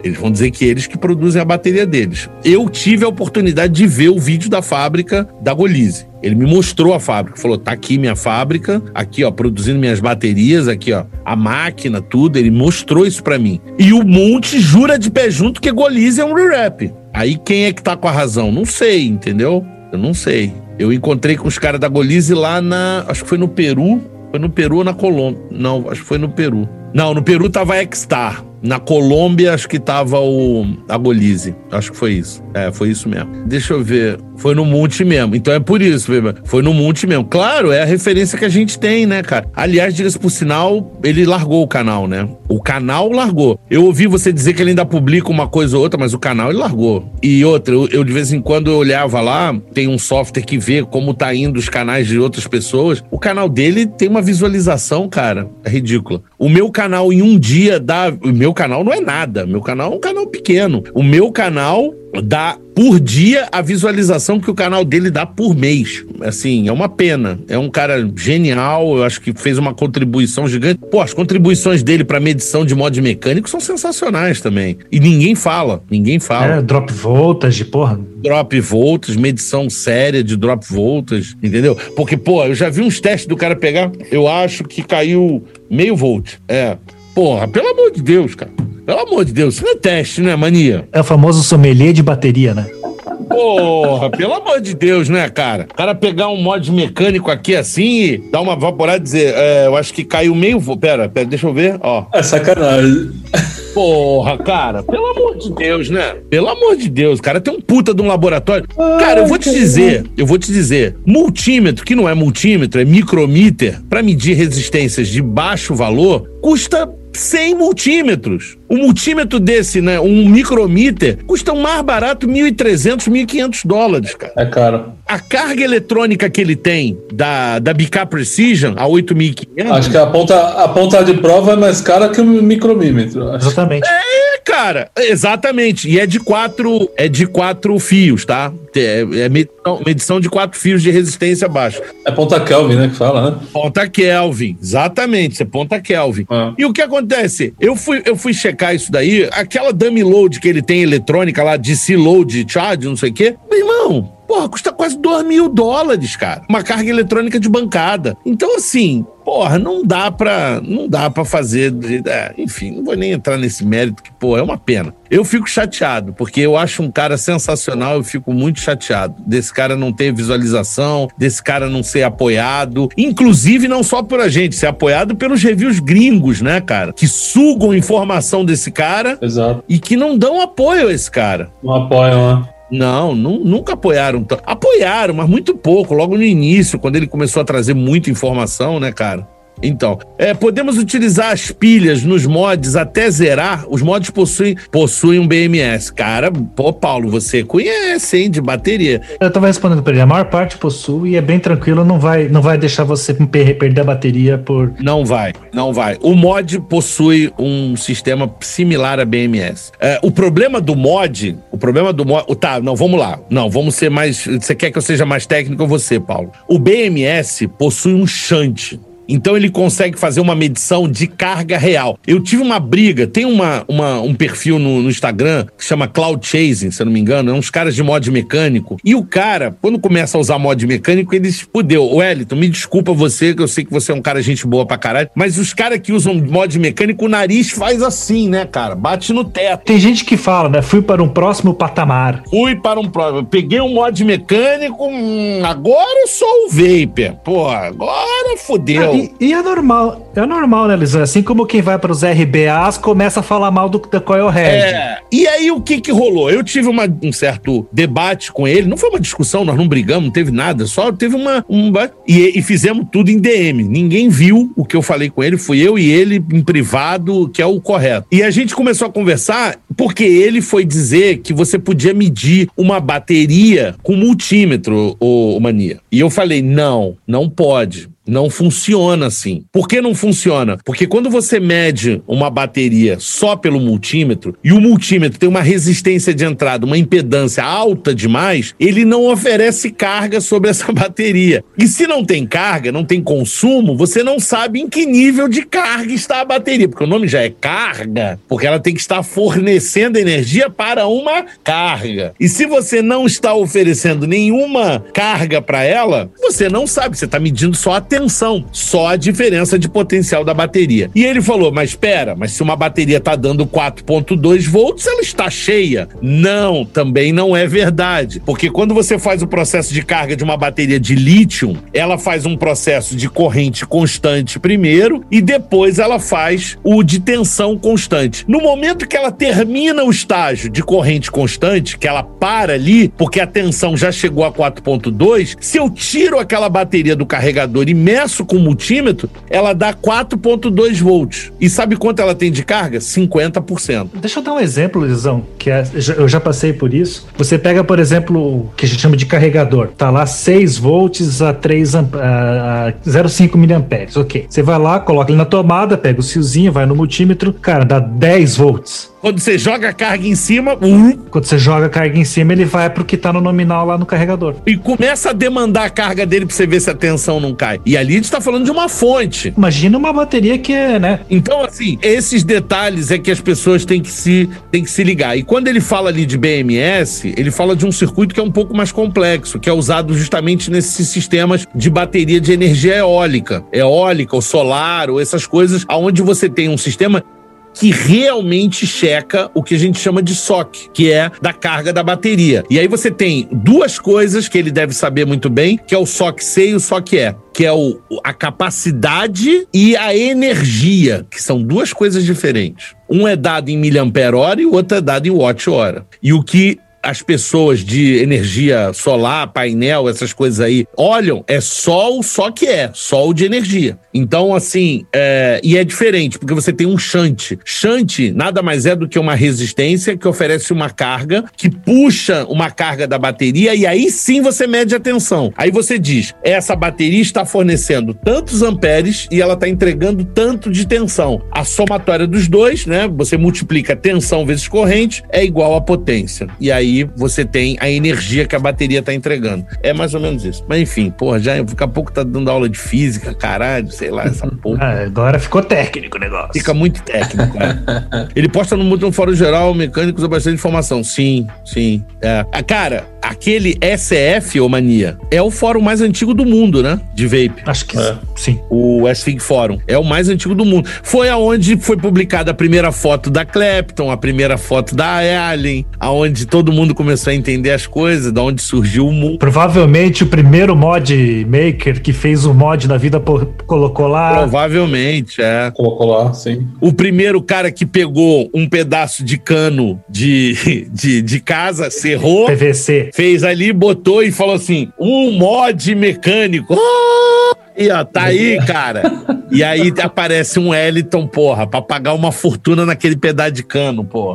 Eles vão dizer que eles que produzem a bateria deles. Eu tive a oportunidade de ver o vídeo da fábrica da Golize. Ele me mostrou a fábrica, falou, tá aqui minha fábrica, aqui ó, produzindo minhas baterias, aqui ó, a máquina, tudo, ele mostrou isso pra mim. E o Monte jura de pé junto que Golize é um re-rap. Aí quem é que tá com a razão? Não sei, entendeu? Eu não sei. Eu encontrei com os caras da Golize lá na, acho que foi no Peru, foi no Peru ou na Colômbia? Não, acho que foi no Peru. Não, no Peru tava a X-Star. Na Colômbia, acho que tava o, a Golize. Acho que foi isso. É, foi isso mesmo. Deixa eu ver. Foi no Monte mesmo. Então é por isso, foi no Monte mesmo. Claro, é a referência que a gente tem, né, cara? Aliás, diga-se por sinal, ele largou o canal, né? O canal largou. Eu ouvi você dizer que ele ainda publica uma coisa ou outra, mas o canal ele largou. E outra, eu, eu de vez em quando eu olhava lá, tem um software que vê como tá indo os canais de outras pessoas. O canal dele tem uma visualização, cara, é ridícula. O meu canal em um dia dá... O meu canal não é nada. Meu canal é um canal pequeno. O meu canal dá por dia a visualização que o canal dele dá por mês. Assim, é uma pena. É um cara genial, eu acho que fez uma contribuição gigante. Pô, as contribuições dele pra medição de mod mecânico são sensacionais também. E ninguém fala, ninguém fala. É, drop voltage, porra. Drop voltage, medição séria de drop voltage, entendeu? Porque, pô, eu já vi uns testes do cara pegar, eu acho que caiu meio volt. É. Porra, pelo amor de Deus, cara. Pelo amor de Deus, isso não é teste, né, mania? É o famoso sommelier de bateria, né? Porra, pelo amor de Deus, né, cara? O cara pegar um mod mecânico aqui assim e dar uma vaporada e dizer, é, eu acho que caiu meio... Pera, pera, deixa eu ver, ó. É sacanagem. Porra, cara, pelo amor de Deus, né? Pelo amor de Deus, o cara tem um puta de um laboratório. Cara, eu vou te dizer, eu vou te dizer, multímetro, que não é multímetro, é micrometer, pra medir resistências de baixo valor, custa cem multímetros. Um multímetro desse, né, um micrometer, custa um mais barato mil e trezentos, mil e quinhentos dólares, cara. É caro. A carga eletrônica que ele tem da, da B K Precision, a oito mil e quinhentos... Acho que a ponta, a ponta de prova é mais cara que o micromímetro. Acho. Exatamente. É, cara, exatamente. E é de quatro, é de quatro fios, tá? É, é medição, medição de quatro fios de resistência baixa. É ponta Kelvin, né, que fala, né? Ponta Kelvin, exatamente, isso é ponta Kelvin. Ah. E o que acontece? Eu fui, eu fui checar isso daí, aquela dummy load que ele tem eletrônica lá, D C load, charge, não sei o quê. Meu irmão, porra, custa quase dois mil dólares, cara. Uma carga eletrônica de bancada. Então, assim, porra, não dá pra, não dá pra fazer... É, enfim, não vou nem entrar nesse mérito, que, pô, é uma pena. Eu fico chateado, porque eu acho um cara sensacional, eu fico muito chateado desse cara não ter visualização, desse cara não ser apoiado, inclusive não só por a gente, ser apoiado pelos reviews gringos, né, cara? Que sugam informação desse cara. Exato. E que não dão apoio a esse cara. Não apoiam, né? Não, nu- nunca apoiaram. t- Apoiaram, mas muito pouco, logo no início, quando ele começou a trazer muita informação, né, cara? Então, é, podemos utilizar as pilhas nos mods até zerar. Os mods possuem, possuem um B M S. Cara, pô, Paulo, você conhece, hein, de bateria. Eu tava respondendo pra ele, a maior parte possui e é bem tranquilo, não vai, não vai deixar você per- perder a bateria por... Não vai, não vai. O mod possui um sistema similar a B M S. É, o problema do mod, o problema do mod... Tá, não, vamos lá. Não, vamos ser mais... Você quer que eu seja mais técnico ou você, Paulo? O B M S possui um shunt. Então ele consegue fazer uma medição de carga real. Eu tive uma briga, tem uma, uma, um perfil no, no Instagram que chama Cloud Chasing, se eu não me engano, é uns caras de mod mecânico. E o cara, quando começa a usar mod mecânico, ele se fudeu. Wellington, me desculpa você, que eu sei que você é um cara gente boa pra caralho, mas os caras que usam mod mecânico, o nariz faz assim, né, cara? Bate no teto. Tem gente que fala, né, fui para um próximo patamar. Fui para um próximo, peguei um mod mecânico, hum, agora eu sou o Vapor. Pô, agora fudeu. Ah, e, e é normal, é normal, né, Lisandro? Assim como quem vai para os R B As começa a falar mal do, do Coilhead. É, e aí o que que rolou? Eu tive uma, um certo debate com ele, não foi uma discussão, nós não brigamos, não teve nada, só teve uma... Um, e, e fizemos tudo em D M. Ninguém viu o que eu falei com ele, fui eu e ele em privado, que é o correto. E a gente começou a conversar porque ele foi dizer que você podia medir uma bateria com multímetro, ô, ô Mania. E eu falei, não, não pode. Não funciona assim. Por que não funciona? Porque quando você mede uma bateria só pelo multímetro, e o multímetro tem uma resistência de entrada, uma impedância alta demais, ele não oferece carga sobre essa bateria. E se não tem carga, não tem consumo, você não sabe em que nível de carga está a bateria, porque o nome já é carga, porque ela tem que estar fornecendo energia para uma carga. E se você não está oferecendo nenhuma carga para ela, você não sabe, você está medindo só a tensão, só a diferença de potencial da bateria. E ele falou, mas espera, mas se uma bateria está dando quatro ponto dois volts, ela está cheia. Não, também não é verdade, porque quando você faz o processo de carga de uma bateria de lítio, ela faz um processo de corrente constante primeiro e depois ela faz o de tensão constante. No momento que ela termina o estágio de corrente constante, que ela para ali, porque a tensão já chegou a quatro ponto dois, se eu tiro aquela bateria do carregador e meço com o multímetro, ela dá quatro ponto dois volts. E sabe quanto ela tem de carga? cinquenta por cento. Deixa eu dar um exemplo, Luizão, que é, eu já passei por isso. Você pega, por exemplo, o que a gente chama de carregador. Tá lá seis volts a três a, a zero vírgula cinco miliamperes. Ok. Você vai lá, coloca ele na tomada, pega o fiozinho, vai no multímetro, cara, dá dez volts. Quando você joga a carga em cima... Uh, Quando você joga a carga em cima, ele vai pro que tá no nominal lá no carregador. E começa a demandar a carga dele pra você ver se a tensão não cai. E ali a gente tá falando de uma fonte. Imagina uma bateria que é, né? Então, assim, esses detalhes é que as pessoas têm que se, têm que se ligar. E quando ele fala ali de B M S, ele fala de um circuito que é um pouco mais complexo, que é usado justamente nesses sistemas de bateria de energia eólica. Eólica, ou solar, ou essas coisas, onde você tem um sistema que realmente checa o que a gente chama de S O C, que é da carga da bateria. E aí você tem duas coisas que ele deve saber muito bem, que é o S O C-C e o S O C-E, que é o, a capacidade e a energia, que são duas coisas diferentes. Um é dado em miliampere-hora e o outro é dado em watt-hora. E o que as pessoas de energia solar, painel, essas coisas aí, olham, é só o S O C-E, só o de energia. Então, assim, é, e é diferente, porque você tem um shunt. Shunt nada mais é do que uma resistência que oferece uma carga, que puxa uma carga da bateria, e aí sim você mede a tensão. Aí você diz, essa bateria está fornecendo tantos amperes e ela está entregando tanto de tensão. A somatória dos dois, né, você multiplica tensão vezes corrente, é igual a potência. E aí você tem a energia que a bateria está entregando. É mais ou menos isso. Mas enfim, porra, já daqui a pouco tá dando aula de física, caralho, sei lá, essa porra. Ah, agora ficou técnico o negócio. Fica muito técnico, é. Ele posta no, no Fórum Geral, mecânicos, bastante informação. Sim, sim. É. Cara, aquele S E F, ô Mania, é o fórum mais antigo do mundo, né? De vape. Acho que É. sim. O S F I G Forum. É o mais antigo do mundo. Foi aonde foi publicada a primeira foto da Clapton, a primeira foto da Alien, aonde todo mundo começou a entender as coisas, da onde surgiu o mundo. Provavelmente o primeiro mod maker que fez o mod da vida pô, colocou lá. Provavelmente, é. Colocou lá, sim. O primeiro cara que pegou um pedaço de cano de, de, de casa, serrou, P V C. fez ali, botou e falou assim, um mod mecânico. Oh! E ó, tá aí, cara. E aí aparece um Wellington, porra, pra pagar uma fortuna naquele pedaço de cano, porra.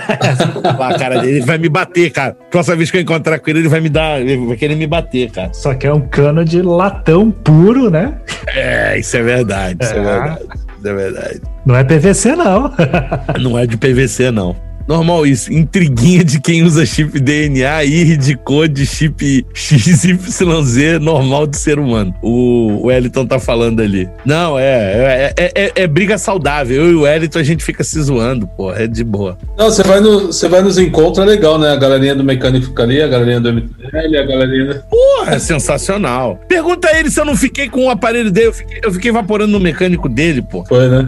Lá, cara, ele vai me bater, cara. Próxima vez que eu encontrar com ele, ele vai me dar, ele vai querer me bater, cara. Só que é um cano de latão puro, né? É, isso é verdade, isso é, É. verdade. Isso é verdade. Não é P V C, não. Não é de P V C, não. Normal isso, intriguinha de quem usa chip D N A, I R de code, chip X Y Z, normal do ser humano. O Wellington tá falando ali. Não, é, é, é, é, é briga saudável. Eu e o Wellington, a gente fica se zoando, pô, é de boa. Não, você vai, no, você vai nos encontros, é legal, né? A galerinha do mecânico fica ali, a galerinha do M T L, a galerinha... Porra, é sensacional. Pergunta a ele se eu não fiquei com o aparelho dele, eu fiquei, eu fiquei evaporando no mecânico dele, pô. Foi, né?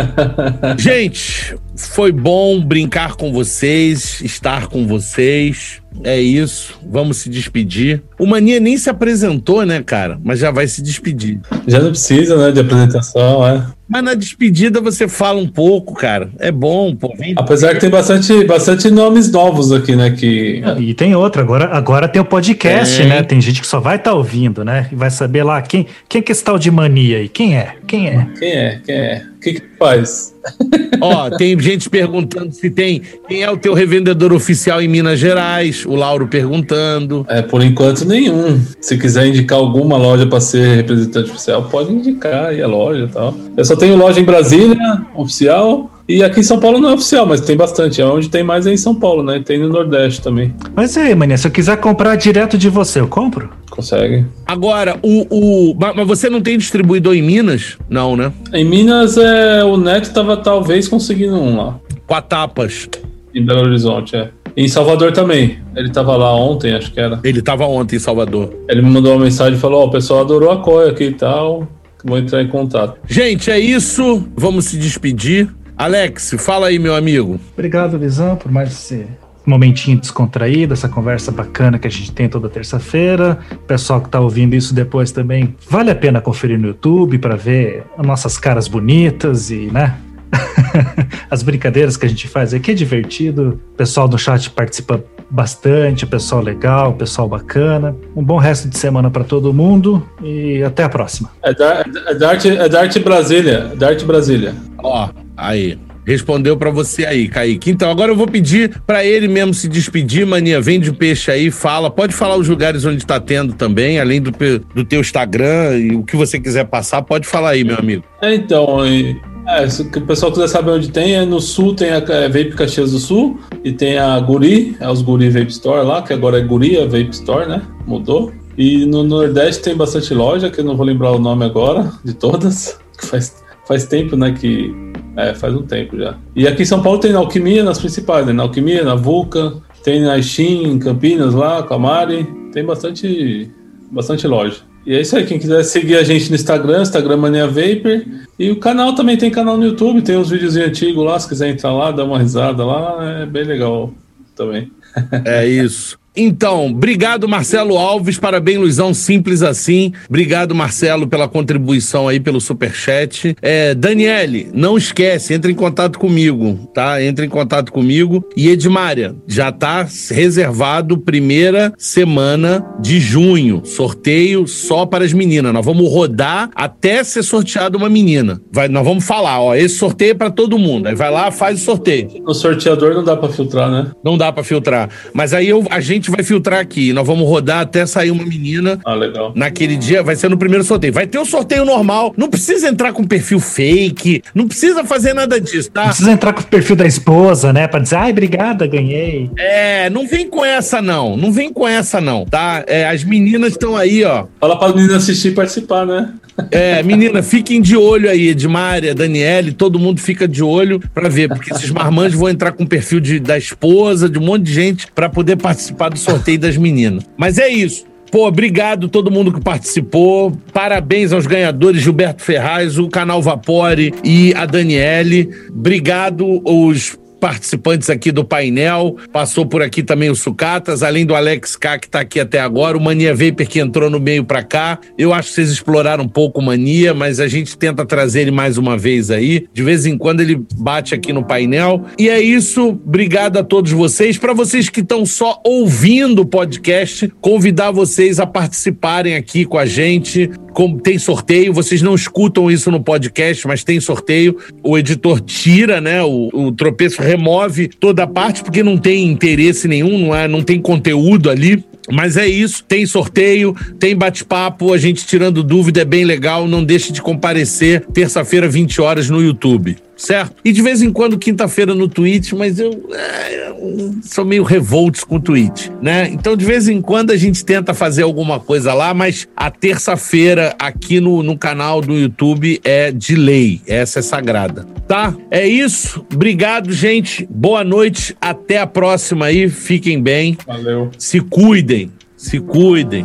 Gente, foi bom brincar com vocês, estar com vocês. É isso, vamos se despedir. O Mania nem se apresentou, né, cara? Mas já vai se despedir. Já não precisa, né, de apresentação, é. Mas na despedida você fala um pouco, cara. É bom, pô. Vem... Apesar que tem bastante, bastante nomes novos aqui, né, que... E tem outra, agora, agora tem o podcast, Tem. né? Tem gente que só vai estar ouvindo, né? E vai saber lá quem, quem que é esse tal de Mania aí? Quem é? Quem é? Quem é? Quem é? O que que faz? Ó, tem gente perguntando se tem quem é o teu revendedor oficial em Minas Gerais. lojas? O Lauro perguntando. É, por enquanto nenhum. Se quiser indicar alguma loja para ser representante oficial, pode indicar aí a loja e tal. Eu só tenho loja em Brasília, oficial, e aqui em São Paulo não é oficial, mas tem bastante. Onde tem mais é em São Paulo, né? Tem no Nordeste também. Mas aí, mané, se eu quiser comprar direto de você, eu compro? Consegue. Agora, o, o... Mas você não tem distribuidor em Minas? Não, né? Em Minas, é, o Neto tava talvez conseguindo um lá. Com a Tapas. Em Belo Horizonte, é. Em Salvador também. Ele tava lá ontem, acho que era. Ele tava ontem em Salvador. Ele me mandou uma mensagem e falou, ó, oh, o pessoal adorou a coia aqui e tal. Vou entrar em contato. Gente, é isso. Vamos se despedir. Alex, fala aí, meu amigo. Obrigado, Lisão, por mais esse momentinho descontraído, essa conversa bacana que a gente tem toda terça-feira. O pessoal que tá ouvindo isso depois também, vale a pena conferir no YouTube para ver as nossas caras bonitas e, né? As brincadeiras que a gente faz aqui é divertido. O pessoal do chat participa bastante, o pessoal legal, o pessoal bacana. Um bom resto de semana para todo mundo e até a próxima. É da, é da Arte, é da Arte Brasília, é da Arte Brasília. Ó, aí. Respondeu pra você aí, Kaique. Então, agora eu vou pedir pra ele mesmo se despedir, maninha. Vende o peixe aí, fala. Pode falar os lugares onde tá tendo também, além do, do teu Instagram e o que você quiser passar. Pode falar aí, meu amigo. É, então, é, se o pessoal quiser saber onde tem, é no Sul, tem a é, Vape Caxias do Sul e tem a Guri, é os Guri Vape Store lá, que agora é Guri, a Vape Store, né? Mudou. E no Nordeste tem bastante loja, que eu não vou lembrar o nome agora, de todas, que faz, faz tempo, né, que... É, faz um tempo já. E aqui em São Paulo tem na Alquimia, nas principais, né? Na Alquimia, na Vulca, tem na Steam, em Campinas lá, com a Mari. Tem bastante, bastante loja. E é isso aí, quem quiser seguir a gente no Instagram, Instagram Mania Vapor. E o canal também tem canal no YouTube, tem uns vídeos antigos lá, se quiser entrar lá, dar uma risada lá, é bem legal também. É isso. Então, obrigado, Marcelo Alves, parabéns, Luizão, simples assim. Obrigado, Marcelo, pela contribuição aí, pelo superchat. É, Daniele, não esquece, entra em contato comigo, tá? Entra em contato comigo. E Edmária, já tá reservado primeira semana de junho, sorteio só para as meninas. Nós vamos rodar até ser sorteado uma menina. Vai, nós vamos falar, ó, esse sorteio é para todo mundo. Aí vai lá, faz o sorteio. No sorteador não dá para filtrar, né? Não dá para filtrar. Mas aí eu, a gente vai filtrar aqui. Nós vamos rodar até sair uma menina. Ah, legal. Naquele dia, vai ser no primeiro sorteio. Vai ter o sorteio normal. Não precisa entrar com perfil fake. Não precisa fazer nada disso, tá? Não precisa entrar com o perfil da esposa, né? Pra dizer, ai, obrigada, ganhei. É, não vem com essa, não. Não vem com essa, não, tá? É, as meninas estão aí, ó. Fala pra menina assistir e participar, né? É, menina, fiquem de olho aí, Edmária, Daniele, todo mundo fica de olho pra ver, porque esses marmanjos vão entrar com o perfil de, da esposa, de um monte de gente, pra poder participar do sorteio das meninas. Mas é isso. Pô, obrigado a todo mundo que participou. Parabéns aos ganhadores, Gilberto Ferraz, o canal Vapore e a Daniele. Obrigado aos participantes aqui do painel, passou por aqui também o Sucatas, além do Alex K, que tá aqui até agora, o Mania Vapor que entrou no meio pra cá. Eu acho que vocês exploraram um pouco o Mania, mas a gente tenta trazer ele mais uma vez aí. De vez em quando ele bate aqui no painel. E é isso, obrigado a todos vocês. Para vocês que estão só ouvindo o podcast, convidar vocês a participarem aqui com a gente. Como tem sorteio, vocês não escutam isso no podcast, mas tem sorteio. O editor tira, né, o, o tropeço remove toda a parte, porque não tem interesse nenhum, não, é, não tem conteúdo ali. Mas é isso, tem sorteio, tem bate-papo, a gente tirando dúvida, é bem legal. Não deixe de comparecer terça-feira, vinte horas no YouTube, certo? E de vez em quando, quinta-feira no Twitch, mas eu, é, eu sou meio revoltos com o Twitch, né? Então, de vez em quando, a gente tenta fazer alguma coisa lá, mas a terça-feira aqui no, no canal do YouTube é de lei, essa é sagrada, tá? É isso, obrigado, gente, boa noite, até a próxima aí, fiquem bem. Valeu. Se cuidem. Se cuidem.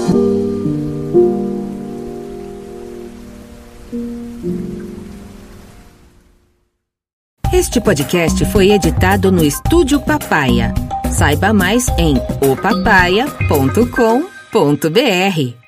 Este podcast foi editado no Estúdio Papaya. Saiba mais em o papaya ponto com ponto br.